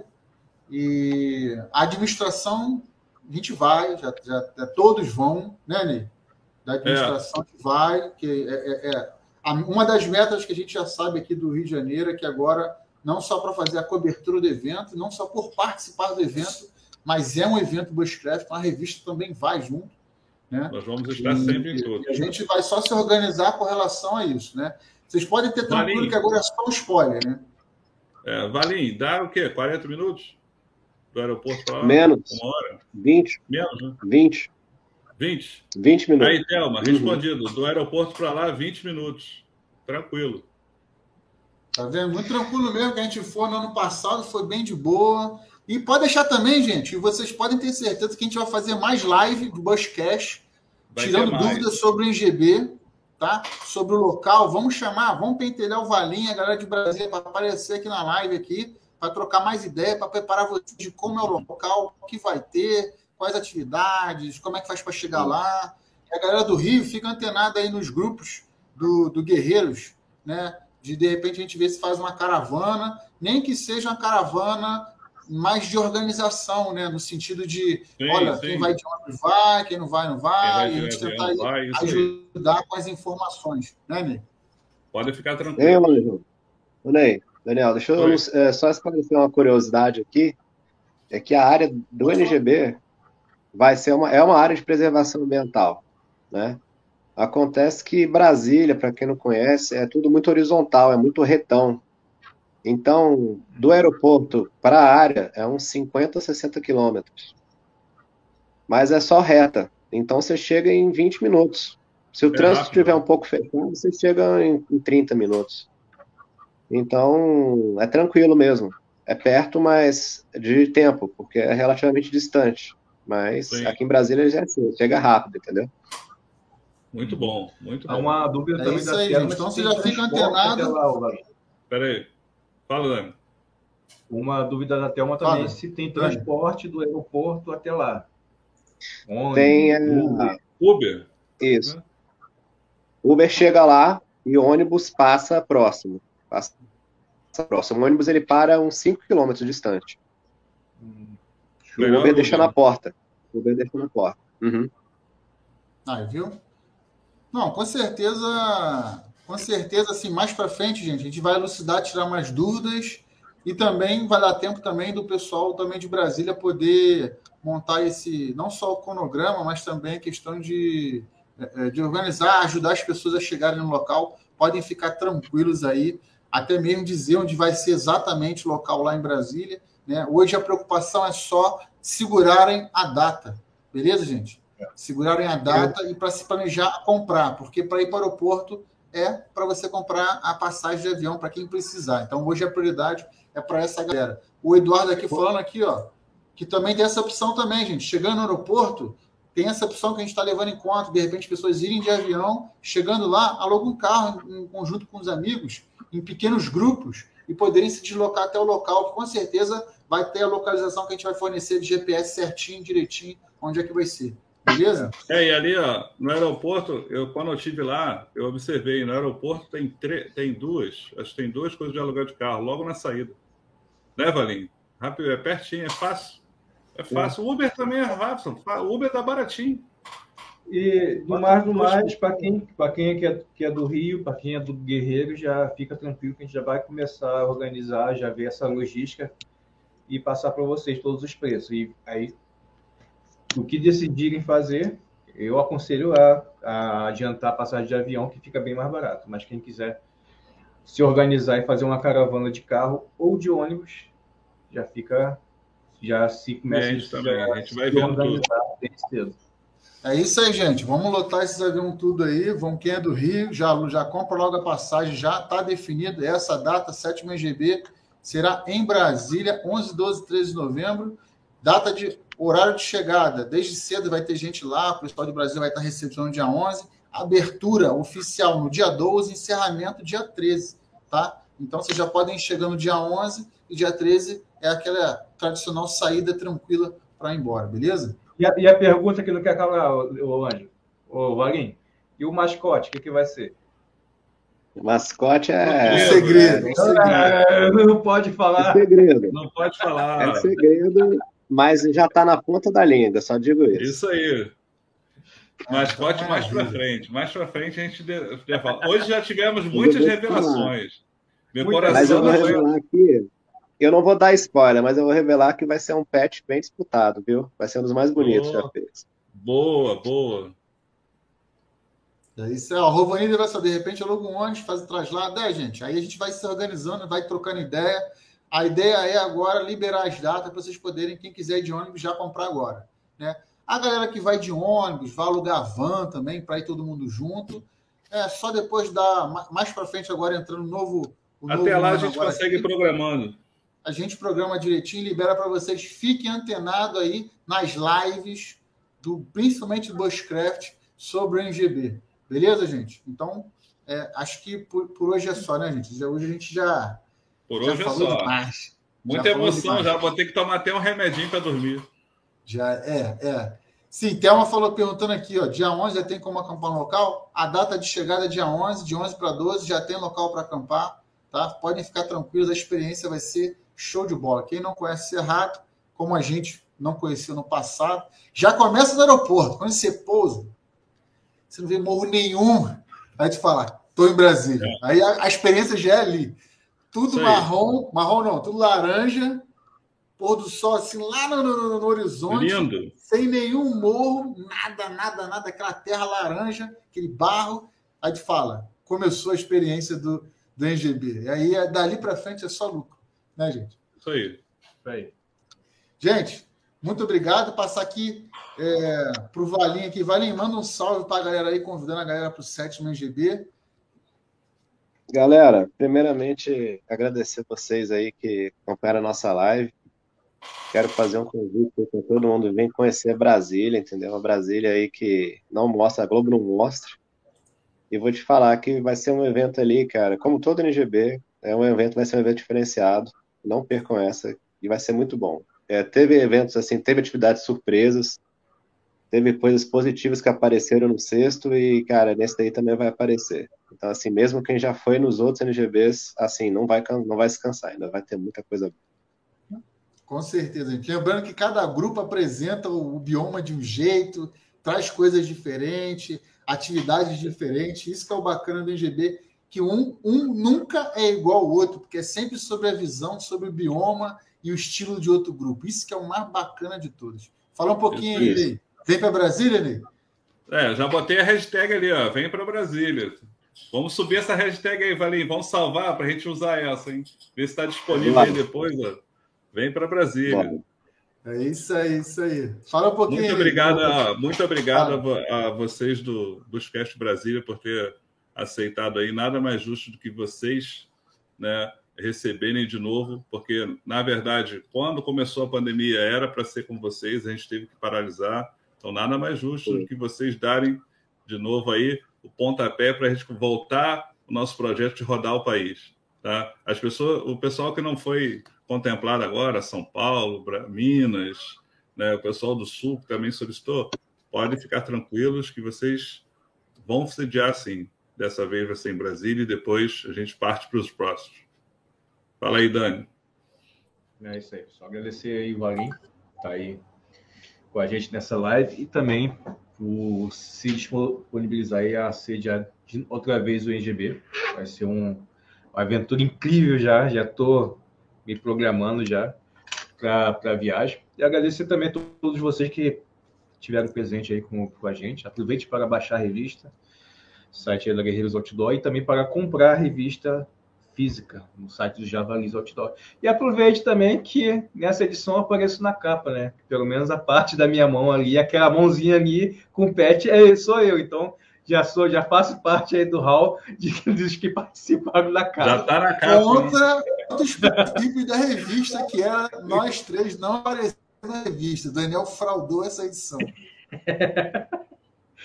S1: e a administração, a gente vai, já, já, já todos vão, né, Ney? Da administração que vai, que é, é, é a, uma das metas que a gente já sabe aqui do Rio de Janeiro é que agora, não só para fazer a cobertura do evento, não só por participar do evento, mas é um evento Bushcraft, a revista também vai junto. Né?
S2: Nós vamos estar
S1: e,
S2: sempre em tudo.
S1: A gente vai só se organizar com relação a isso. Né? Vocês podem ter tranquilo
S2: Valim,
S1: que agora é só um spoiler. Né?
S2: É, Valim, dá o quê? quarenta minutos? Do aeroporto para lá?
S4: Menos.
S2: Uma hora?
S4: vinte.
S2: Menos, né?
S4: vinte.
S2: vinte?
S4: vinte minutos.
S2: Aí, Thelma, respondido. Uhum. Do aeroporto para lá, vinte minutos. Tranquilo.
S1: Tá vendo? Muito tranquilo mesmo, que a gente foi no ano passado, foi bem de boa. E pode deixar também, gente, e vocês podem ter certeza que a gente vai fazer mais live do Bushcast, tirando dúvidas sobre o N G B, tá? Sobre o local. Vamos chamar, vamos pentelhar o Valinho, a galera de Brasília, para aparecer aqui na live aqui, para trocar mais ideia, para preparar vocês de como é o local, o que vai ter, quais atividades, como é que faz para chegar lá. E a galera do Rio fica antenada aí nos grupos do, do Guerreiros, né? De, de repente, a gente vê se faz uma caravana, nem que seja uma caravana mais de organização, né? No sentido de, sim, olha, sim. Quem vai de ônibus vai, quem não vai, não vai, vai e a gente tentar vai, ajudar aí com as informações, né, Ney?
S2: Pode ficar tranquilo.
S4: Ei, Ney, Daniel, deixa eu é, só esclarecer uma curiosidade aqui, é que a área do N G B vai ser uma, é uma área de preservação ambiental, né? Acontece que Brasília, para quem não conhece, é tudo muito horizontal, é muito retão. Então, do aeroporto para a área é uns cinquenta, sessenta quilômetros. Mas é só reta. Então, você chega em vinte minutos. Se o é trânsito estiver um pouco fechado, você chega em, em trinta minutos. Então, é tranquilo mesmo. É perto, mas de tempo, porque é relativamente distante. Mas sim. Aqui em Brasília já é assim, chega rápido, entendeu?
S2: Muito bom, muito bom.
S3: Há uma dúvida
S1: é
S3: também
S1: isso
S3: da
S1: aí,
S3: tela,
S1: gente. Então você já fica antenado.
S2: Espera aí. Fala, Dani.
S3: Uma dúvida da Thelma também é se tem transporte do aeroporto até lá.
S4: Onde? Tem a...
S2: Uber. Uber.
S4: Isso. Uber chega lá e o ônibus passa próximo. Passa próximo. O ônibus ele para uns cinco quilômetros distante. Hum. O Uber Uber deixa na porta. O Uber deixa na porta. Uhum.
S1: Aí, viu? Não, com certeza, com certeza, assim, mais para frente, gente, a gente vai elucidar, tirar mais dúvidas e também vai dar tempo também do pessoal também de Brasília poder montar esse, não só o cronograma, mas também a questão de, de organizar, ajudar as pessoas a chegarem no local. Podem ficar tranquilos aí, até mesmo dizer onde vai ser exatamente o local lá em Brasília, né? Hoje a preocupação é só segurarem a data, beleza, gente? Segurarem a data e para se planejar comprar, porque para ir para o aeroporto é para você comprar a passagem de avião para quem precisar. Então, hoje a prioridade é para essa galera. O Eduardo aqui falando aqui, ó, que também tem essa opção também, gente. Chegando no aeroporto, tem essa opção que a gente está levando em conta, de repente, pessoas irem de avião, chegando lá, alugam um carro em conjunto com os amigos, em pequenos grupos, e poderem se deslocar até o local, que com certeza vai ter a localização que a gente vai fornecer de G P S certinho, direitinho, onde é que vai ser. Beleza?
S2: É, e ali, ó, no aeroporto, eu, quando eu estive lá, eu observei, no aeroporto tem, tre... tem duas, acho que tem duas coisas de aluguel de carro, logo na saída. Né, Valinho? Rápido, é pertinho, é fácil. É fácil. O Uber também é rápido, o Uber dá baratinho.
S3: E, do mais, do mais, para quem, para quem é que, é que é do Rio, para quem é do Guerreiro, já fica tranquilo que a gente já vai começar a organizar, já ver essa logística e passar para vocês todos os preços. E aí, o que decidirem fazer, eu aconselho a, a adiantar a passagem de avião, que fica bem mais barato. Mas quem quiser se organizar e fazer uma caravana de carro ou de ônibus, já fica, já se começa
S2: a gente,
S3: já,
S2: também. A gente vai vendo tudo.
S3: Bem cedo.
S1: É isso aí, gente. Vamos lotar esses aviões tudo aí. Vamos, quem é do Rio, já, já compra logo a passagem, já está definido. Essa data, sétimo N G B, será em Brasília, onze, doze, treze de novembro. Data de horário de chegada. Desde cedo vai ter gente lá, o pessoal de Brasília vai estar recepcionando dia onze. abertura oficial no dia doze, encerramento dia treze, tá? Então, vocês já podem chegar no dia onze e dia treze é aquela tradicional saída tranquila para ir embora, beleza?
S3: E a, e a pergunta que não quer calar, o Anjo, o Vaguinho, e o mascote, o que, que vai ser?
S4: O mascote é...
S1: O segredo.
S4: É,
S1: o segredo.
S3: É, não pode falar.
S4: É segredo.
S2: Não pode falar.
S4: É segredo, mas já está na ponta da língua, só digo isso.
S2: Isso aí. Mascote
S1: Ah,
S2: mais
S1: maravilha.
S2: para frente. Mais para frente a gente fala. Hoje já tivemos muitas revelações. Meu
S3: Muitas.
S4: Mas eu
S2: coração
S4: vou
S2: não foi...
S4: revelar aqui, eu não vou dar spoiler, mas eu vou revelar que vai ser um patch bem disputado, viu? Vai ser um dos mais bonitos
S2: Boa.
S4: já feitos.
S2: Boa, boa.
S1: É isso aí, ó. O Rovanildo vai saber, de repente eu logo um ônibus, faz o traslado, é, gente. Aí a gente vai se organizando, vai trocando ideia. A ideia é agora liberar as datas para vocês poderem, quem quiser ir de ônibus, já comprar agora, né? A galera que vai de ônibus, vai alugar van também, para ir todo mundo junto. É só depois da mais para frente agora entrando no novo. O
S2: Até
S1: novo
S2: lá a
S1: ano
S2: gente
S1: agora
S2: consegue
S1: aqui.
S2: programando.
S1: A gente programa direitinho, libera para vocês. Fiquem antenados aí nas lives, do, principalmente do Bushcraft, sobre o N G B. Beleza, gente? Então, é, acho que por, por hoje é só, né, gente? Já, hoje a gente já,
S2: Por
S1: já
S2: hoje é
S1: falou
S2: só.
S1: demais.
S2: Muita
S1: Já falou
S2: emoção
S1: demais.
S2: já. Vou ter que tomar até um remedinho para dormir.
S1: Já, é, é. Sim, Thelma falou, perguntando aqui, ó, dia onze já tem como acampar no local? A data de chegada é dia onze, de onze para doze, já tem local para acampar, tá? Podem ficar tranquilos, a experiência vai ser show de bola. Quem não conhece Cerrado, como a gente não conheceu no passado, já começa no aeroporto. Quando você pousa, você não vê morro nenhum, aí te falar, tô em Brasília. É. Aí a, a experiência já é ali. Tudo marrom, marrom não, tudo laranja, pôr do sol assim lá no, no, no horizonte,
S2: lindo,
S1: sem nenhum morro, nada, nada, nada, aquela terra laranja, aquele barro. Aí te fala, começou a experiência do, do N G B. E aí, dali para frente, é só lucro, né, gente?
S2: Isso aí.
S3: Isso aí.
S1: Gente, muito obrigado. Passar aqui é, para o Valinho aqui. Valinho, manda um salve para a galera aí, convidando a galera para o sétimo N G B.
S4: Galera, primeiramente, agradecer vocês aí que acompanharam a nossa live. Quero fazer um convite para todo mundo vir conhecer Brasília, entendeu? A Brasília aí que não mostra, a Globo não mostra. E vou te falar que vai ser um evento ali, cara, como todo N G B, é um evento, vai ser um evento diferenciado. Não percam essa, e vai ser muito bom. É, teve eventos assim, teve atividades surpresas, teve coisas positivas que apareceram no sexto e, cara, nesse daí também vai aparecer. Então, assim, mesmo quem já foi nos outros N G Bs, assim, não vai, não vai se cansar, ainda vai ter muita coisa boa.
S1: Com certeza, gente. Lembrando que cada grupo apresenta o bioma de um jeito, traz coisas diferentes, atividades diferentes. Isso que é o bacana do N G B, que um, um nunca é igual ao outro, porque é sempre sobre a visão, sobre o bioma e o estilo de outro grupo. Isso que é o mais bacana de todos. Fala um pouquinho aí, Ney. Vem para Brasília, Ney?
S2: É, já botei a hashtag ali, ó. Vem para Brasília. Vamos subir essa hashtag aí, Valinho. Vamos salvar para a gente usar essa, hein? Ver se está disponível claro. aí depois, ó. Vem para Brasília.
S1: Bom, é isso aí, isso aí. Fala um pouquinho.
S2: Muito obrigado, a, muito obrigado a, a vocês do Bushcraft Brasília por ter aceitado aí. Nada mais justo do que vocês, né, receberem de novo, porque, na verdade, quando começou a pandemia, era para ser com vocês, a gente teve que paralisar. Então, nada mais justo Sim. do que vocês darem de novo aí o pontapé para a gente voltar o nosso projeto de rodar o país. Tá? As pessoas, o pessoal que não foi contemplado agora, São Paulo, Minas, né, o pessoal do Sul que também solicitou, pode ficar tranquilos que vocês vão sediar sim. Dessa vez vai ser em Brasília e depois a gente parte para os próximos. Fala aí, Dani.
S3: É isso aí. Só agradecer aí o Valinho, que está aí com a gente nessa live e também por se disponibilizar aí a sediar outra vez o N G B. Vai ser um, uma aventura incrível já. Já estou me programando já para a viagem. E agradecer também a todos vocês que tiveram presente aí com, com a gente. Aproveite para baixar a revista, site da Guerreiros Outdoor, e também para comprar a revista física no site do Javalis Outdoor. E aproveite também que nessa edição eu apareço na capa, né? Pelo menos a parte da minha mão ali, aquela mãozinha ali com o pet, é, sou eu. Então, já sou, já faço parte aí do hall de, dos que participaram da capa.
S2: Já tá na capa.
S1: Contra os princípios da revista, que era nós três não aparecendo na revista. O Daniel fraudou essa edição.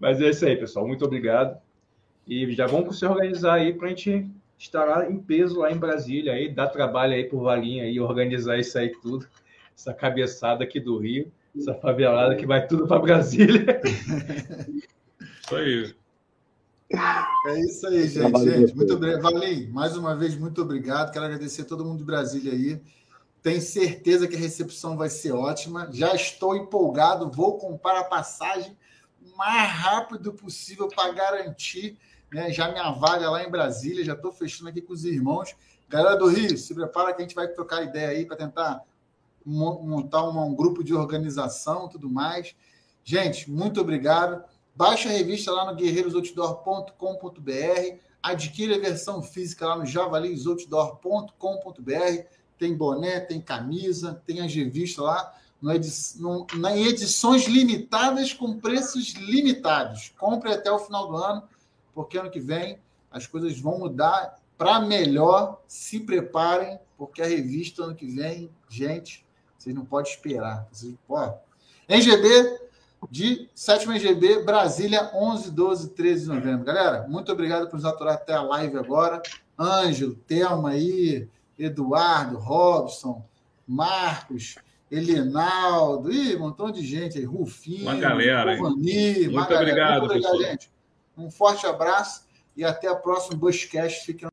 S3: Mas é isso aí, pessoal. Muito obrigado. E já vamos se organizar aí para a gente estar lá em peso, lá em Brasília, aí, dar trabalho aí pro Valinho aí, organizar isso aí tudo. Essa cabeçada aqui do Rio, essa favelada que vai tudo para Brasília.
S2: Isso aí.
S1: É isso aí, gente. gente muito obrigado. Valinho, mais uma vez, muito obrigado. Quero agradecer a todo mundo de Brasília aí. Tenho certeza que a recepção vai ser ótima. Já estou empolgado. Vou comprar a passagem o mais rápido possível para garantir, né, já minha vaga lá em Brasília. Já estou fechando aqui com os irmãos. Galera do Rio, se prepara que a gente vai trocar ideia aí para tentar montar uma, um grupo de organização e tudo mais. Gente, muito obrigado. Baixe a revista lá no guerreiros outdoor ponto com ponto b r. Adquira a versão física lá no javalis outdoor ponto com ponto b r. Tem boné, tem camisa, tem as revistas lá no edi no, na, em edições limitadas com preços limitados. Compre até o final do ano, porque ano que vem as coisas vão mudar para melhor. Se preparem, porque a revista ano que vem, gente, vocês não podem esperar. Vocês, ó, em G B, de sétima G B, Brasília, onze, doze, treze de novembro. Galera, muito obrigado por nos aturar até a live agora. Ângelo, Thelma aí, Eduardo, Robson, Marcos, Elinaldo, ih, um montão de gente aí, Rufinho,
S2: uma galera,
S1: Giovanni,
S2: muito,
S1: uma galera.
S2: obrigado,
S1: muito obrigado,
S2: pessoal.
S1: gente. Um forte abraço e até o próximo Bushcast. Fiquem